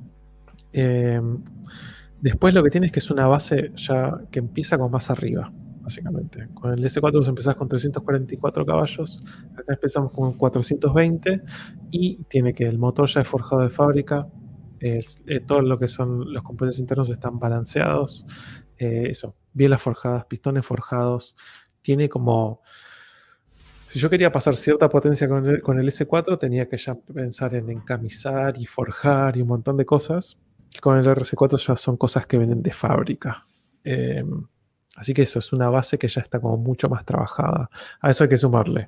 Después lo que tiene es que es una base ya que empieza con más arriba, básicamente. Con el S4 vos empezás con 344 caballos, acá empezamos con 420 y tiene que el motor ya es forjado de fábrica, todo lo que son los componentes internos están balanceados, bielas forjadas, pistones forjados, tiene como... Si yo quería pasar cierta potencia con el S4, tenía que ya pensar en encamisar y forjar y un montón de cosas. Y con el RS4 ya son cosas que vienen de fábrica. Así que eso es una base que ya está como mucho más trabajada. A eso hay que sumarle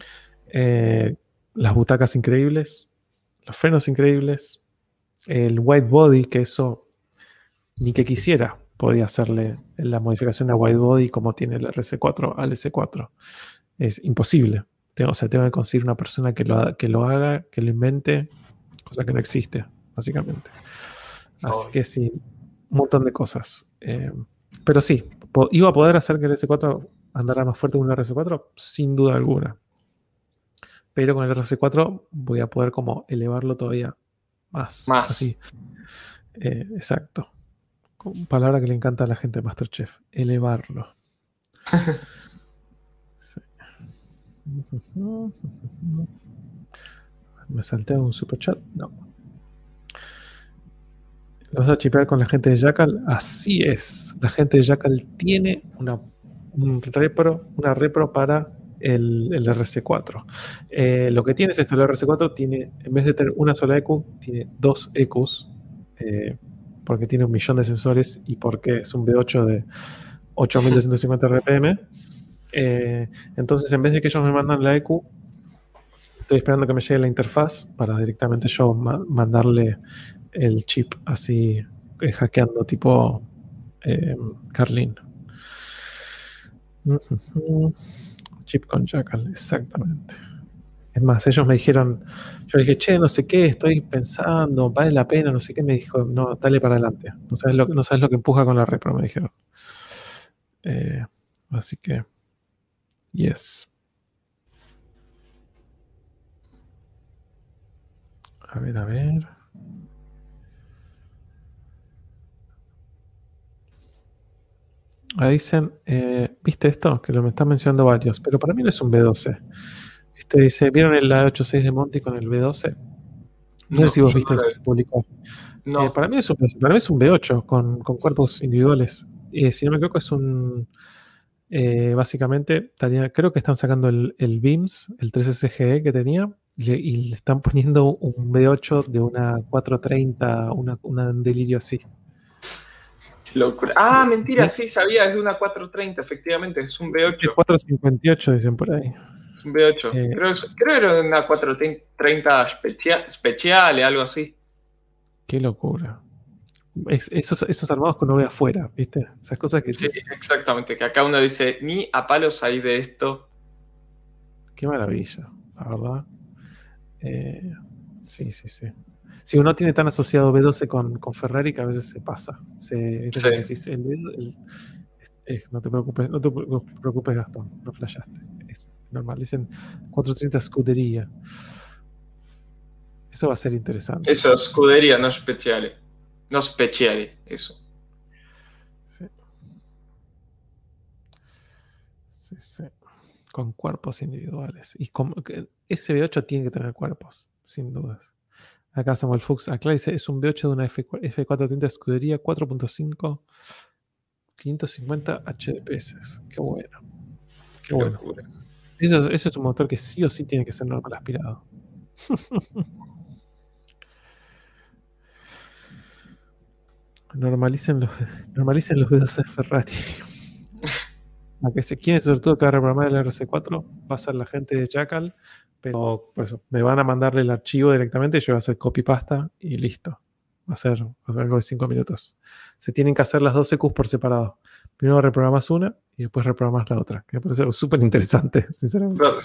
las butacas increíbles, los frenos increíbles, el white body, que eso ni que quisiera podía hacerle la modificación a white body como tiene el RS4 al S4. Es imposible. Tengo que conseguir una persona que lo haga, que lo invente, cosa que no existe, básicamente. Así que sí, un montón de cosas. Pero sí, ¿iba a poder hacer que el S4 andara más fuerte que un RS4? Sin duda alguna. Pero con el RS4 voy a poder como elevarlo todavía más. Así. Exacto. Palabra que le encanta a la gente de MasterChef. Elevarlo. Sí. ¿Me salté a un superchat? No. ¿Lo vas a chipear con la gente de Jackal? Así es. La gente de Jackal tiene una repro para el RC4. Lo que tiene es esto: el RC4 tiene, en vez de tener una sola EQ, tiene dos EQs, porque tiene 1.000.000 de sensores y porque es un V8 de 8.250 RPM. Entonces, en vez de que ellos me mandan la EQ, estoy esperando que me llegue la interfaz para directamente yo mandarle el chip así, hackeando tipo Carlin. Chip con Jackal, exactamente. Es más, ellos me dijeron, yo dije, che, no sé qué, estoy pensando, vale la pena, no sé qué. Me dijo, no, dale para adelante. No sabes lo que empuja con la repro, me dijeron. Así que, yes. A ver. Ahí dicen, ¿viste esto? Que lo me están mencionando varios, pero para mí no es un B12. Dice, ¿vieron el A86 de Monty con el B12? No sé si vos viste eso que publicó. No. Para mí es un B8 con cuerpos individuales. Si no me equivoco, es un... básicamente, creo que están sacando el BIMS, el 3SGE que tenía, y le están poniendo un B8 de una 430, un delirio así. Locura. Ah, mentira, sí, sabía, es de una 430, efectivamente, es un V8. Es 458 dicen por ahí. Es un V8. Creo que era una 430 speciale, algo así. Qué locura. Esos armados que uno ve afuera, ¿viste? Esas cosas que... Sí, exactamente, que acá uno dice, ni a palos hay de esto. Qué maravilla, la verdad. Sí. Si uno tiene tan asociado B12 con Ferrari que a veces se pasa. Decís, no te preocupes, Gastón, no flashaste. Es normal, dicen 430 Scuderia. Eso va a ser interesante. Eso, Scuderia, no speciale. No speciale, eso. Sí. Con cuerpos individuales. Y ese V8 tiene que tener cuerpos, sin dudas. Acá Samuel Fuchs acá dice, es un V8 de una F430 escudería 4.5 550 HDPS. Qué bueno. Qué bueno. Eso es un motor que sí o sí tiene que ser normal aspirado. Normalicen los V12 de Ferrari. A que se quieren, sobre todo, que va a reprogramar el RC4, va a ser la gente de Jackal, pero por eso me van a mandarle el archivo directamente, yo voy a hacer copy pasta y listo. Va a ser algo de 5 minutos. Se tienen que hacer las 12 Qs por separado. Primero reprogramas una y después reprogramas la otra. Que me parece súper interesante, sinceramente. No,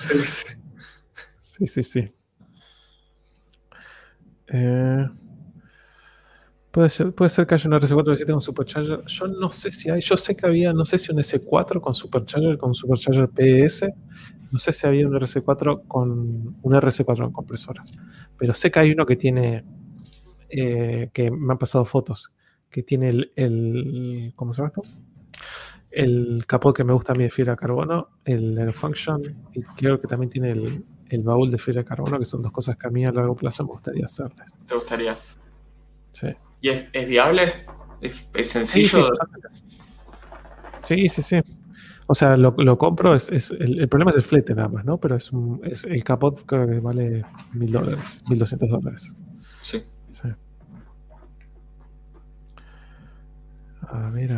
sí. Puede ser que haya un RC4 con Supercharger. Yo no sé si hay. Yo sé que había, no sé si un S4 con Supercharger PS. No sé si había un RC4 con compresoras. Pero sé que hay uno que tiene, que me han pasado fotos, que tiene ¿cómo se llama esto? El capot que me gusta a mí de fibra de carbono, el Function, y creo que también tiene el baúl de fibra de carbono, que son dos cosas que a mí a largo plazo me gustaría hacerles. ¿Te gustaría? Sí. ¿Y es viable? ¿Es sencillo? Sí, sí, sí. O sea, lo compro, el problema es el flete nada más, ¿no? Pero es el capot creo que vale $1.000, $1.200. Sí. Sí. A ver.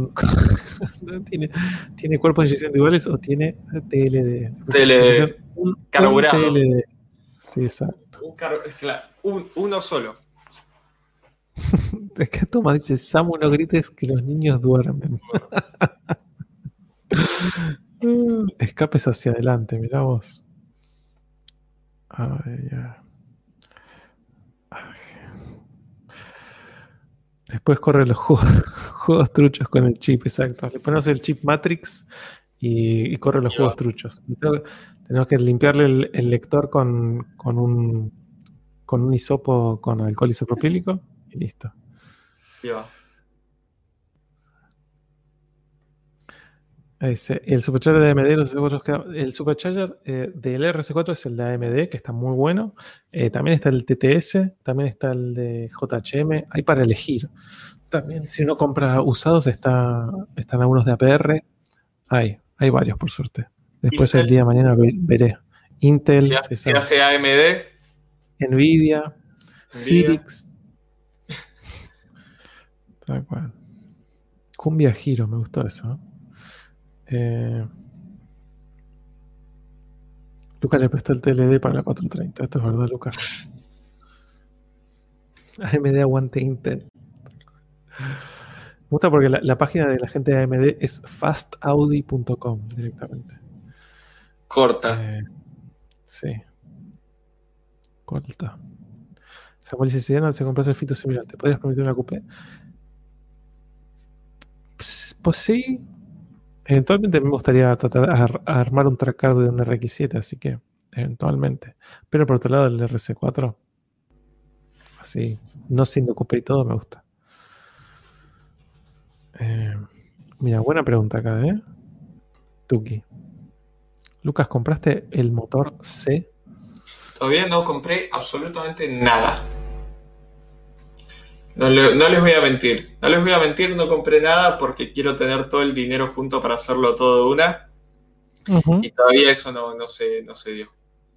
¿Tiene cuerpos de inyección iguales o tiene TLD? Un Carburado. TLD. Sí, exacto. Uno solo. Es que Tomás dice, Samu, no grites que los niños duermen. Escapes hacia adelante, mirá vos. Ay, ya. Después corre los juegos truchos con el chip, exacto. Le ponemos el chip Matrix y corre los juegos truchos. Tenemos que limpiarle el lector con un hisopo con alcohol isopropílico y listo. El Supercharger de AMD, el Supercharger del RC4 es el de AMD, que está muy bueno. También está el TTS, también está el de JHM. Hay para elegir. También, si uno compra usados, están algunos de APR. Hay varios, por suerte. Después el día de mañana veré. Intel. ¿Se hace AMD? Nvidia. Cyrix. Tal cual. Cumbia Giro, me gustó eso. Lucas le prestó el TLD para la 430. Esto es verdad, Lucas. AMD aguante Intel. Me gusta porque la página de la gente de AMD es fastaudi.com directamente. Corta. Sí. Corta. Samuel dice, si no se compras el Fito similar, ¿te podrías permitir una coupé? Pues sí. Eventualmente me gustaría tratar de armar un tracker de un RX7, así que eventualmente. Pero por otro lado, el RC4, así, no siendo coupé y todo, me gusta. Mira, buena pregunta acá, Tuki. Lucas, ¿compraste el motor C? Todavía no compré absolutamente nada. No les voy a mentir. No les voy a mentir, no compré nada porque quiero tener todo el dinero junto para hacerlo todo de una. Y todavía eso no se dio.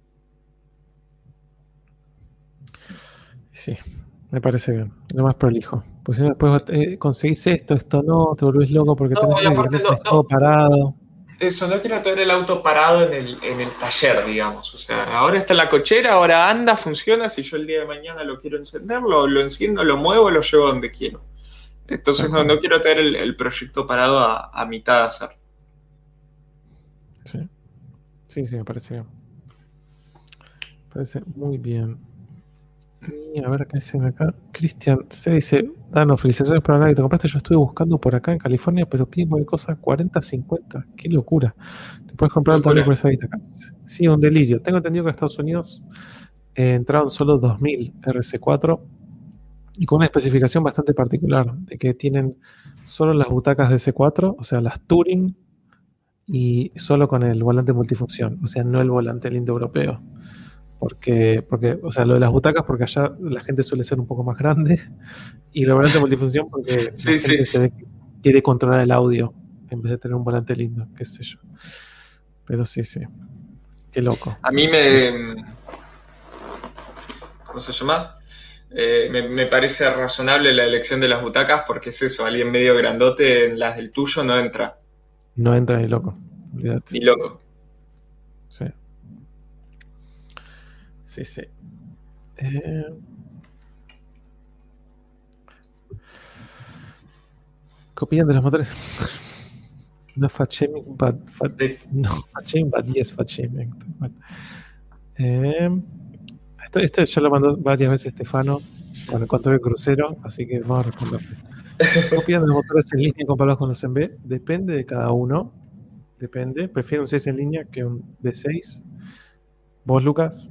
Sí, me parece bien. Lo más prolijo. Pues si no, después conseguís esto no, te volvés loco porque tenés todo parado. Eso, no quiero tener el auto parado en el taller, digamos. O sea, ahora está en la cochera, ahora anda, funciona. Si yo el día de mañana lo quiero encender, lo enciendo, lo muevo, lo llevo donde quiero. Entonces no quiero tener el proyecto parado a mitad de hacer. Sí, me parece bien. Me parece muy bien. Y a ver qué dicen acá. Cristian se dice, Dano, felicitaciones por la que te compraste. Yo estuve buscando por acá en California, pero piden cualquier cosa 40, 50. Qué locura. Te puedes comprar también por esa guita acá. Sí, un delirio. Tengo entendido que en Estados Unidos entraron solo 2000 RC4 y con una especificación bastante particular, de que tienen solo las butacas de S4, o sea, las Touring, y solo con el volante multifunción, o sea, no el volante lindo europeo. Porque, o sea, lo de las butacas, porque allá la gente suele ser un poco más grande, y el volante multifunción, porque la gente se ve que quiere controlar el audio en vez de tener un volante lindo, qué sé yo. Pero sí. Qué loco. A mí ¿cómo se llama? Me parece razonable la elección de las butacas porque es eso, alguien medio grandote en las del tuyo no entra. No entra ni loco, olvídate. Ni loco. Sí. ¿Qué opinan de los motores? No fat shaming, but yes fat shaming. Esto ya lo mandó varias veces Stefano. Bueno, encontré el crucero, así que vamos a responder. ¿Cómo opinan de los motores en línea comparados con los en B? Depende de cada uno. Depende. Prefiero un 6 en línea que un D6. ¿Vos, Lucas?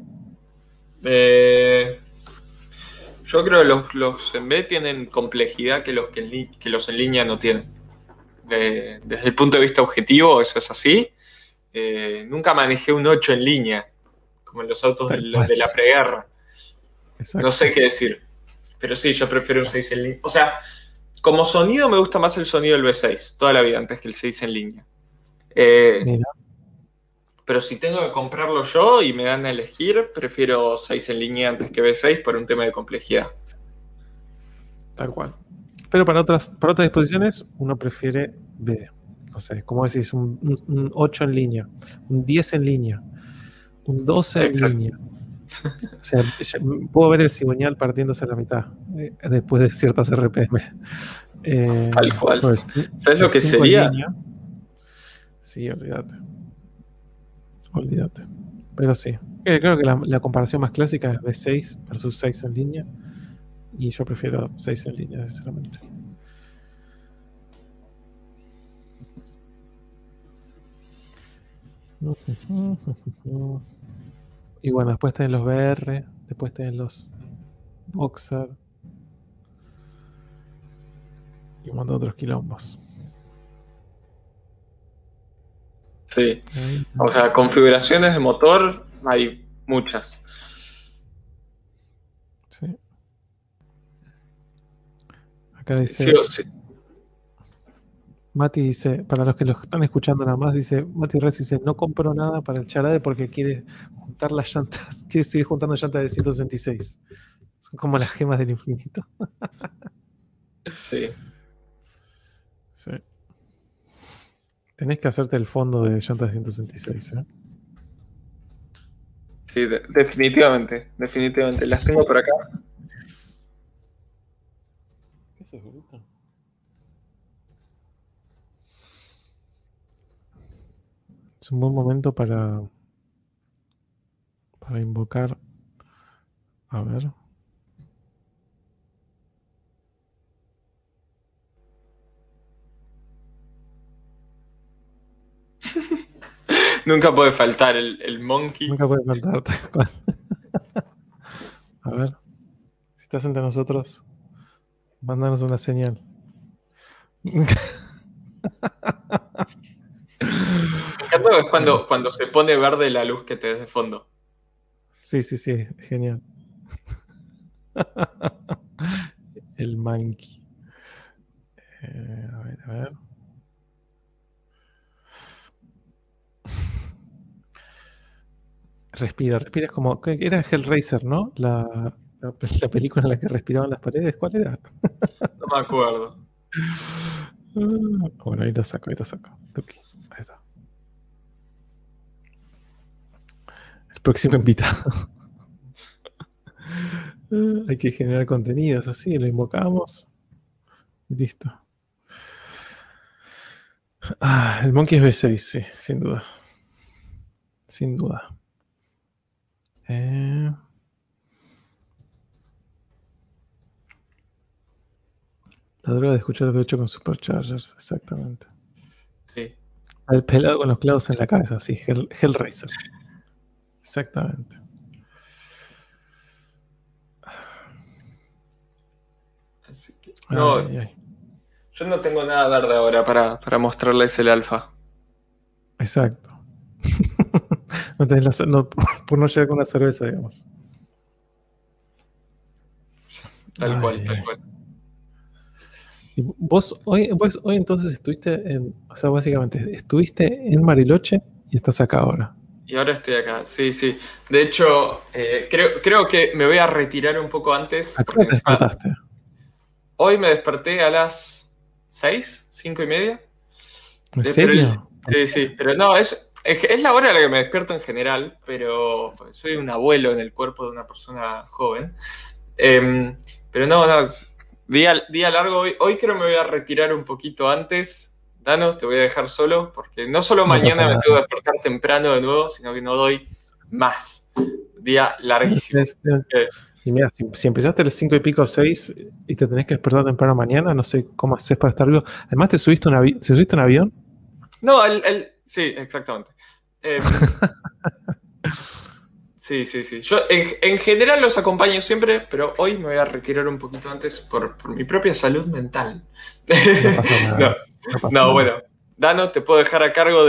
Yo creo que los en B tienen complejidad que los en línea no tienen. Desde el punto de vista objetivo, eso es así. Nunca manejé un 8 en línea, como en los autos de la preguerra. Exacto. No sé qué decir. Pero sí, yo prefiero un 6 en línea. O sea, como sonido me gusta más el sonido del V6, toda la vida, antes que el 6 en línea. Mira. Pero si tengo que comprarlo yo y me dan a elegir, prefiero 6 en línea antes que V6 por un tema de complejidad. Tal cual. Pero para otras disposiciones, uno prefiere B. No sé, como decís, un 8 en línea, un 10 en línea, un 12 en línea. O sea, puedo ver el cigüeñal partiéndose a la mitad después de ciertas RPM. Tal cual. Pues, ¿Sabes lo que sería? Sí, olvídate. Pero sí. Creo que la comparación más clásica es B6 versus 6 en línea. Y yo prefiero 6 en línea, sinceramente. Y bueno, después tienen los VR, después tienen los Boxer y un montón de otros quilombos. Sí. O sea, configuraciones de motor hay muchas. Sí. Acá dice... Sí o sí. Mati dice, para los que lo están escuchando nada más, dice, Mati Rez dice, no compro nada para el Charade porque quiere juntar las llantas, quiere seguir juntando llantas de 166. Son como las gemas del infinito. Sí. Sí. Tenés que hacerte el fondo de llantas de 166, ¿eh? Sí, definitivamente. Las tengo por acá. ¿Qué es eso, bruto? Es un buen momento para invocar. A ver. Nunca puede faltar el monkey. Nunca puede faltar. A ver. Si estás entre nosotros, mándanos una señal. Me encanta es cuando se pone verde la luz que te des de fondo. Sí, genial. El monkey. A ver. Respira es como. Era Hellraiser, ¿no? La película en la que respiraban las paredes. ¿Cuál era? No me acuerdo. Bueno, ahí lo saco. Tuki. Ahí está. El próximo invitado. Hay que generar contenidos así, lo invocamos. Y listo. El Monkey es B6, sí, sin duda. La droga de escuchar lo hecho con Superchargers, exactamente. Sí. El pelado con los clavos en la cabeza, sí, Hellraiser. Exactamente. Así que, no, ay. Yo no tengo nada verde ahora para mostrarles el alfa. Exacto. No tenés por no llegar con la cerveza, digamos. Tal cual. ¿Y vos hoy entonces estuviste o sea, básicamente estuviste en Bariloche y estás acá ahora? Y ahora estoy acá, sí. De hecho, creo que me voy a retirar un poco antes. ¿A qué hora te despertaste? Hoy me desperté a las 6, 5:30. ¿En serio? Sí, pero no, es la hora a la que me despierto en general, pero soy un abuelo en el cuerpo de una persona joven. Pero no, día largo hoy. Hoy creo que me voy a retirar un poquito antes. Dano, te voy a dejar solo, porque no solo mañana me tengo que despertar temprano de nuevo, sino que no doy más. Día larguísimo. Y mira, si empezaste a las 5 y pico, 6 y te tenés que despertar temprano mañana, no sé cómo haces para estar vivo. Además, ¿te subiste un avión? No, sí, exactamente. Sí, sí, sí. Yo en general los acompaño siempre, pero hoy me voy a retirar un poquito antes por mi propia salud mental. No pasa No, nada. No pasa no, nada. bueno. Dano, te puedo dejar a cargo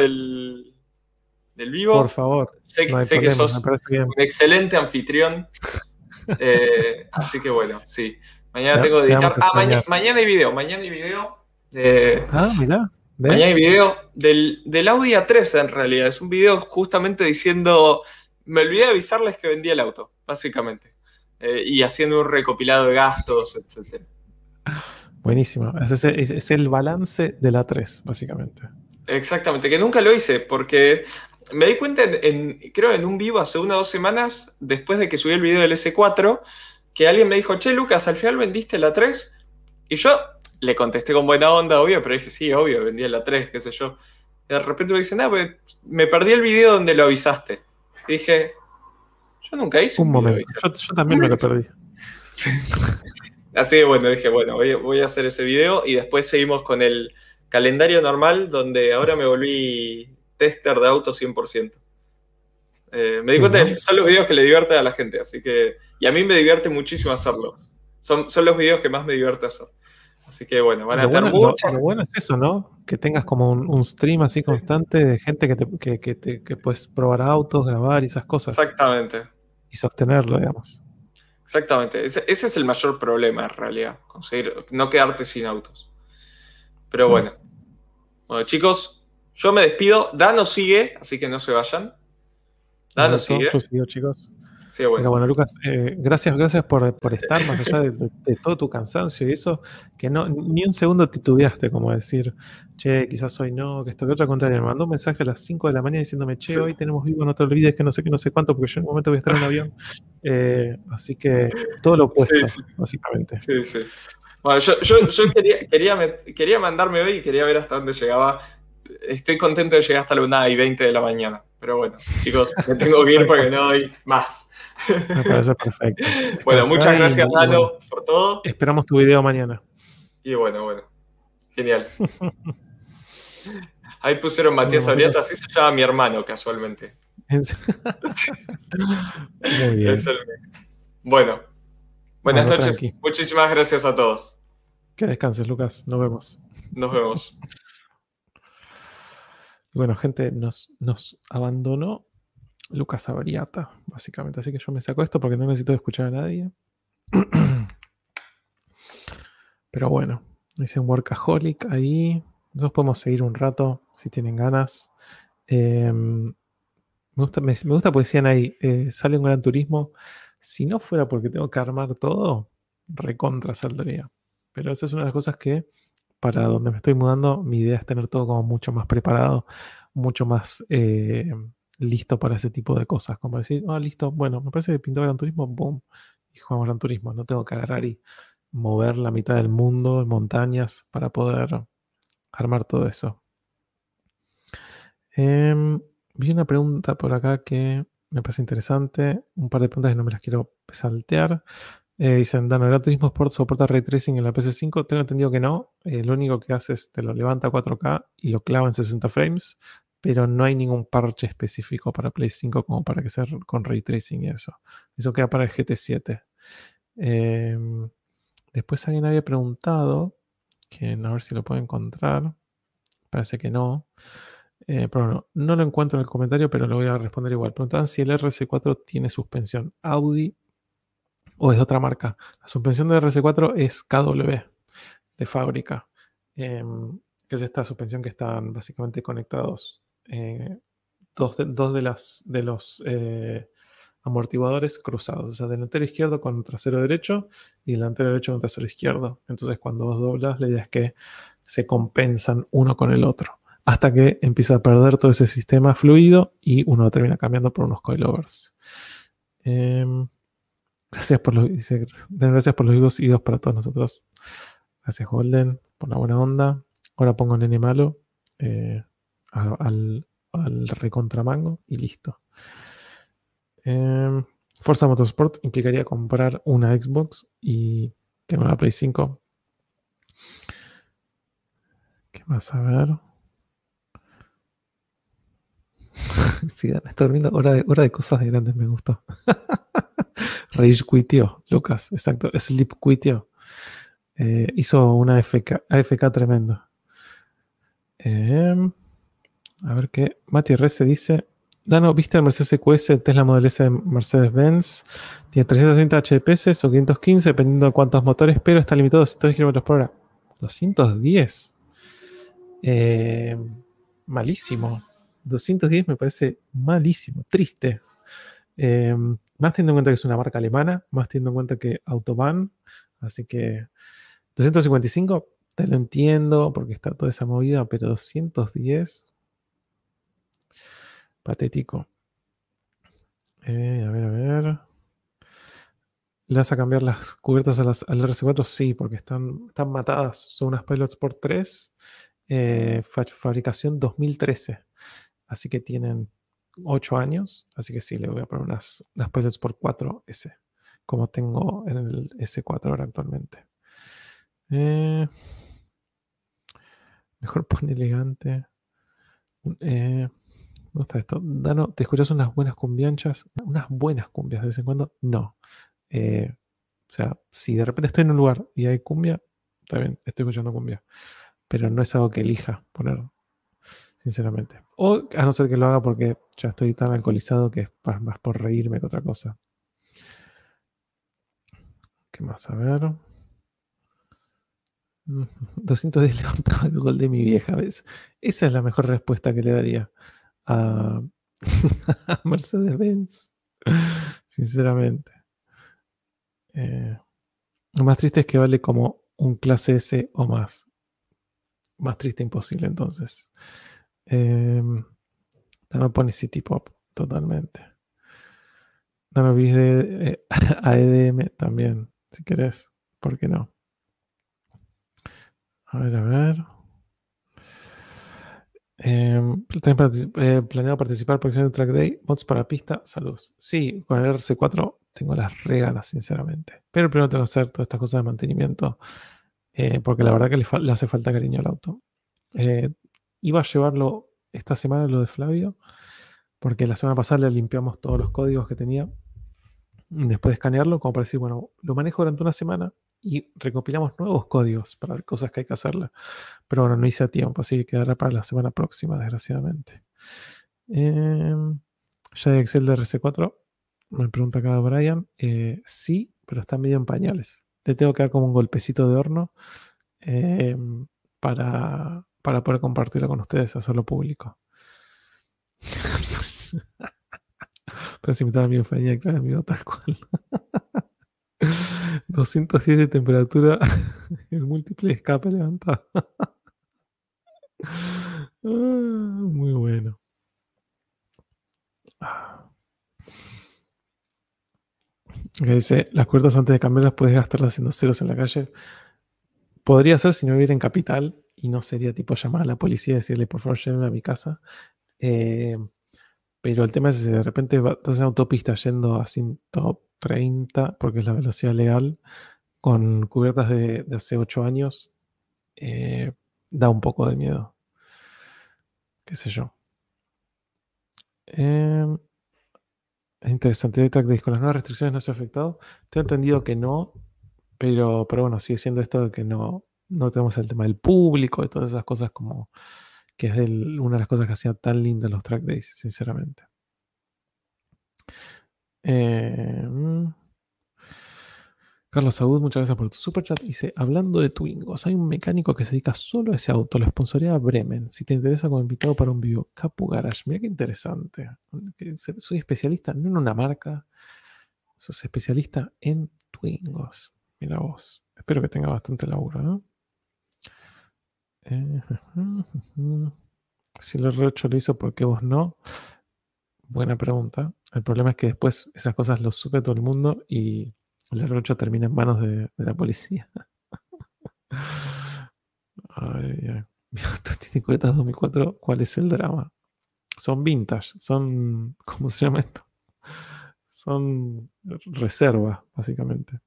del Por vivo. favor, no hay Sé que problema, me sos parece bien. un excelente anfitrión. Así que bueno, sí. Mañana tengo que Te editar. vamos a Ah, extrañar. mañana hay video. Mañana hay video. eh, Ah, mirá. ¿De? Mañana hay video del Audi A3 en realidad. Es un video justamente diciendo, me olvidé de avisarles que vendía el auto, básicamente. Y haciendo un recopilado de gastos, etcétera. Buenísimo. Es el balance de la 3 básicamente. Exactamente, que nunca lo hice porque me di cuenta creo en un vivo hace 1 o 2 semanas, después de que subí el video del S4, que alguien me dijo, che, Lucas, al final vendiste la 3. Y yo le contesté con buena onda, obvio, pero dije, sí, obvio, vendí la 3, qué sé yo. Y de repente me dicen, pues me perdí el video donde lo avisaste. Y dije, yo nunca hice Un un video de momento. avisar. Yo también me lo perdí. Sí. Así que bueno, dije, bueno, voy a hacer ese video y después seguimos con el calendario normal, donde ahora me volví tester de auto 100%. Me di Sí, cuenta ¿no? que son los videos que le divierten a la gente, así que. Y a mí me divierte muchísimo hacerlos. Son los videos que más me divierte hacer. Así que bueno, van Y a lo estar bueno, muchas. lo bueno es eso, ¿no? Que tengas como un stream así Sí, constante de gente que puedes probar autos, grabar y esas cosas. exactamente. Y sostenerlo, digamos. Exactamente. Ese es el mayor problema en realidad. Conseguir no quedarte sin autos. Pero Sí. bueno. Bueno, chicos, yo me despido. Dano sigue, así que no se vayan. Dano Perfecto, sigue. yo sigo, chicos. Sí, bueno. Pero bueno, Lucas, gracias por estar, más allá de todo tu cansancio y eso, que no, ni un segundo titubeaste, como decir, che, quizás hoy no, que esto que otra, al contrario, me mandó un mensaje a las 5 de la mañana diciéndome, che, Sí, hoy tenemos vivo, no te olvides que no sé qué, no sé cuánto, porque yo en un momento voy a estar en un avión. Así que todo lo sí, opuesto, sí. básicamente. Sí, sí. Bueno, yo quería mandarme hoy y quería ver hasta dónde llegaba. Estoy contento de llegar hasta la 1:20 de la mañana. Pero bueno, chicos, me tengo que ir porque no hay más. Me parece perfecto. Bueno, muchas Descansá gracias, y bueno, Dano, por todo. esperamos tu video mañana. Y bueno, genial. Ahí pusieron Nos Matías vemos, Abriata, Lucas. así se llama mi hermano, casualmente. Muy Es bien. el mix. Bueno, buenas Bueno, tranqui. noches. Muchísimas gracias a todos. Que descanses, Lucas. Nos vemos. Nos vemos. Y bueno, gente, nos abandonó Lucas Abriata, básicamente. Así que yo me saco esto porque no necesito escuchar a nadie. Pero bueno, hice un workaholic ahí. Nosotros podemos seguir un rato si tienen ganas. Me gusta porque decían ahí, sale un Gran Turismo. Si no fuera porque tengo que armar todo, recontra saldría. Pero eso es una de las cosas que, para donde me estoy mudando, mi idea es tener todo como mucho más preparado, mucho más listo para ese tipo de cosas. Como decir, ah, listo, bueno, me parece que pintó Gran Turismo, boom, y jugamos Gran Turismo. No tengo que agarrar y mover la mitad del mundo en montañas para poder armar todo eso. Vi una pregunta por acá que me parece interesante. Un par de preguntas que no me las quiero saltear. Dicen, Dano, ¿Gran Turismo Sport soporta Ray Tracing en la PS5? Tengo entendido que no. Lo único que hace es te lo levanta a 4K y lo clava en 60 frames, pero no hay ningún parche específico para Play 5 como para que sea con Ray Tracing y eso. Eso queda para el GT7. Después alguien había preguntado, que a ver si lo puedo encontrar. Parece que no. Pero no lo encuentro en el comentario, pero lo voy a responder igual. Preguntaban si el RC4 tiene suspensión Audi o es de otra marca. La suspensión de RC4 es KW de fábrica, que es esta suspensión que están básicamente conectados dos de los amortiguadores cruzados, o sea, delantero izquierdo con trasero derecho y delantero derecho con trasero izquierdo. Entonces, cuando vos doblas, la idea es que se compensan uno con el otro, hasta que empieza a perder todo ese sistema fluido y uno lo termina cambiando por unos coilovers. Gracias por gracias por los vivos y dos para todos nosotros. Gracias, Golden, por la buena onda. Ahora pongo nene malo al recontramango y listo. Forza Motorsport implicaría comprar una Xbox y tengo una Play 5. ¿Qué más? A ver. Sí, está durmiendo. Hora de cosas de grandes me gustó. Rage quitió, Lucas, exacto. Sleep quitió. Hizo una AFK tremendo. A ver qué. Mati R. dice: Dano, ¿viste el Mercedes EQS, el Tesla Model S de Mercedes-Benz? Tiene 330 HPS o 515, dependiendo de cuántos motores, pero está limitado a 210 km por hora. 210. Malísimo. 210 me parece malísimo, triste. Más teniendo en cuenta que es una marca alemana, más teniendo en cuenta que Autobahn, así que 255 te lo entiendo porque está toda esa movida, pero 210, patético. A ver. ¿Le vas a cambiar las cubiertas al RC4? Sí, porque están matadas. Son unas Pilot Sport 3, fabricación 2013. Así que tienen 8 años. Así que sí, le voy a poner unas Pilot Sport 4S, como tengo en el S4 ahora actualmente. Mejor pone elegante. Me gusta esto. Dano, ¿te escuchas unas buenas cumbianchas? Unas buenas cumbias de vez en cuando. No. O sea, si de repente estoy en un lugar y hay cumbia, está bien, estoy escuchando cumbia. Pero no es algo que elija poner, sinceramente. O a no ser que lo haga porque ya estoy tan alcoholizado que es más por reírme que otra cosa. ¿Qué más? A ver. 210 levantaba el gol de mi vieja, ¿ves? Esa es la mejor respuesta que le daría a, a Mercedes-Benz. Sinceramente. Lo más triste es que vale como un clase S o más. Más triste imposible, entonces. No pone City Pop, totalmente. No me olvides de AEDM también, si querés. ¿Por qué no? A ver, a ver. Planeado participar por el Track Day, mods para pista, saludos. Sí, con el RC4 tengo las regalas, sinceramente. Pero primero tengo que hacer todas estas cosas de mantenimiento, porque la verdad que le hace falta cariño al auto. Iba a llevarlo esta semana lo de Flavio, porque la semana pasada le limpiamos todos los códigos que tenía después de escanearlo, como para decir, bueno, lo manejo durante una semana y recopilamos nuevos códigos para cosas que hay que hacerle. Pero bueno, no hice a tiempo, así que quedará para la semana próxima, desgraciadamente. Ya hay Excel de RC4, me pregunta acá Brian. Sí, pero está medio en pañales. Le tengo que dar como un golpecito de horno para poder compartirlo con ustedes, hacerlo público. Pero si me está amigo Feña, claro, amigo, tal cual. 210 de temperatura, el múltiple de escape levantado. Muy bueno. Que dice, las cubiertas antes de cambiarlas puedes gastarlas haciendo ceros en la calle. Podría ser si no viviera en capital y no sería tipo llamar a la policía y decirle, por favor, llévenme a mi casa. Pero el tema es si de repente estás en autopista yendo a 130, porque es la velocidad legal, con cubiertas de hace 8 años, da un poco de miedo. Qué sé yo. Es interesante. El track days con las nuevas restricciones no se ha afectado. Tengo entendido que no, pero bueno, sigue siendo esto de que no tenemos el tema del público y todas esas cosas como que es una de las cosas que hacía tan lindas los track days, sinceramente. Carlos Saúd, muchas gracias por tu superchat. Dice, hablando de Twingos, hay un mecánico que se dedica solo a ese auto, lo sponsorea Bremen. Si te interesa como invitado para un vivo, Capu Garage. Mira qué interesante. Soy especialista no en una marca, sos especialista en Twingos. Mira vos. Espero que tenga bastante laburo, ¿no? Si el R8 lo hizo, ¿por qué vos no? Buena pregunta. El problema es que después esas cosas lo supe todo el mundo y el R8 termina en manos de la policía. Ay, ay. Mi auto tiene cubetas 2004. ¿Cuál es el drama? Son vintage. Son. ¿Cómo se llama esto? Son reservas, básicamente.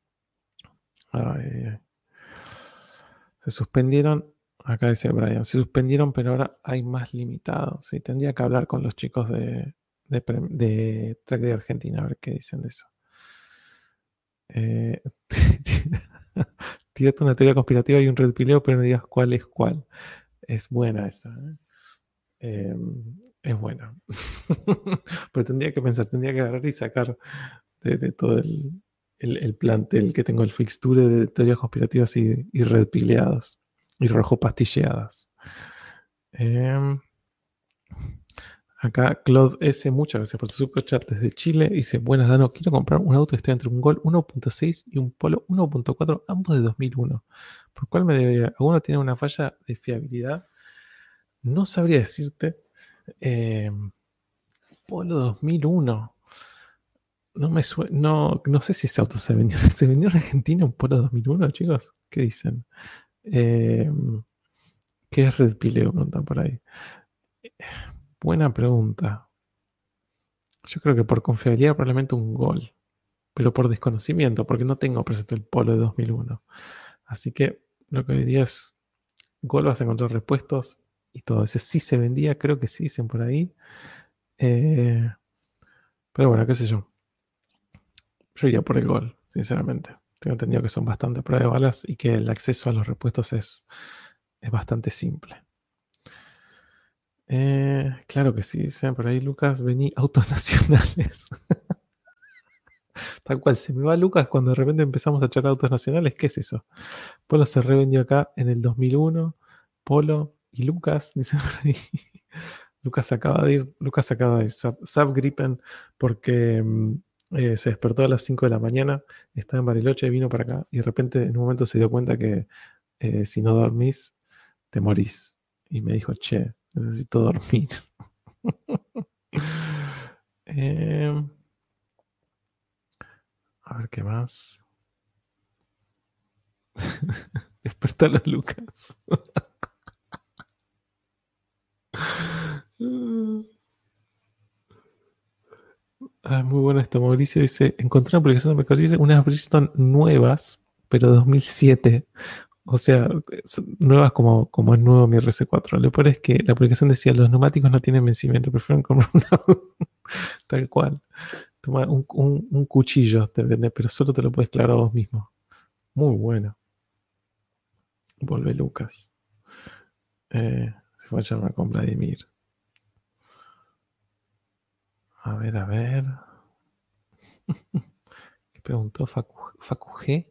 Ay. Se suspendieron, acá dice Brian, se suspendieron, pero ahora hay más limitados. ¿Sí? Tendría que hablar con los chicos de Track de Argentina a ver qué dicen de eso. Tírate una teoría conspirativa y un red pileo, pero no digas cuál es cuál. Es buena esa. Es buena. Pero tendría que pensar, tendría que agarrar y sacar de todo el plantel que tengo, el fixture de teorías conspirativas y red pileados y rojo pastilleadas. Acá Claude S, muchas gracias por tu super chat desde Chile. Dice, buenas Dano, quiero comprar un auto que esté entre un Gol 1.6 y un Polo 1.4, ambos de 2001. ¿Por cuál me debería? ¿Alguno tiene una falla de fiabilidad? No sabría decirte. Polo 2001. No sé si ese auto se vendió. ¿Se vendió en Argentina un Polo 2001, chicos? ¿Qué dicen? ¿Qué es Red Pileo? Preguntan por ahí. Buena pregunta. Yo creo que por confiabilidad probablemente un Gol. Pero por desconocimiento, porque no tengo presente el Polo de 2001. Así que lo que diría es, Gol vas a encontrar repuestos y todo. Ese sí se vendía, creo que sí, dicen por ahí. Pero bueno, qué sé yo. Yo iría por el Gol, sinceramente. Tengo entendido que son bastante pruebas de balas y que el acceso a los repuestos es bastante simple. Claro que sí, dicen por ahí, Lucas, vení autos nacionales. Tal cual, se me va Lucas cuando de repente empezamos a echar autos nacionales. ¿Qué es eso? Polo se revendió acá en el 2001. Polo y Lucas, dicen por ahí. Lucas acaba de ir. Saab Gripen, porque se despertó a las 5 de la mañana, estaba en Bariloche y vino para acá. Y de repente en un momento se dio cuenta que si no dormís, te morís. Y me dijo, che, necesito dormir. A ver qué más. Despertalo, Lucas. Muy bueno esto. Mauricio dice: encontré una publicación de Mercado Libre, unas Bridgestone nuevas, pero 2007. O sea, nuevas como es nuevo mi RC4. Lo peor es que la publicación decía: los neumáticos no tienen vencimiento, prefieren comprar una. Tal cual. Toma un cuchillo, te vende, pero solo te lo puedes clavar a vos mismo. Muy bueno. Vuelve Lucas. Se va a llamar con Vladimir. A ver. ¿Qué preguntó Facu G?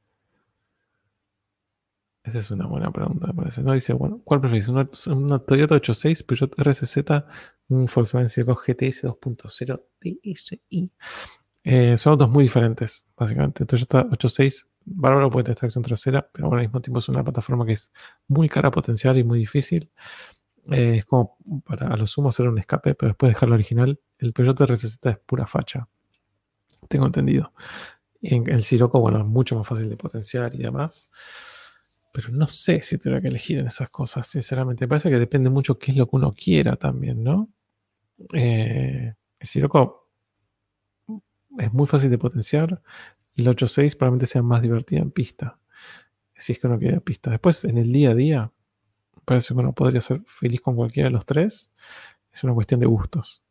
Esa es una buena pregunta, me parece. No dice, bueno, ¿cuál preferís? ¿Una Toyota 86, Peugeot RSZ, un Volkswagen Circo GTS 2.0 DSi? Son autos muy diferentes, básicamente. Toyota 86, bárbaro, puede tener tracción trasera, pero bueno, al mismo tiempo es una plataforma que es muy cara a potenciar y muy difícil. Es como para a lo sumo hacer un escape, pero después dejarlo original. El Peugeot RSZ es pura facha, tengo entendido. Y en el Sirocco, bueno, es mucho más fácil de potenciar y demás. Pero no sé si tuviera que elegir en esas cosas, sinceramente. Me parece que depende mucho qué es lo que uno quiera también, ¿no? El Sirocco es muy fácil de potenciar y la 8.6 probablemente sea más divertida en pista, si es que uno quiere pista. Después, en el día a día, me parece que uno podría ser feliz con cualquiera de los tres. Es una cuestión de gustos.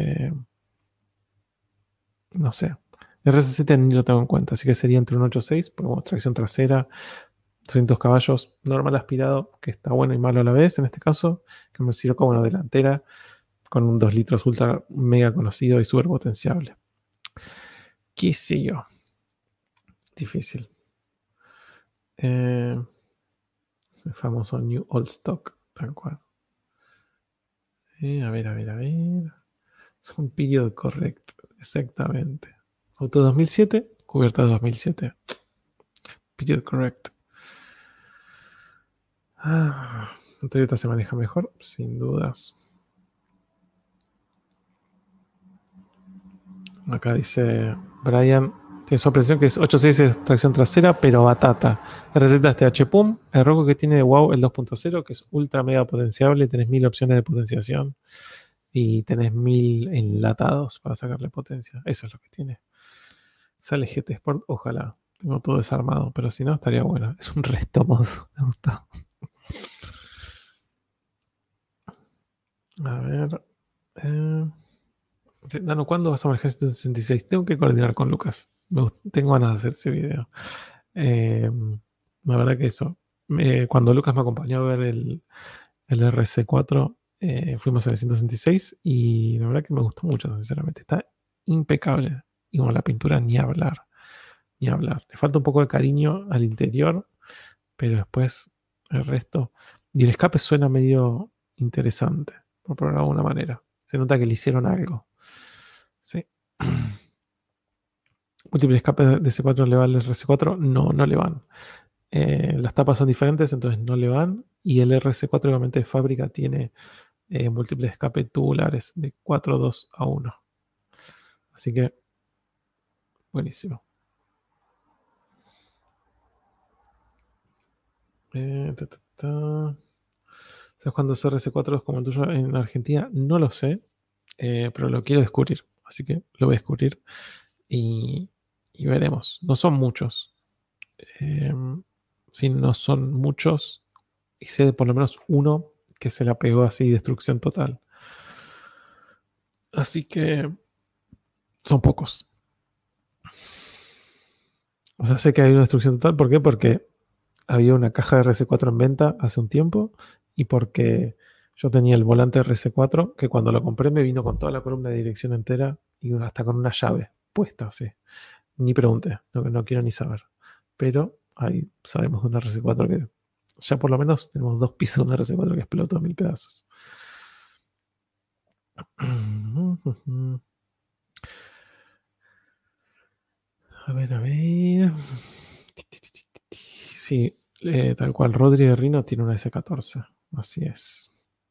No sé. El RC7 ni lo tengo en cuenta, así que sería entre un 8.6, porque tracción trasera, 200 caballos, normal aspirado, que está bueno y malo a la vez en este caso, que me sirve como una delantera con un 2 litros ultra mega conocido y súper potenciable. ¿Qué sé yo? Difícil. El famoso New Old Stock, tal cual. A ver. Son period correct, exactamente. Auto 2007, cubierta 2007. Period correct. Toyota se maneja mejor, sin dudas. Acá dice Brian, tiene su apreciación que es 8.6 es tracción trasera, pero batata. RZ es TH Pum, el roco que tiene de WOW el 2.0, que es ultra mega potenciable, tenés 1000 opciones de potenciación. y tenés 1000 enlatados para sacarle potencia. Eso es lo que tiene. Sale GT Sport, ojalá. Tengo todo desarmado, pero si no, estaría bueno. Es un resto mod. Me gusta. A ver. Dano, ¿cuándo vas a manejar 166? Tengo que coordinar con Lucas. Tengo ganas de hacer ese video. Eh, la verdad que eso. Cuando Lucas me acompañó a ver el RC4, fuimos al 166 y la verdad que me gustó mucho, sinceramente. Está impecable. Y con la pintura ni hablar. Ni hablar. Le falta un poco de cariño al interior, pero después el resto. Y el escape suena medio interesante, por de alguna manera. Se nota que le hicieron algo. Sí. Múltiple escape de C4 le va al RC4. No, no le van. Las tapas son diferentes, entonces no le van. Y el RC4 obviamente de fábrica tiene múltiples escape tubulares de 4, 2 a 1. Así que buenísimo. ¿Sabes cuándo es RC4 es como el tuyo en Argentina? No lo sé, pero lo quiero descubrir. Así que lo voy a descubrir y, y veremos. No son muchos. Sí, no son muchos. Y sé de por lo menos uno que se la pegó así, destrucción total. Así que son pocos. O sea, sé que hay una destrucción total. ¿Por qué? Porque había una caja de RC4 en venta hace un tiempo y porque yo tenía el volante RC4 que cuando lo compré me vino con toda la columna de dirección entera y hasta con una llave puesta, sí. Ni pregunté, no quiero ni saber. Pero ahí sabemos de una RC4 que ya por lo menos tenemos 2 pisos de una RC4 que explotó en 1000 pedazos. A ver, a ver. Sí, tal cual. Rodri de Rino tiene una S14. Así es.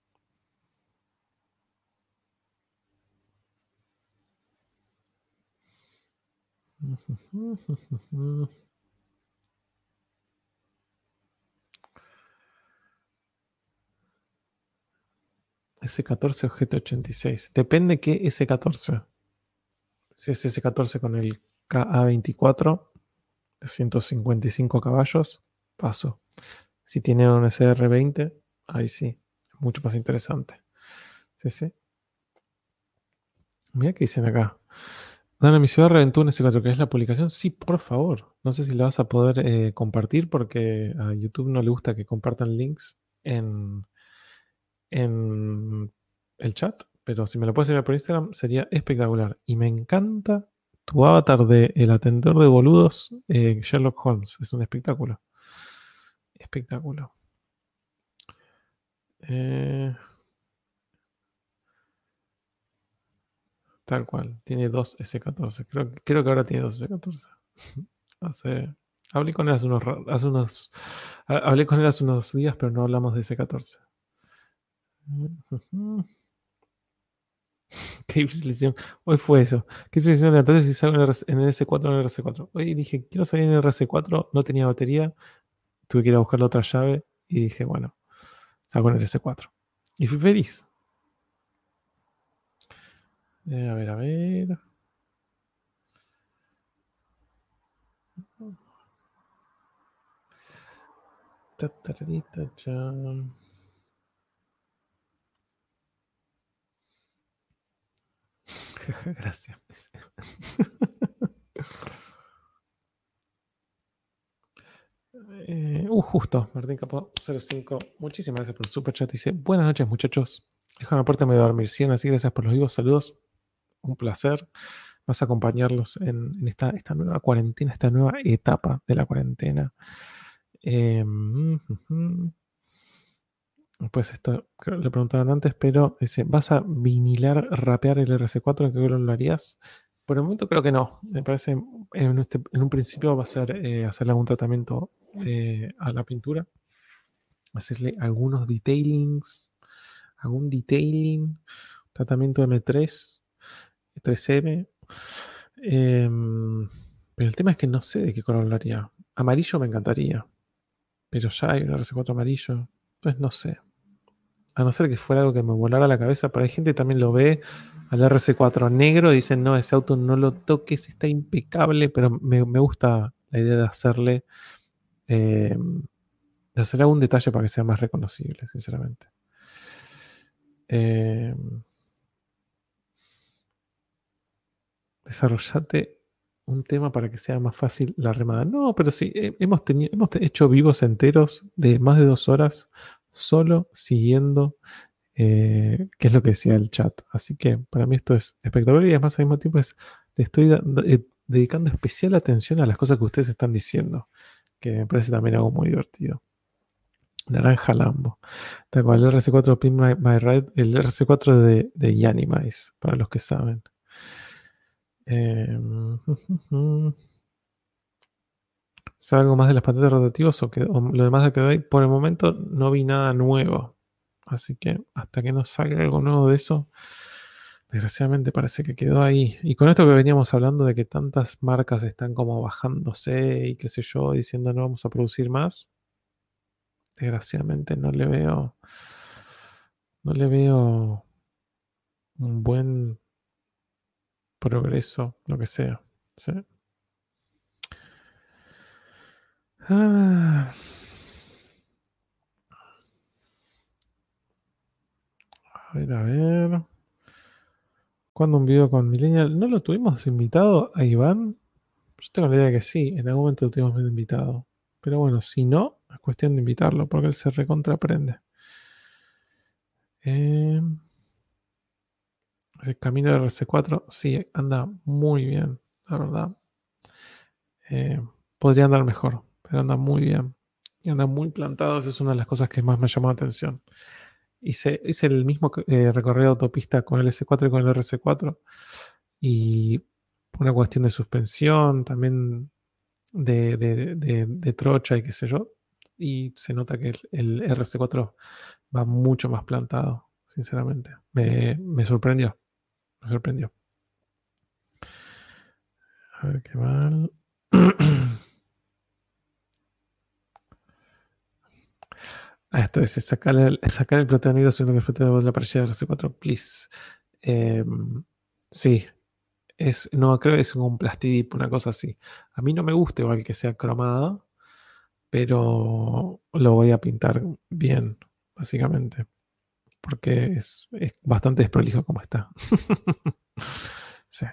S14 o GT86. Depende qué S14. Si es S14 con el KA24 de 155 caballos, paso. Si tiene un SR20, ahí sí, mucho más interesante. Sí, sí. Mira qué dicen acá. Dana, mi ciudad reventó un S4, ¿querés la publicación? Sí, por favor. No sé si la vas a poder compartir porque a YouTube no le gusta que compartan links en el chat, pero si me lo puedes enviar por Instagram sería espectacular. Y me encanta tu avatar de el atendedor de boludos, Sherlock Holmes. Es un espectáculo. Espectáculo. Tal cual. Tiene 2 S14. Creo que ahora tiene 2 S14. Hace, hablé con él hablé con él hace unos días, pero no hablamos de S14. Qué difícil decisión. Hoy fue eso. Qué difícil decisión entonces si salgo en el S4 o en el RC4. Hoy dije, quiero salir en el RC4, no tenía batería, tuve que ir a buscar la otra llave y dije, bueno, salgo en el S4. Y fui feliz. A ver, a ver. Tatararita, chan. Gracias. Justo, Martín Capó 05. Muchísimas gracias por el super chat. Dice: Buenas noches, muchachos. Déjame aparte me dormir. Sí, así gracias por los vivos. Saludos. Un placer. Vas a acompañarlos en esta nueva cuarentena, esta nueva etapa de la cuarentena. Pues esto creo que le preguntaron antes, pero dice: ¿Vas a vinilar, rapear el RC4? ¿En qué color lo harías? Por el momento creo que no. Me parece en un principio va a ser hacerle algún tratamiento a la pintura, hacerle algunos detailings, algún detailing, tratamiento M3, 3M. Pero el tema es que no sé de qué color lo haría. Amarillo me encantaría, pero ya hay un RC4 amarillo, entonces no sé. A no ser que fuera algo que me volara la cabeza, pero hay gente que también lo ve al RC4 negro y dicen, no, ese auto no lo toques, está impecable, pero me gusta la idea eh, de hacer algún detalle para que sea más reconocible, sinceramente. Desarrollate un tema para que sea más fácil la remada. No, pero sí, hemos hecho vivos enteros de más de 2 horas solo siguiendo qué es lo que decía el chat. Así que para mí esto es espectacular y además al mismo tiempo le estoy dedicando especial atención a las cosas que ustedes están diciendo, que me parece también algo muy divertido. Naranja Lambo. Tal cual, el RC4 Pin My Ride, el RC4 de Yanimize, para los que saben. ¿Sabe algo más de las patentes rotativas o lo demás de que doy? Por el momento no vi nada nuevo. Así que hasta que no salga algo nuevo de eso, desgraciadamente parece que quedó ahí. Y con esto que veníamos hablando de que tantas marcas están como bajándose y qué sé yo, diciendo no vamos a producir más, desgraciadamente no le veo un buen progreso, lo que sea. ¿Sí? A ver. ¿Cuándo un video con Millennial? ¿No lo tuvimos invitado a Iván? Yo tengo la idea de que sí, en algún momento lo tuvimos invitado. Pero bueno, si no, es cuestión de invitarlo, porque él se recontraprende. Ese camino de RC4, sí, anda muy bien, la verdad. Podría andar mejor, pero anda muy bien. Y anda muy plantado, esa es una de las cosas que más me llamó la atención. Hice el mismo recorrido de autopista con el S4 y con el RC4. Y una cuestión de suspensión, también de trocha y qué sé yo. Y se nota que el RC4 va mucho más plantado, sinceramente. Me sorprendió. Me sorprendió. A ver qué mal. Esto es sacar el plateado negro subiendo que el plateado de la parrilla de RC4, please. Sí, no, creo que es un plastidip, una cosa así. A mí no me gusta igual que sea cromada, pero lo voy a pintar bien, básicamente. Porque es bastante desprolijo como está. Sí.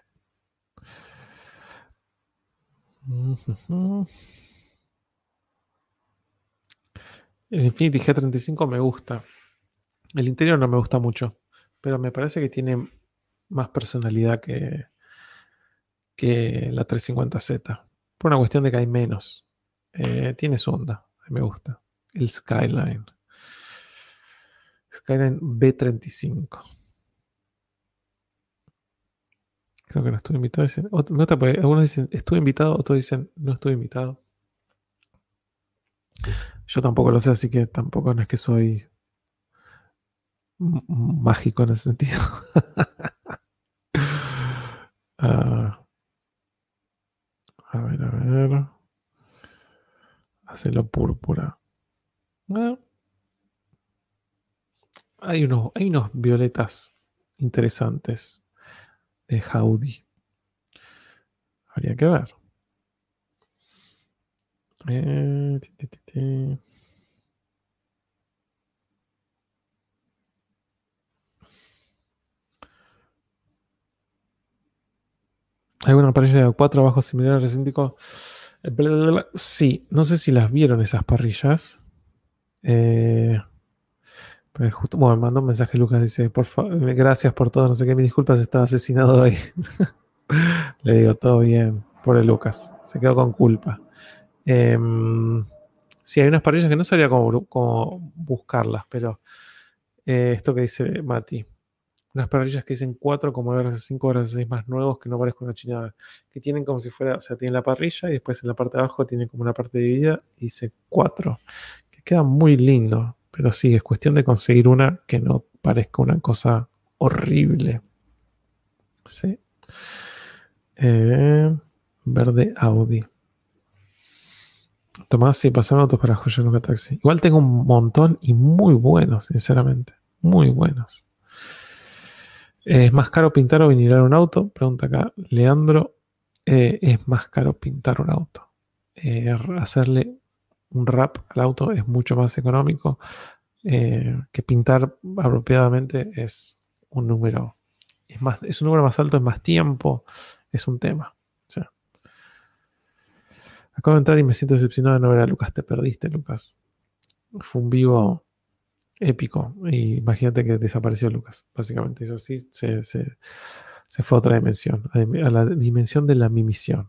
El Infiniti G35 me gusta. El interior no me gusta mucho, pero me parece que tiene más personalidad que la 350Z. Por una cuestión de que hay menos. Tiene su onda, me gusta. El Skyline. Skyline B35. Creo que no estuve invitado. Algunos dicen estuve invitado, otros dicen no estuve invitado. Yo tampoco lo sé, así que tampoco no es que soy mágico en ese sentido. A ver. Hacelo púrpura. Hay unos violetas interesantes de Audi. Habría que ver. Hay una parrilla de 4 abajo similar al recíntico. Sí, no sé si las vieron esas parrillas. Pero justo, bueno, me mandó un mensaje Lucas, dice, por favor, gracias por todo, no sé qué, mis disculpas, estaba asesinado hoy. Le digo, todo bien, pobre Lucas, se quedó con culpa. Sí, hay unas parrillas que no sabría cómo buscarlas, pero esto que dice Mati, unas parrillas que dicen 4 como RS5 o RS6 más nuevos que no parezcan una chinada, que tienen como si fuera, o sea, tienen la parrilla y después en la parte de abajo tienen como una parte dividida y dice 4, que queda muy lindo, pero sí, es cuestión de conseguir una que no parezca una cosa horrible. Sí. Verde Audi. Tomás, sí, pasaron autos para joya nunca taxi. Igual tengo un montón y muy buenos, sinceramente. Muy buenos. ¿Es más caro pintar o vinilar un auto? Pregunta acá Leandro. Es más caro pintar un auto. Hacerle un wrap al auto es mucho más económico. Que pintar apropiadamente es un número. Es un número más alto, es más tiempo. Es un tema. O sea, acabo de entrar y me siento decepcionado de no ver a Lucas. Te perdiste, Lucas. Fue un vivo épico. Y imagínate que desapareció Lucas. Básicamente, eso sí, se fue a otra dimensión. A la dimensión de la mimisión.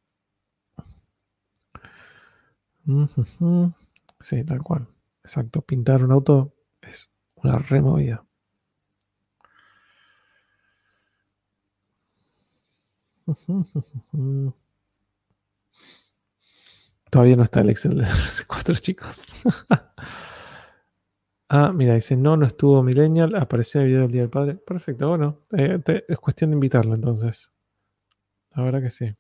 Sí, tal cual. Exacto. Pintar un auto es una removida. Todavía no está el Excel de RC4, chicos. Mira, dice, no estuvo Millennial, apareció en el video del Día del Padre. Perfecto, bueno, es cuestión de invitarlo entonces. La verdad que sí.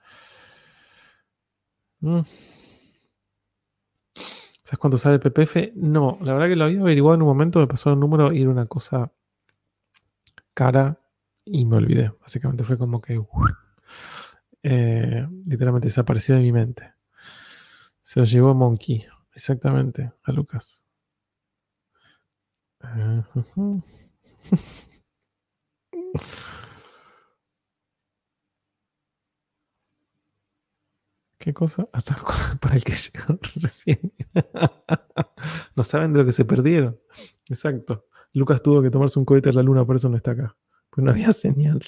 ¿Sabes cuánto sale el PPF? No, la verdad que lo había averiguado en un momento, me pasó el número y era una cosa cara y me olvidé. Básicamente fue como que literalmente desapareció de mi mente. Se lo llevó Monkey, exactamente, a Lucas. ¿Qué cosa? Hasta para el que llegó recién. No saben de lo que se perdieron. Exacto. Lucas tuvo que tomarse un cohete a la luna, por eso no está acá. Pues no había señal.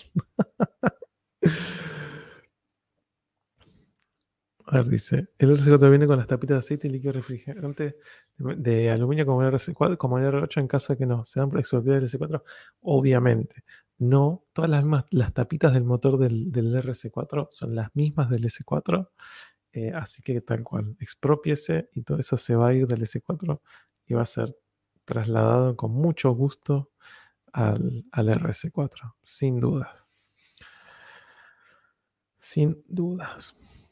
A ver, dice, el RC4 viene con las tapitas de aceite y líquido refrigerante de aluminio como el RC4, como el R8 en caso de que no. ¿Serán exclusivas del RC4? Obviamente. No, todas las tapitas del motor del RC4 son las mismas del S4. Así que tal cual, expropiese y todo eso se va a ir del S4 y va a ser trasladado con mucho gusto al RC4, sin dudas. Sin dudas.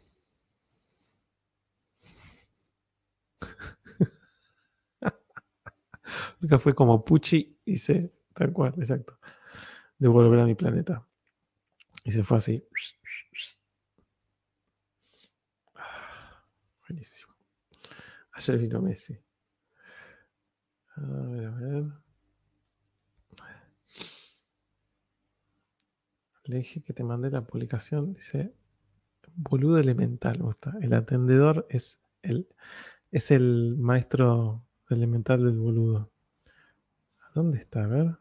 Nunca fue como Pucci y se, tal cual, exacto. Devolver a mi planeta. Y se fue así. Buenísimo. Ayer vino Messi. A ver, a ver. Le dije que te mandé la publicación. Dice, boludo elemental. Me gusta. El atendedor es el maestro elemental del boludo. ¿Dónde está? A ver.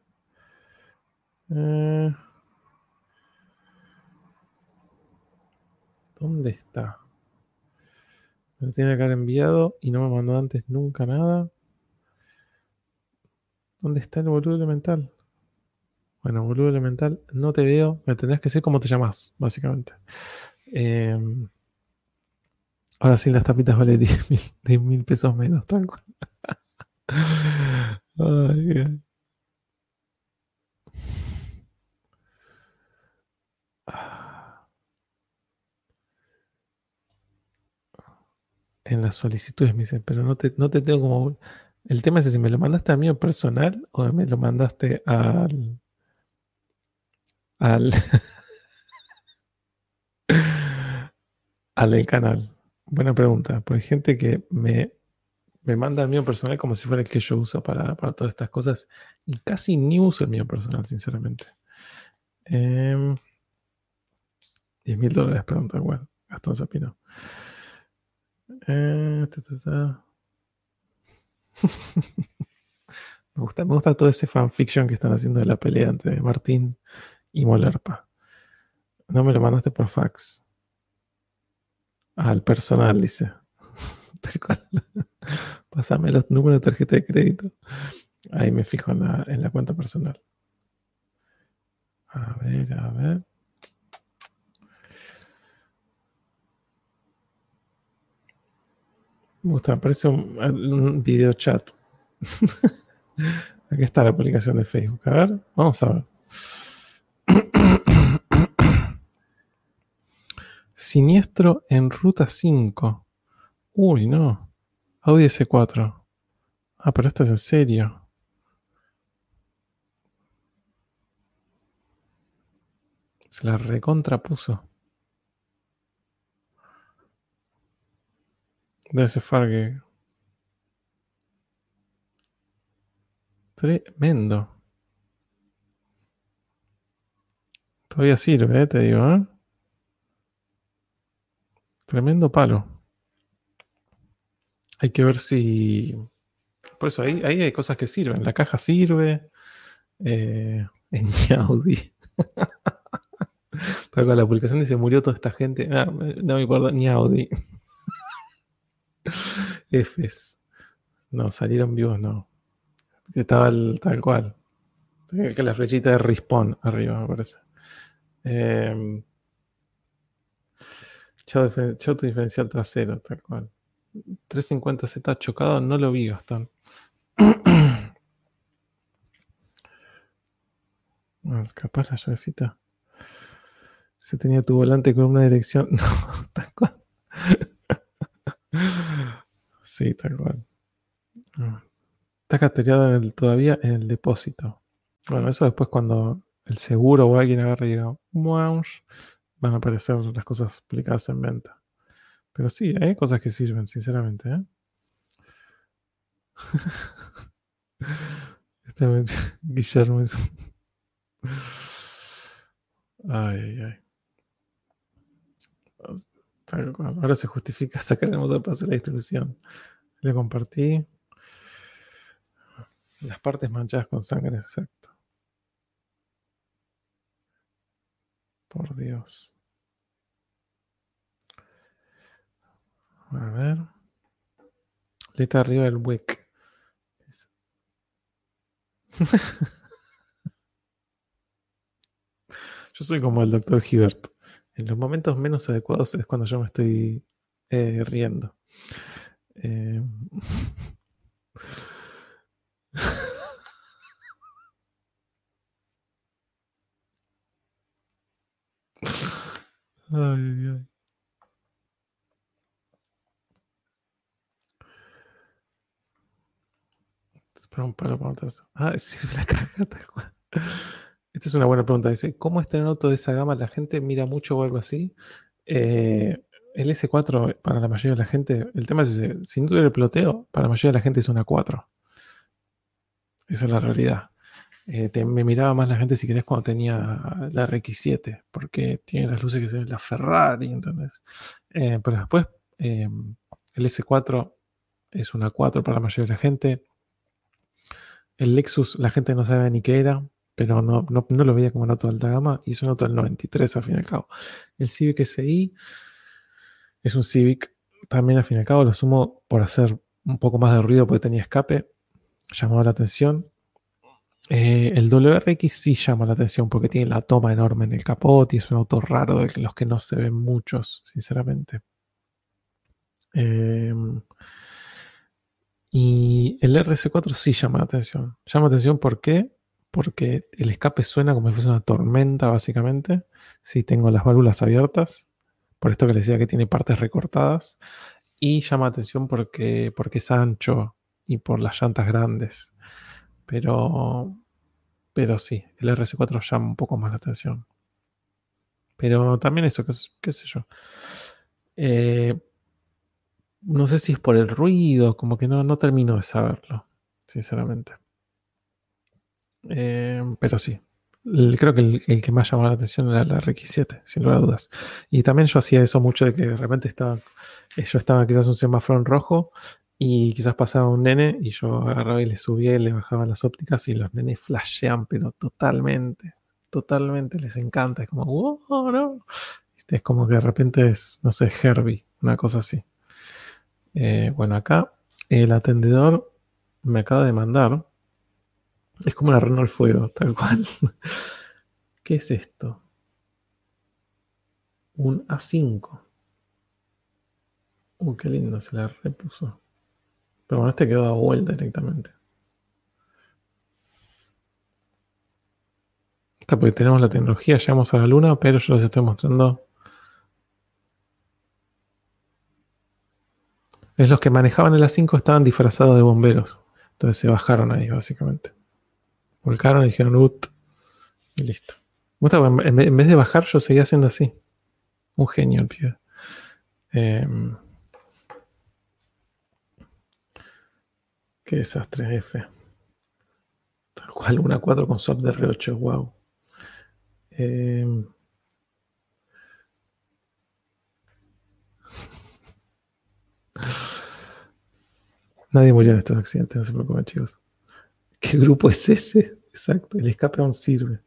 ¿Dónde está? Me lo tiene que haber enviado y no me mandó antes nunca nada. ¿Dónde está el boludo elemental? Bueno, boludo elemental, no te veo. Me tendrás que decir cómo te llamas, básicamente. Ahora sí, las tapitas valen 10.000 pesos menos, tal cual. Ay, ay. En las solicitudes me dicen, pero no te tengo como. El tema es si me lo mandaste a mí personal o me lo mandaste al, al del canal. Buena pregunta, porque hay gente que me manda el mío personal como si fuera el que yo uso para todas estas cosas y casi ni uso el mío personal, sinceramente. $10.000, pregunta igual. Gastón Zapino. Me gusta todo ese fanfiction que están haciendo de la pelea entre Martín y Molerpa. No me lo mandaste por fax. Al personal, dice. Tal cual. Pásame los números de tarjeta de crédito. Ahí me fijo en la cuenta personal. A ver, a ver. Me gusta, parece un video chat. Aquí está la publicación de Facebook. A ver, vamos a ver. Siniestro en ruta 5. Uy, no. Audi S4. Pero esto es en serio. Se la recontrapuso. Debe ser Fargue. Tremendo. Todavía sirve, te digo, ¿eh? Tremendo palo. Hay que ver si... Por eso ahí hay cosas que sirven. La caja sirve. En Yaudi. Con la publicación dice murió toda esta gente. Ah, no me acuerdo. Yaudi. Fs. No, salieron vivos, no. Estaba tal cual. Que la flechita de respawn arriba, me parece. Chau tu diferencial trasero, tal cual. 350 Z chocado, no lo vi, Gastón. Bueno, capaz la llavecita. Se tenía tu volante con una dirección. No, tal cual. Sí, tal cual. Está cateriado todavía en el depósito. Bueno, eso después cuando el seguro o alguien agarre y diga "Muaush", van a aparecer las cosas publicadas en venta. Pero sí, hay cosas que sirven, sinceramente. Guillermo es... Ay, ay. Ahora se justifica sacar el motor para hacer la distribución. Le compartí. Las partes manchadas con sangre, exacto. Por Dios. A ver. Letra arriba del WEC. Yo soy como el doctor Hibbert. En los momentos menos adecuados es cuando yo me estoy riendo. Ay, ay. Espera un palo para matarse. Ah, sirve la caja tal cual. Esta es una buena pregunta. Dice, ¿cómo es tener auto de esa gama? ¿La gente mira mucho o algo así? El S4 para la mayoría de la gente, el tema es ese, si no tuviera el ploteo, para la mayoría de la gente es una 4. Esa es la realidad. Me miraba más la gente, si querés, cuando tenía la RX7, porque tiene las luces que se ven la Ferrari, ¿entendés? Pero después, el S4 es una 4 para la mayoría de la gente. El Lexus, la gente no sabe ni qué era, pero no lo veía como un auto de alta gama, y es un auto del 93 al fin y al cabo. El Civic SI es un Civic, también al fin y al cabo lo sumo por hacer un poco más de ruido porque tenía escape, llamaba la atención. El WRX sí llama la atención porque tiene la toma enorme en el capot y es un auto raro de los que no se ven muchos, sinceramente. Y el RS4 sí llama la atención. Llama la atención ¿por qué? Porque el escape suena como si fuese una tormenta, básicamente. Si tengo las válvulas abiertas. Por esto que les decía que tiene partes recortadas. Y llama la atención porque es ancho y por las llantas grandes. Pero sí, el RS4 llama un poco más la atención. Pero también eso, qué sé yo. No sé si es por el ruido, como que no termino de saberlo, sinceramente. Pero sí. Creo que el que más llamaba la atención era la RX7, sin lugar a dudas. Y también yo hacía eso mucho de que de repente yo estaba quizás un semáforo en rojo y quizás pasaba un nene y yo agarraba y le subía y le bajaba las ópticas y los nenes flashean, pero totalmente, totalmente les encanta. Es como, wow, no. Es como que de repente es, no sé, Herbie, una cosa así. Bueno, acá el atendedor me acaba de mandar. Es como una Renault Fuego, tal cual. ¿Qué es esto? Un A5. Qué lindo, se la repuso. Pero bueno, este quedó dado vuelta directamente. Está porque tenemos la tecnología, llegamos a la luna, pero yo les estoy mostrando. Es los que manejaban el A5 estaban disfrazados de bomberos. Entonces se bajaron ahí, básicamente. Volcaron y dijeron, y listo. En vez de bajar, yo seguía haciendo así. Un genio el pibe. Qué desastre, F. Tal cual, una 4 con swap de R8, wow. Nadie murió en estos accidentes, no se preocupen, chicos. ¿Qué grupo es ese? Exacto, el escape aún sirve.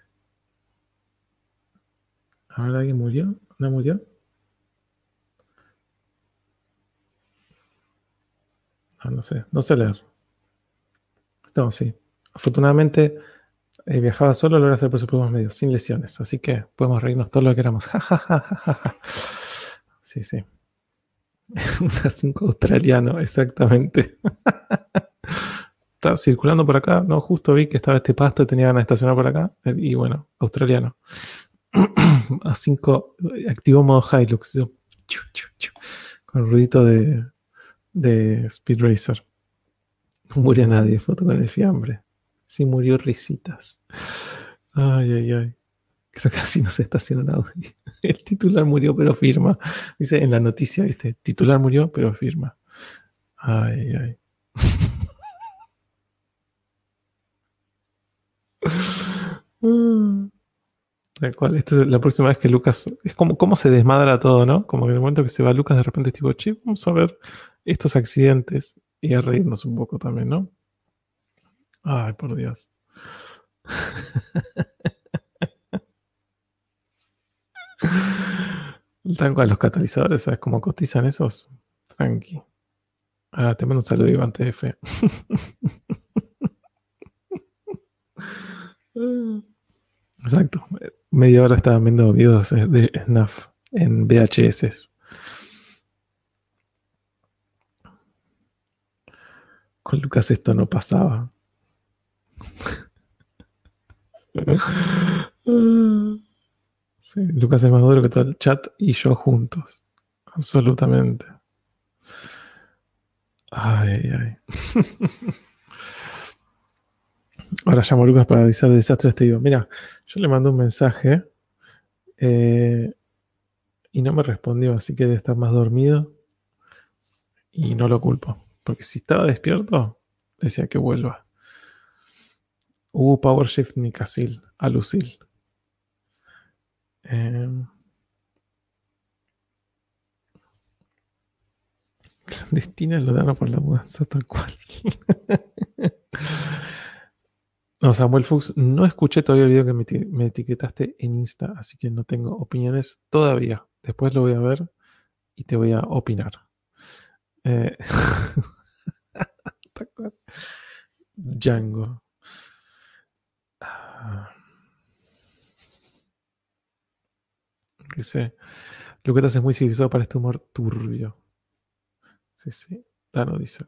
¿Ahora alguien murió? ¿No murió? No sé, no sé leer. No, sí. Afortunadamente viajaba solo, lo hacer por sus propios medios, sin lesiones. Así que podemos reírnos todo lo que queramos. Sí, sí. Una 5 australiano, exactamente. Está circulando por acá. No, justo vi que estaba este pasto y tenía ganas de estacionar por acá. Y bueno, australiano. A 5, activó modo Hilux. Con ruidito de Speed Racer. No murió nadie, foto con el fiambre. Sí murió risitas. Ay, ay, ay. Creo que así no se estaciona un Audi. El titular murió pero firma. Dice en la noticia, ¿viste? Titular murió pero firma. Ay, ay. Tal cual. Esta es la próxima vez que Lucas. Es como cómo se desmadra todo, ¿no? Como que en el momento que se va Lucas, de repente es tipo, che, vamos a ver estos accidentes y a reírnos un poco también, ¿no? Ay, por Dios. Tal cual, los catalizadores, ¿sabes cómo cotizan esos? Tranqui. Te mando un saludo, Iván TF. Exacto. Media hora estaban viendo videos de SNAF en VHS. Con Lucas esto no pasaba. Sí, Lucas es más duro que todo el chat y yo juntos. Absolutamente. Ay, ay. Ahora llamo a Lucas para avisar de desastres. Te digo, mira, yo le mandé un mensaje y no me respondió, así que debe estar más dormido y no lo culpo. Porque si estaba despierto, decía que vuelva. PowerShift ni Casil, a Lucil. Clandestina lo dan por la mudanza, tal cual. No, Samuel Fuchs, no escuché todavía el video que me etiquetaste en Insta, así que no tengo opiniones todavía. Después lo voy a ver y te voy a opinar. Django. Dice, Luquetas es muy civilizado para este humor turbio. Sí, sí. Dano dice.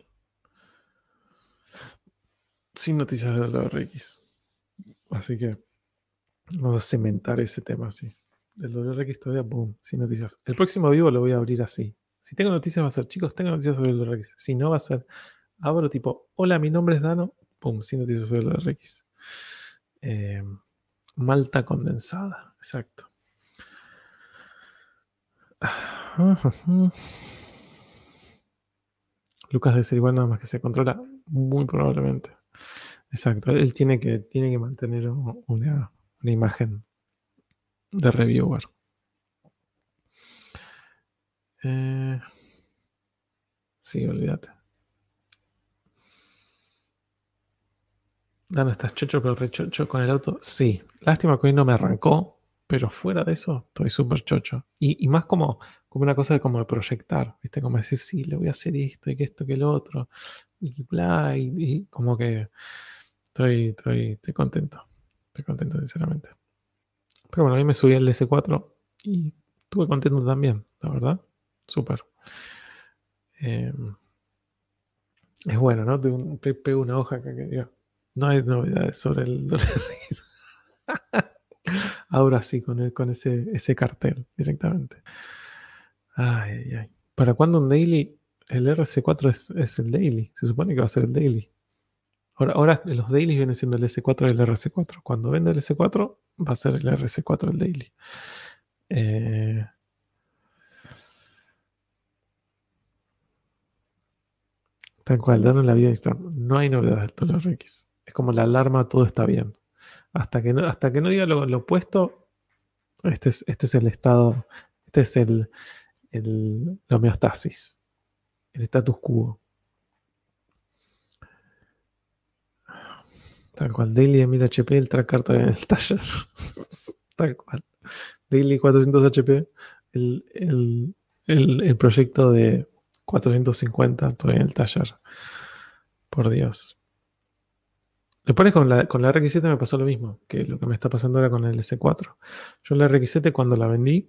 Sin noticias de la RX. Así que vamos a cementar ese tema así. Del WRX todavía, boom, sin noticias. El próximo vivo lo voy a abrir así. Si tengo noticias va a ser, chicos, tengo noticias sobre el WRX. Si no va a ser, abro tipo, hola, mi nombre es Dano, boom, sin noticias sobre el WRX. Malta condensada, exacto. Lucas debe ser igual nada más que se controla, muy probablemente. Exacto, él tiene que mantener una imagen de reviewer. Sí, olvídate. Dano, estás chocho, pero rechocho con el auto. Sí, lástima que hoy no me arrancó, pero fuera de eso, estoy súper chocho. Y más como una cosa de como de proyectar, ¿viste? Como decir, sí, le voy a hacer esto y que esto, que lo otro, y bla, y como que estoy contento. Estoy contento, sinceramente. Pero bueno, hoy me subí al S4 y estuve contento también, la verdad. Súper. Es bueno, ¿no? Pego una hoja acá que diga, no hay novedades sobre el dólar. Ahora sí, con ese cartel directamente. Ay, ay, ay. ¿Para cuándo un daily? El RC4 es el daily. Se supone que va a ser el daily. Ahora los dailies vienen siendo el S4 y el RC4. Cuando venda el S4, va a ser el RC4 el daily. Tal cual, darle la vida a Instagram. No hay novedades del RX. Es como la alarma, todo está bien. Hasta que no diga lo opuesto, este es el estado, este es la homeostasis, el status quo. Tal cual, Daily de 1000 HP, el tracker todavía en el taller. Tal cual. Daily 400 HP, el proyecto de 450 todavía en el taller. Por Dios. Después con la RX7 me pasó lo mismo que lo que me está pasando ahora con el S4. Yo la RX7 cuando la vendí,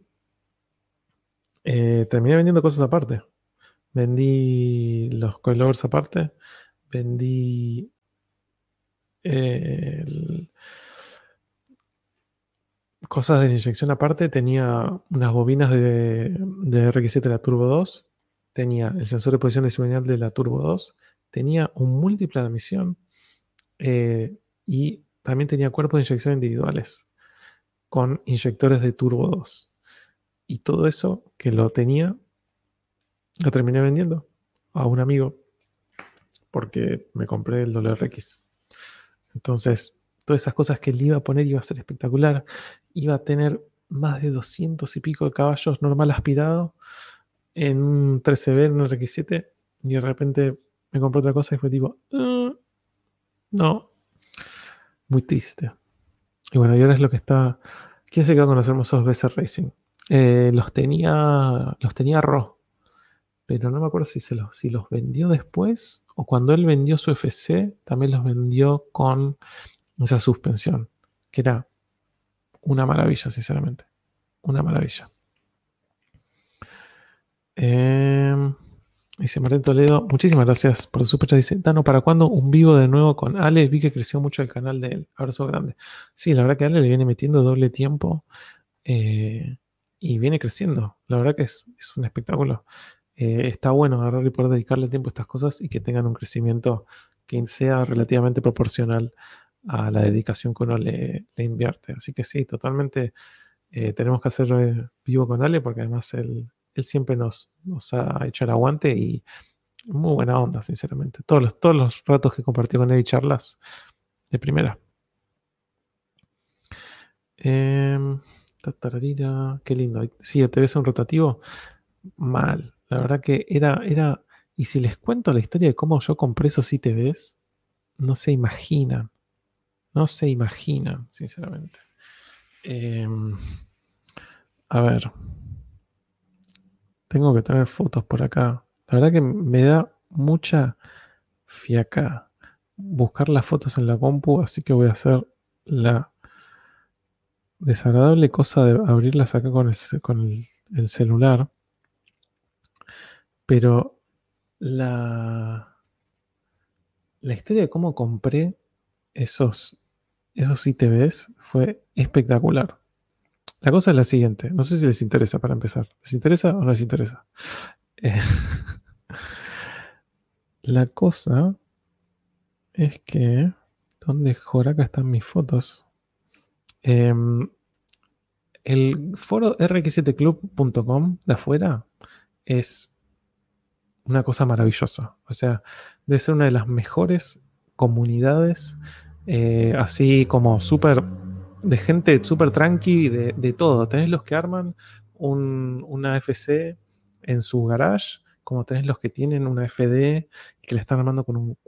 terminé vendiendo cosas aparte. Vendí los coilovers aparte. Vendí cosas de inyección aparte. Tenía unas bobinas de RX7 de la Turbo 2. Tenía el sensor de posición decimal de la Turbo 2. Tenía un múltiple de admisión. Y también tenía cuerpos de inyección individuales con inyectores de Turbo 2. Y todo eso que lo tenía, lo terminé vendiendo a un amigo porque me compré el WRX. Entonces, todas esas cosas que le iba a poner iba a ser espectacular. Iba a tener más de 200 y pico de caballos normal aspirado en un 13B, en un RX7. Y de repente me compré otra cosa y fue tipo, no, muy triste. Y bueno, y ahora es lo que está. ¿Quién se quedó con los hermosos BC Racing? Los tenía Ro, pero no me acuerdo si los vendió después o cuando él vendió su FC, también los vendió con esa suspensión, que era una maravilla, sinceramente. Una maravilla. Dice Martín Toledo, muchísimas gracias por su fecha. Dice, Dano, ¿para cuándo un vivo de nuevo con Ale? Vi que creció mucho el canal de él. Abrazo grande. Sí, la verdad que Ale le viene metiendo doble tiempo y viene creciendo. La verdad que es un espectáculo. Está bueno agarrar y poder dedicarle tiempo a estas cosas y que tengan un crecimiento que sea relativamente proporcional a la dedicación que uno le invierte. Así que sí, totalmente tenemos que hacer vivo con Ale porque además él siempre nos ha hecho el aguante y muy buena onda, sinceramente. Todos los ratos que compartí con él y charlas de primera. Qué lindo. Sí, te ves un rotativo. Mal. La verdad que era. Y si les cuento la historia de cómo yo compré esos ITVs, no se imaginan. No se imaginan, sinceramente. A ver. Tengo que traer fotos por acá. La verdad que me da mucha fiaca buscar las fotos en la compu, así que voy a hacer la desagradable cosa de abrirlas acá con el celular. Pero la historia de cómo compré esos ITVs fue espectacular. La cosa es la siguiente. No sé si les interesa para empezar. ¿Les interesa o no les interesa? Eh, la cosa es que... ¿Dónde joraca están mis fotos? El foro rx7club.com de afuera es una cosa maravillosa. O sea, debe ser una de las mejores comunidades, así como de gente súper tranqui, de todo. Tenés los que arman una FC en su garage, como tenés los que tienen una FD y que le están armando con un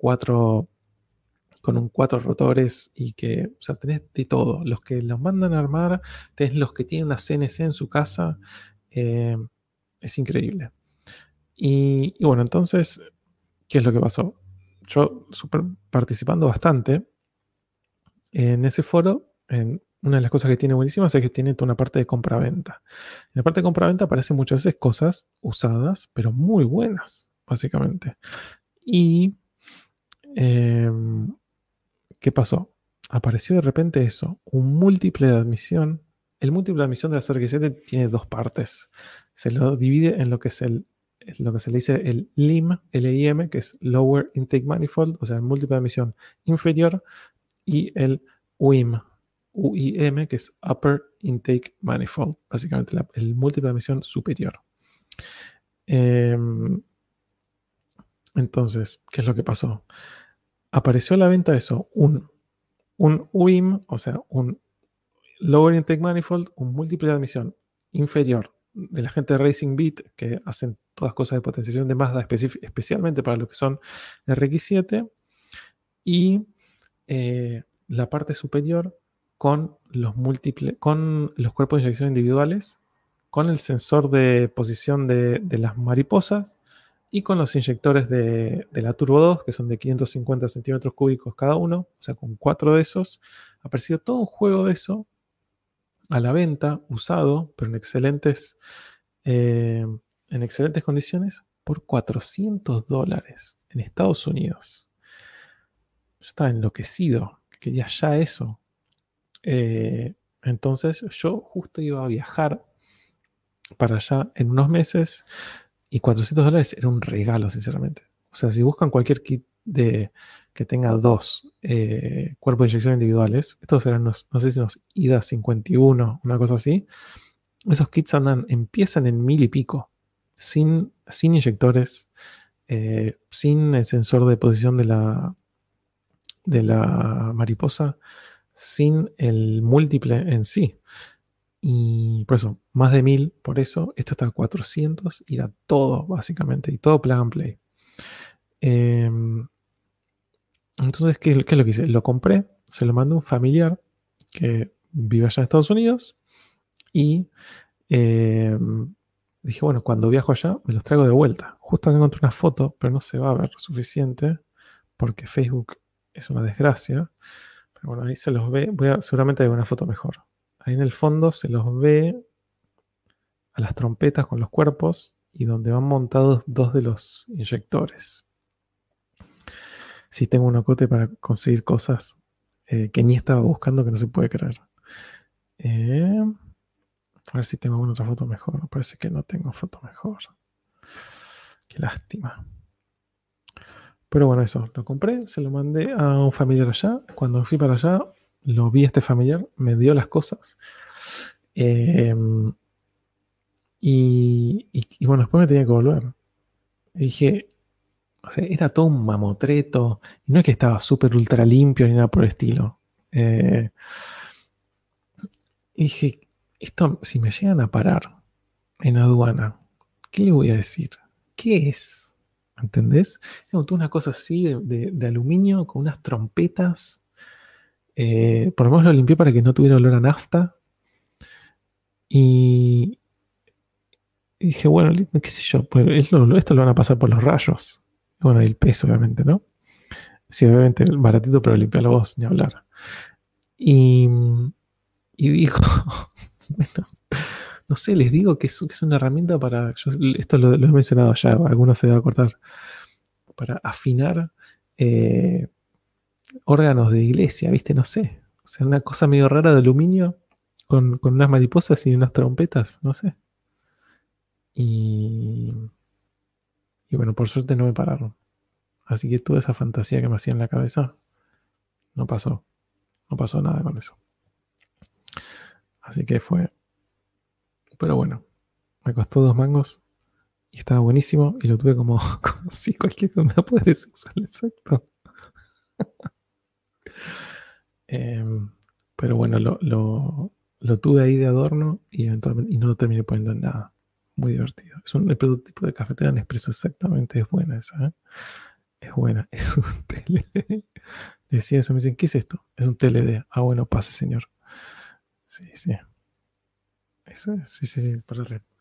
4 rotores y que, o sea, tenés de todo. Los que los mandan a armar, tenés los que tienen una CNC en su casa. Es increíble. Y bueno, entonces, ¿qué es lo que pasó? Yo participando bastante en ese foro, una de las cosas que tiene buenísimas es que tiene toda una parte de compra-venta. En la parte de compra-venta aparecen muchas veces cosas usadas, pero muy buenas, básicamente. Y ¿qué pasó? Apareció de repente eso, un múltiple de admisión. El múltiple de admisión de la CRX7 tiene dos partes. Se lo divide en lo que lo que se le dice el LIM, LIM, que es Lower Intake Manifold, o sea, el múltiple de admisión inferior, y el UIM, UIM, que es Upper Intake Manifold, básicamente el múltiple de emisión superior. Entonces, ¿qué es lo que pasó? Apareció a la venta eso, un UIM, o sea, un Lower Intake Manifold, un múltiple de admisión inferior de la gente de Racing Beat, que hacen todas cosas de potenciación de Mazda, especialmente para lo que son RX7, y la parte superior con con los cuerpos de inyección individuales, con el sensor de posición de las mariposas y con los inyectores de la Turbo 2, que son de 550 centímetros cúbicos cada uno, o sea, con 4 de esos. Ha aparecido todo un juego de eso a la venta, usado, pero en excelentes condiciones, por $400 en Estados Unidos. Yo estaba enloquecido, quería ya eso. Entonces yo justo iba a viajar para allá en unos meses y $400 era un regalo, sinceramente. O sea, si buscan cualquier kit que tenga dos cuerpos de inyección individuales, estos serán no sé si unos IDA 51, una cosa así. Esos kits empiezan en 1000 y pico, sin inyectores, sin el sensor de posición de la mariposa, sin el múltiple en sí. Y por eso, más de 1000, por eso, esto está a 400 y era todo, básicamente, y todo plug and play. Entonces, ¿qué es lo que hice? Lo compré, se lo mandé a un familiar que vive allá en Estados Unidos y dije, bueno, cuando viajo allá me los traigo de vuelta. Justo acá encontré una foto, pero no se va a ver suficiente porque Facebook es una desgracia. Pero bueno, ahí se los ve. Seguramente hay una foto mejor. Ahí en el fondo se los ve a las trompetas con los cuerpos y donde van montados dos de los inyectores. Sí, tengo un ocote para conseguir cosas que ni estaba buscando, que no se puede creer. A ver si tengo alguna otra foto mejor. Me parece que no tengo foto mejor. Qué lástima. Pero bueno, eso. Lo compré, se lo mandé a un familiar allá. Cuando fui para allá, lo vi a este familiar, me dio las cosas. Y bueno, después me tenía que volver. Y dije, o sea, era todo un mamotreto. Y no es que estaba súper ultra limpio ni nada por el estilo. Y dije, esto, si me llegan a parar en aduana, ¿qué le voy a decir? ¿Qué es? ¿Entendés? Tengo toda una cosa así de aluminio con unas trompetas. Por lo menos lo limpié para que no tuviera olor a nafta. Y dije, bueno, qué sé yo, pues esto lo van a pasar por los rayos. Bueno, y el peso, obviamente, ¿no? Sí, obviamente, baratito, pero limpialo vos, ni hablar. Y dijo, bueno, no sé, les digo que es una herramienta para, esto lo he mencionado ya, algunos se va a cortar, para afinar órganos de iglesia, ¿viste? No sé. O sea, una cosa medio rara de aluminio con unas mariposas y unas trompetas, no sé. Y bueno, por suerte no me pararon. Así que toda esa fantasía que me hacía en la cabeza no pasó. No pasó nada con eso. Así que fue. Pero bueno, me costó 2 mangos y estaba buenísimo y lo tuve como si cualquier poder sexual, exacto. Pero bueno, lo tuve ahí de adorno y eventualmente no lo terminé poniendo en nada. Muy divertido. Es el prototipo de cafetera Nespresso, exactamente. Es buena esa, ¿eh? Es buena. Es un TLD. Decía eso, me dicen, ¿qué es esto? Es un TLD. Ah, bueno, pase, señor. Sí, sí. Sí, para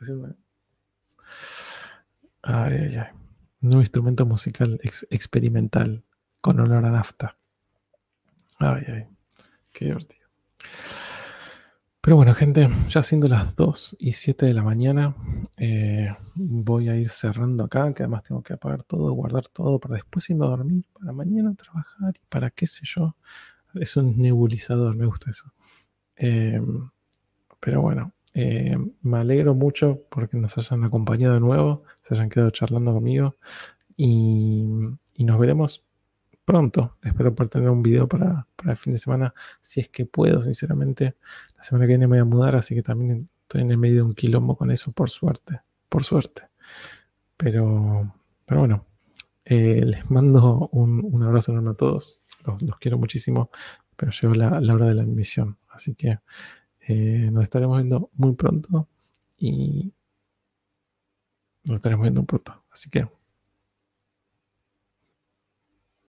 Ay, ay, ay. Un nuevo instrumento musical experimental con olor a nafta. Ay, ay. Qué divertido. Pero bueno, gente, ya siendo las 2:07 de la mañana, voy a ir cerrando acá, que además tengo que apagar todo, guardar todo para después irme a dormir, para mañana trabajar y para qué sé yo. Es un nebulizador, me gusta eso. Pero bueno, me alegro mucho porque nos hayan acompañado de nuevo, se hayan quedado charlando conmigo y nos veremos pronto. Espero poder tener un video para el fin de semana, si es que puedo, sinceramente. La semana que viene me voy a mudar, así que también estoy en el medio de un quilombo con eso, por suerte, por suerte. Pero bueno, les mando un abrazo enorme a todos. Los quiero muchísimo, pero llegó la hora de la emisión. Así que nos estaremos viendo muy pronto y nos estaremos viendo pronto. Así que